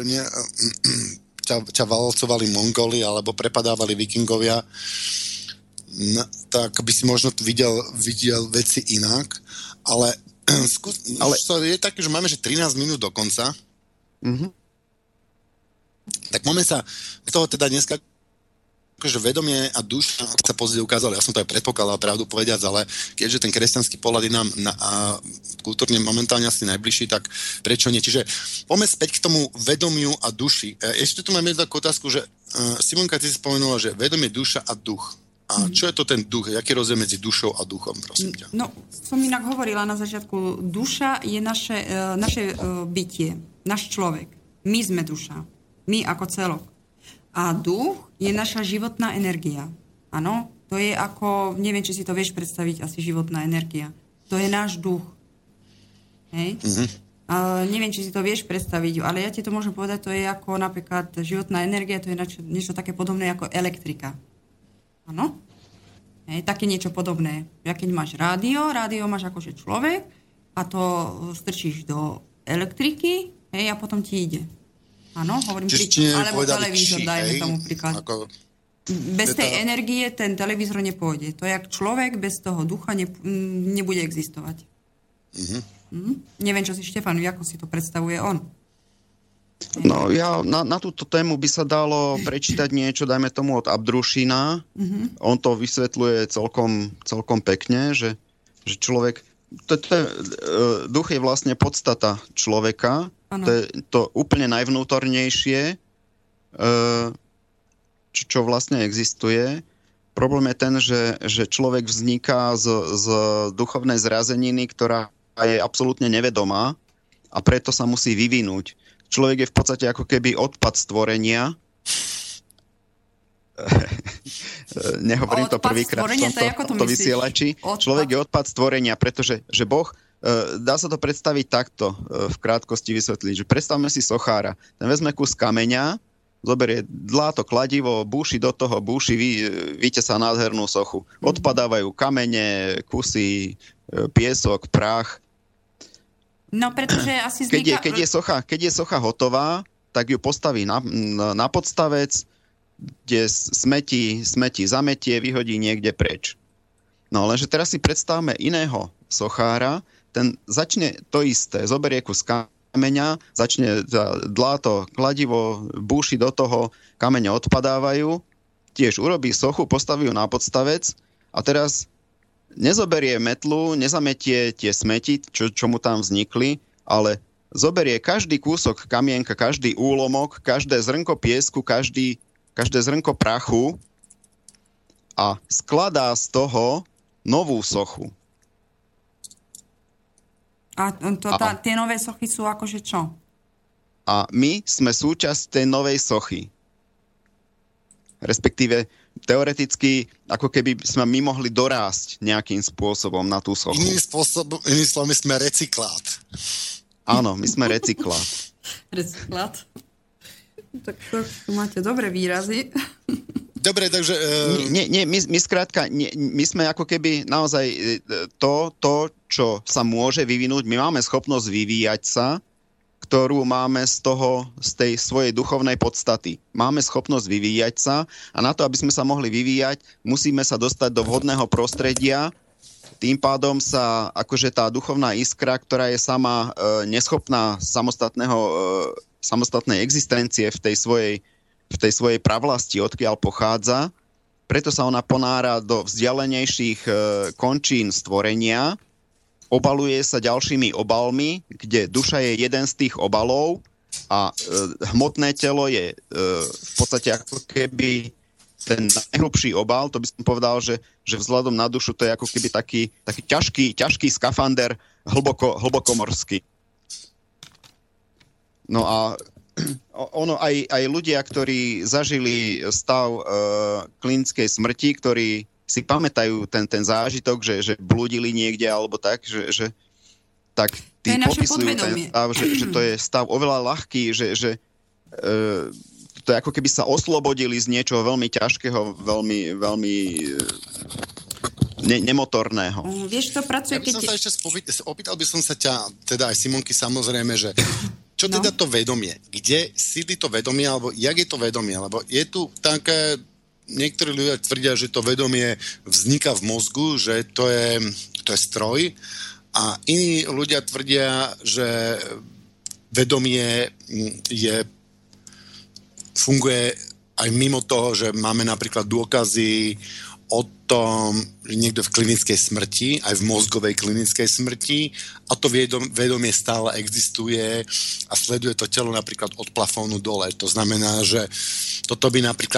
ťa valcovali Mongoli alebo prepadávali Vikingovia, tak by si možno videl veci inak, ale je také, že máme 13 minút do konca. Mm-hmm. Tak moment sa k toho teda dneska že vedomie a duša sa pozrieť ukázali. Ja som to aj predpokladal, pravdu povediac, ale keďže ten kresťanský pohľad je nám kultúrne momentálne asi najbližší, tak prečo nie? Čiže poďme späť k tomu vedomiu a duši. Ešte tu mám jednu takú otázku, že Simonka, ty si spomenula, že vedomie, duša a duch. A čo je to ten duch? Jaký rozdiel medzi dušou a duchom, prosím ťa? No, som inak hovorila na začiatku, duša je naše bytie, náš človek. My sme duša. My ako celok. A duch je naša životná energia. Áno? To je ako, neviem, či si to vieš predstaviť, asi životná energia. To je náš duch. Hej? Neviem, či si to vieš predstaviť, ale ja ti to môžem povedať, to je ako napríklad životná energia, to je niečo také podobné ako elektrika. Áno? Také niečo podobné. Ja keď máš rádio máš akože človek a to strčíš do elektriky, a potom ti ide. Áno, hovorím alebo televízor, dajme tomu príklad. Bez tej energie ten televízor nepôjde. To je jak človek, bez toho ducha nebude existovať. Neviem, čo si Štefan, ako si to predstavuje on. No ja na túto tému by sa dalo prečítať niečo, dajme tomu od Abdrušina. On to vysvetľuje celkom pekne, že človek, duch je vlastne podstata človeka, to je to úplne najvnútornejšie, čo vlastne existuje. Problém je ten, že človek vzniká z duchovnej zrazeniny, ktorá je absolútne nevedomá a preto sa musí vyvinúť. Človek je v podstate ako keby odpad stvorenia. Nehovorím to prvýkrát v tomto vysielači. Človek je odpad stvorenia, pretože Boh, dá sa to predstaviť takto, v krátkosti vysvetliť, že predstavme si sochára. Ten vezme kus kameňa, zoberie dláto, kladivo, búši do toho, vytesá nádhernú sochu. Odpadávajú kamene, kusy, piesok, prach. No, pretože asi keď je socha hotová, tak ju postaví na podstavec, kde smeti zametie, vyhodí niekde preč. No, lenže teraz si predstavme iného sochára, ten začne to isté, zoberie kus kameňa, začne dláto, kladivo, búši do toho, kamene odpadávajú, tiež urobí sochu, postaví ju na podstavec a teraz nezoberie metlu, nezametie tie smeti, čo mu tam vznikli, ale zoberie každý kúsok kamienka, každý úlomok, každé zrnko piesku, každé zrnko prachu a skladá z toho novú sochu. A tie nové sochy sú akože čo? A my sme súčasť tej novej sochy. Respektíve teoreticky, ako keby sme my mohli dorásť nejakým spôsobom na tú sochu. Iným slovom, sme recyklát. Áno, my sme recyklát. Recyklát. Tak to máte dobré výrazy. Dobre, takže... My skrátka, my sme ako keby naozaj to, čo sa môže vyvinúť, my máme schopnosť vyvíjať sa, ktorú máme z tej svojej duchovnej podstaty. Máme schopnosť vyvíjať sa a na to, aby sme sa mohli vyvíjať, musíme sa dostať do vhodného prostredia. Tým pádom sa akože tá duchovná iskra, ktorá je sama neschopná samostatnej existencie v tej svojej pravlasti, odkiaľ pochádza, preto sa ona ponára do vzdialenejších končín stvorenia, obaluje sa ďalšími obalmi, kde duša je jeden z tých obalov a hmotné telo je v podstate ako keby ten najhlbší obal. To by som povedal, že vzhľadom na dušu to je ako keby taký ťažký skafander hlbokomorský. No a ono aj ľudia, ktorí zažili stav klinickej smrti, ktorí si pamätajú ten zážitok, že blúdili niekde alebo tak, že tak tí popisujú ten stav, že to je stav oveľa ľahký, že to je ako keby sa oslobodili z niečoho veľmi ťažkého, veľmi nemotorného. Vieš, to pracuje, keď... Ja by som sa ešte opýtal by som sa ťa, teda aj Simonky samozrejme, že čo teda to vedomie? Kde sídli to vedomie, alebo jak je to vedomie? Lebo je tu také... Niektorí ľudia tvrdia, že to vedomie vzniká v mozgu, že to je stroj a iní ľudia tvrdia, že vedomie funguje aj mimo toho, že máme napríklad dôkazy o tom, že niekto v klinickej smrti, aj v mozgovej klinickej smrti a to vedomie stále existuje a sleduje to telo napríklad od plafónu dole. To znamená, že toto by napríklad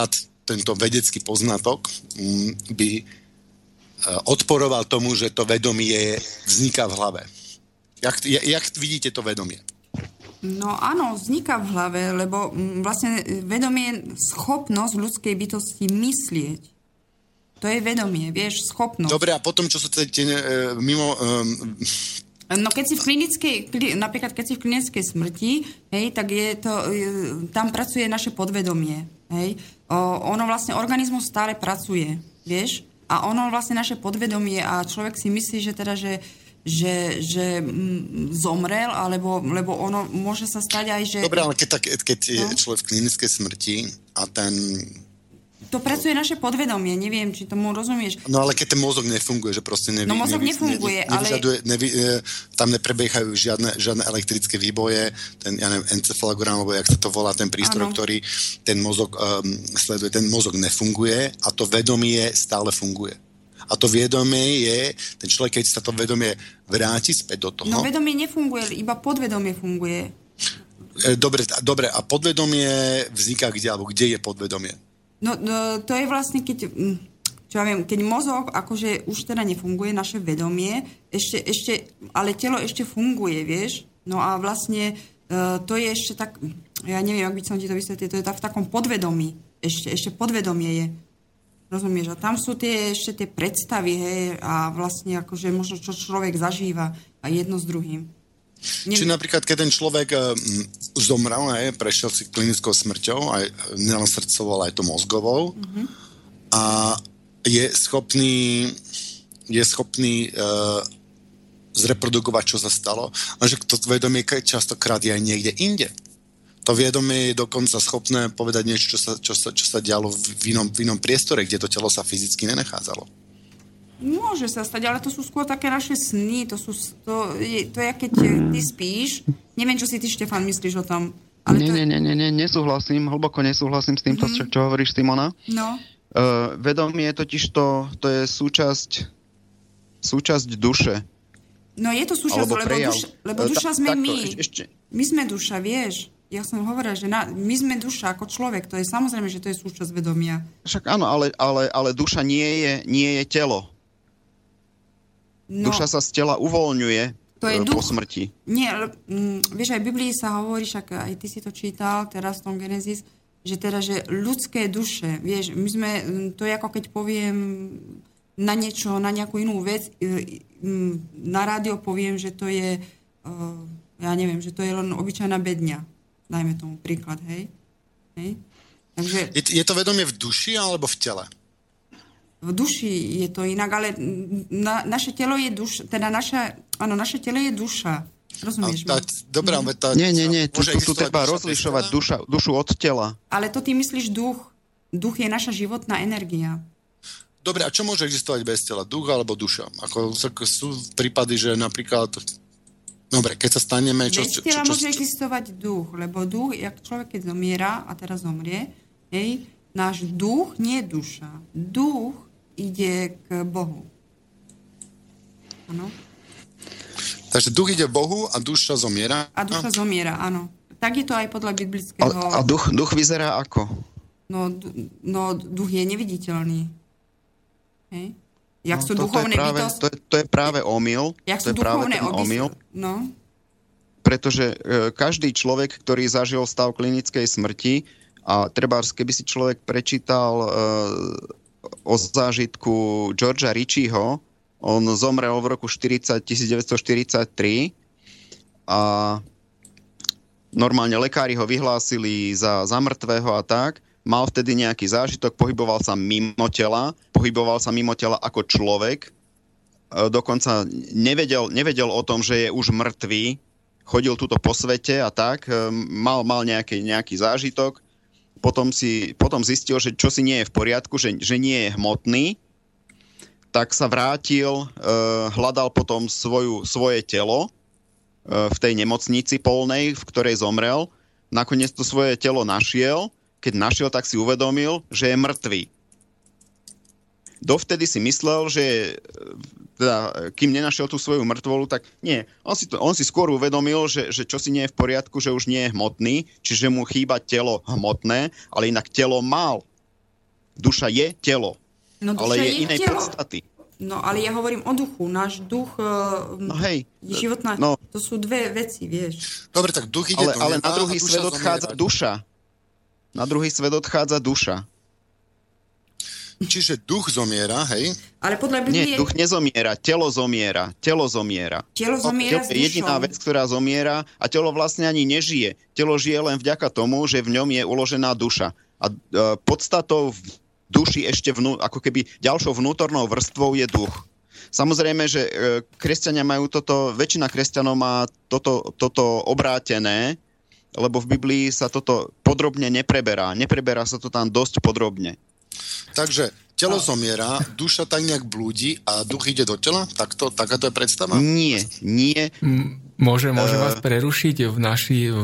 tento vedecký poznatok by odporoval tomu, že to vedomie vzniká v hlave. Jak vidíte to vedomie? No áno, vzniká v hlave, lebo vlastne vedomie je schopnosť ľudskej bytosti myslieť. To je vedomie, vieš, schopnosť. Dobre, a potom, čo sa mimo... No keď si napríklad keď si v klinickej smrti, hej, tak tam pracuje naše podvedomie, hej. Ono vlastne, organizmus stále pracuje, vieš, a ono vlastne naše podvedomie a človek si myslí, že teda, že zomrel, lebo ono môže sa stať aj, že... Dobre, ale keď je človek v klinickej smrti a ten... To pracuje naše podvedomie, neviem, či tomu rozumieš. No ale keď ten mozog nefunguje, že proste mozog nefunguje, ale... Tam neprebiehajú žiadne elektrické výboje, ten, ja neviem, encefalogram, alebo jak sa to volá, ten prístroj, ktorý ten mozog sleduje, ten mozog nefunguje a to vedomie stále funguje. A to vedomie je, ten človek, keď sa to vedomie vráti späť do toho... No vedomie nefunguje, iba podvedomie funguje. Dobre, a podvedomie vzniká kde, alebo kde je podvedomie? No, to je vlastne, keď mozog akože už teda nefunguje, naše vedomie, ale telo ešte funguje, vieš? No a vlastne to je ešte tak, ja neviem, ak by som ti to vysvetlil, to je tak v takom podvedomí, ešte podvedomie je. Rozumieš? A tam sú ešte tie predstavy, hej, a vlastne akože možno čo človek zažíva a jedno s druhým. Či napríklad, keď ten človek zomrel, prešiel si klinickou smrťou, aj nielen srdcovou, ale aj to mozgovou, a je schopný zreprodukovať, čo sa stalo, lenže to vedomie častokrát je aj niekde inde. To vedomie je dokonca schopné povedať niečo, čo sa dialo v inom priestore, kde to telo sa fyzicky nenachádzalo. Môže sa stať, ale to sú skôr také naše sny, to je, keď ty spíš. Neviem, čo si ty, Štefan, myslíš o tom. Ale nesúhlasím, hlboko nesúhlasím s týmto, čo hovoríš, Simona. No. Vedomie totiž to je súčasť duše. No je to súčasť, lebo duša sme my. My sme duša, vieš. Ja som hovorila, že my sme duša ako človek, to je samozrejme, že to je súčasť vedomia. Však áno, ale duša nie je telo. No, duša sa z tela uvoľňuje po smrti. Nie, vieš, aj v Biblii sa hovorí, však aj ty si to čítal teraz v tom Genesis, že teda, že ľudské duše, vieš, my sme, to je ako keď poviem na niečo, na nejakú inú vec, na rádio poviem, že to je, ja neviem, že to je len obyčajná bedňa. Dajme tomu príklad, hej? Takže... Je to vedomie v duši alebo v tele? V duši je to inak, ale naše telo je duša, teda naše telo je duša. Rozumieš ma? Dobrá, Nie. Tu treba rozlišovať dušu od tela. Ale to ty myslíš duch. Duch je naša životná energia. Dobre, a čo môže existovať bez tela? Duch alebo duša? Ako sú prípady, že napríklad... Dobre, keď sa staneme... Bez tela môže existovať duch, lebo duch, jak človek, keď zomiera a teraz zomrie, hej, náš duch nie je duša. Duch ide k Bohu. Áno. Takže duch ide k Bohu a duša zomiera? A duša zomiera, áno. Tak je to aj podľa biblického... A duch vyzerá ako? No, duch je neviditeľný. Hej? Jak sú duchovné bytosti... To je práve omyl. Jak sú duchovné omyl. No. Pretože každý človek, ktorý zažil stav klinickej smrti, a trebárs, keby si človek prečítal o zážitku Georgea Ritchieho, on zomrel v roku 1943 a normálne lekári ho vyhlásili za mŕtvého a tak. Mal vtedy nejaký zážitok, pohyboval sa mimo tela ako človek. Dokonca nevedel o tom, že je už mŕtvý. Chodil tuto po svete a tak. Mal nejaký zážitok. Potom zistil, že čosi nie je v poriadku, že nie je hmotný. Tak sa vrátil, hľadal potom svoje telo v tej nemocnici polnej, v ktorej zomrel. Nakoniec to svoje telo našiel. Keď našiel, tak si uvedomil, že je mŕtvý. Dovtedy si myslel, že teda, kým nenašiel tú svoju mŕtvolu, tak nie. On si skôr uvedomil, že čosi nie je v poriadku, že už nie je hmotný, čiže mu chýba telo hmotné, ale inak telo mal. Duša je telo, ale je inej podstaty. No, ale ja hovorím o duchu. Náš duch životná, to sú dve veci, vieš. Dobre, tak duch ide ale na druhý svet odchádza duša. Na druhý svet odchádza duša. Čiže duch zomiera, hej? Ale podľa Biblie... Nie, duch nezomiera, telo zomiera. Telo zomiera s je jediná vec, ktorá zomiera a telo vlastne ani nežije. Telo žije len vďaka tomu, že v ňom je uložená duša. A podstatou duši ešte ako keby ďalšou vnútornou vrstvou je duch. Samozrejme, že kresťania majú väčšina kresťanov má toto obrátené, lebo v Biblii sa toto podrobne nepreberá. Nepreberá sa to tam dosť podrobne. Takže telo zomiera, duša tak nejak blúdi a duch ide do tela? Takáto je predstava? Nie. Môžem vás prerušiť v našej...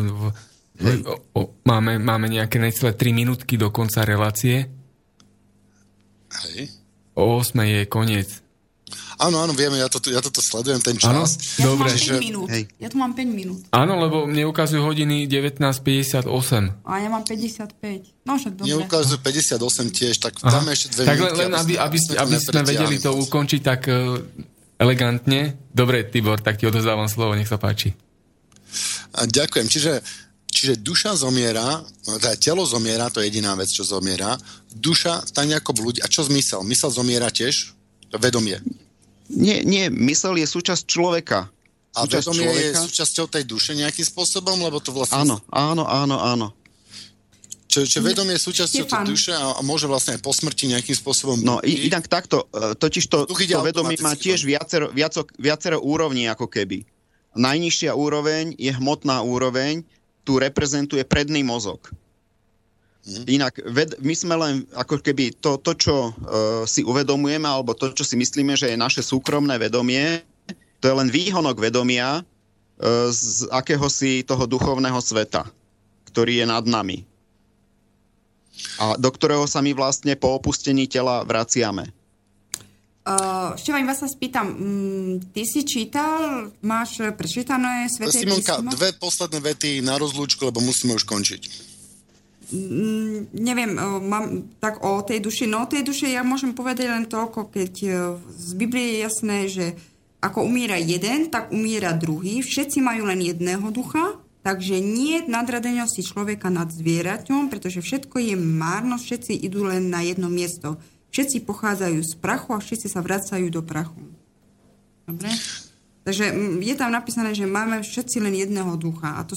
Máme nejaké necelé 3 minútky do konca relácie. Hej. O 8 je koniec. Áno, vieme, ja toto sledujem, ten čas. Dobre. Ja tu mám 5 minút. Áno, lebo mne ukazujú hodiny 19:58. A ja mám 55. No však dobre. Mne ukazujú 58 tiež, tak dáme ešte 2 minútky. Tak len, aby sme vedeli to ukončiť tak elegantne. Dobre, Tibor, tak ti odozdávam slovo, nech sa páči. Ďakujem. Čiže duša zomiera, teda telo zomiera, to je jediná vec, čo zomiera. Duša tak nejako blúdi. A čo zmysel? Mysel zomiera tiež? Vedomie. Nie, mysel je súčasť človeka. A vedomie je súčasťou tej duše nejakým spôsobom? Lebo to vlastne... Áno. Čiže vedomie je súčasťou tej duše a môže vlastne aj po smrti nejakým spôsobom... No, inak takto, totiž to vedomie má tiež viacero úrovní ako keby. Najnižšia úroveň je hmotná úroveň, tu reprezentuje predný mozog. Inak my sme len ako keby to čo si uvedomujeme, alebo to, čo si myslíme, že je naše súkromné vedomie, to je len výhonok vedomia z akéhosi toho duchovného sveta, ktorý je nad nami. A do ktorého sa my vlastne po opustení tela vraciame. Števaň, vás sa spýtam, ty si čítal, máš prečítané Sväté písmo? Simonka, 2 posledné vety na rozlúčku, lebo musíme už končiť. Neviem, mám tak o tej duši. No o tej duši ja môžem povedať len toľko, keď z Biblie je jasné, že ako umiera jeden, tak umiera druhý. Všetci majú len jedného ducha, takže nie je nadradenosti človeka nad zvieraťom, pretože všetko je márnosť, všetci idú len na jedno miesto. Všetci pochádzajú z prachu a všetci sa vracajú do prachu. Dobre? Takže je tam napísané, že máme všetci len jedného ducha a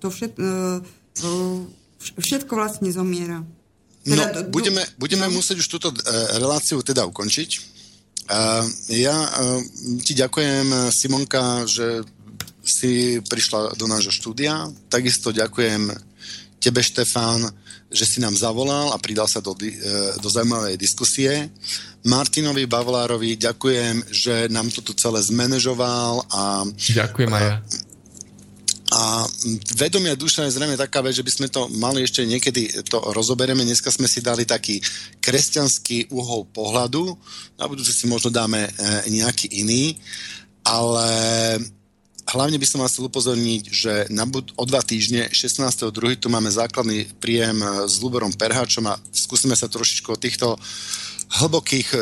všetko vlastne zomiera. Teda budeme musieť už túto reláciu teda ukončiť. Ja ti ďakujem, Simonka, že si prišla do nášho štúdia. Takisto ďakujem tebe, Štefán, že si nám zavolal a pridal sa do zaujímavej diskusie. Martinovi Bavlárovi ďakujem, že nám to tu celé zmanéžoval. Ďakujem aj ja. A vedomia duša je zrejme taká vec, že by sme to mali ešte niekedy to rozoberieme. Dneska sme si dali taký kresťanský uhol pohľadu. Na budúce si možno dáme nejaký iný. Ale hlavne by som vás chcel upozorniť, že o 2 týždne, 16.2. tu máme základný príjem s Luborom Perháčom a skúsime sa trošičku od týchto hlbokých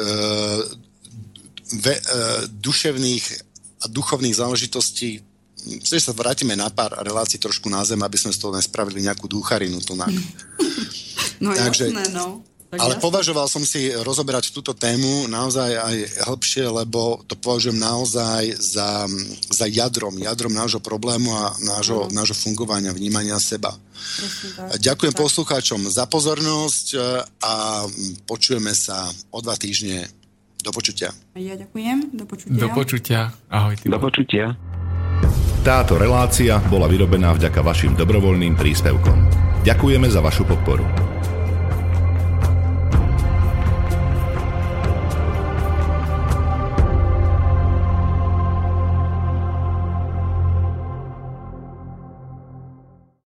duševných a duchovných záležitostí, že sa vrátime na pár relácií trošku na zem, aby sme z toho nespravili nejakú dúcharinu. No jasné, no. Tak ale považoval som si rozoberať túto tému naozaj aj hĺbšie, lebo to považujem naozaj za jadrom nášho problému a nášho fungovania, vnímania seba. Ďakujem poslucháčom za pozornosť a počujeme sa o 2 týždne. Do počutia. Ja ďakujem. Do počutia. Do počutia. Ahoj. Do počutia. Táto relácia bola vyrobená vďaka vašim dobrovoľným príspevkom. Ďakujeme za vašu podporu.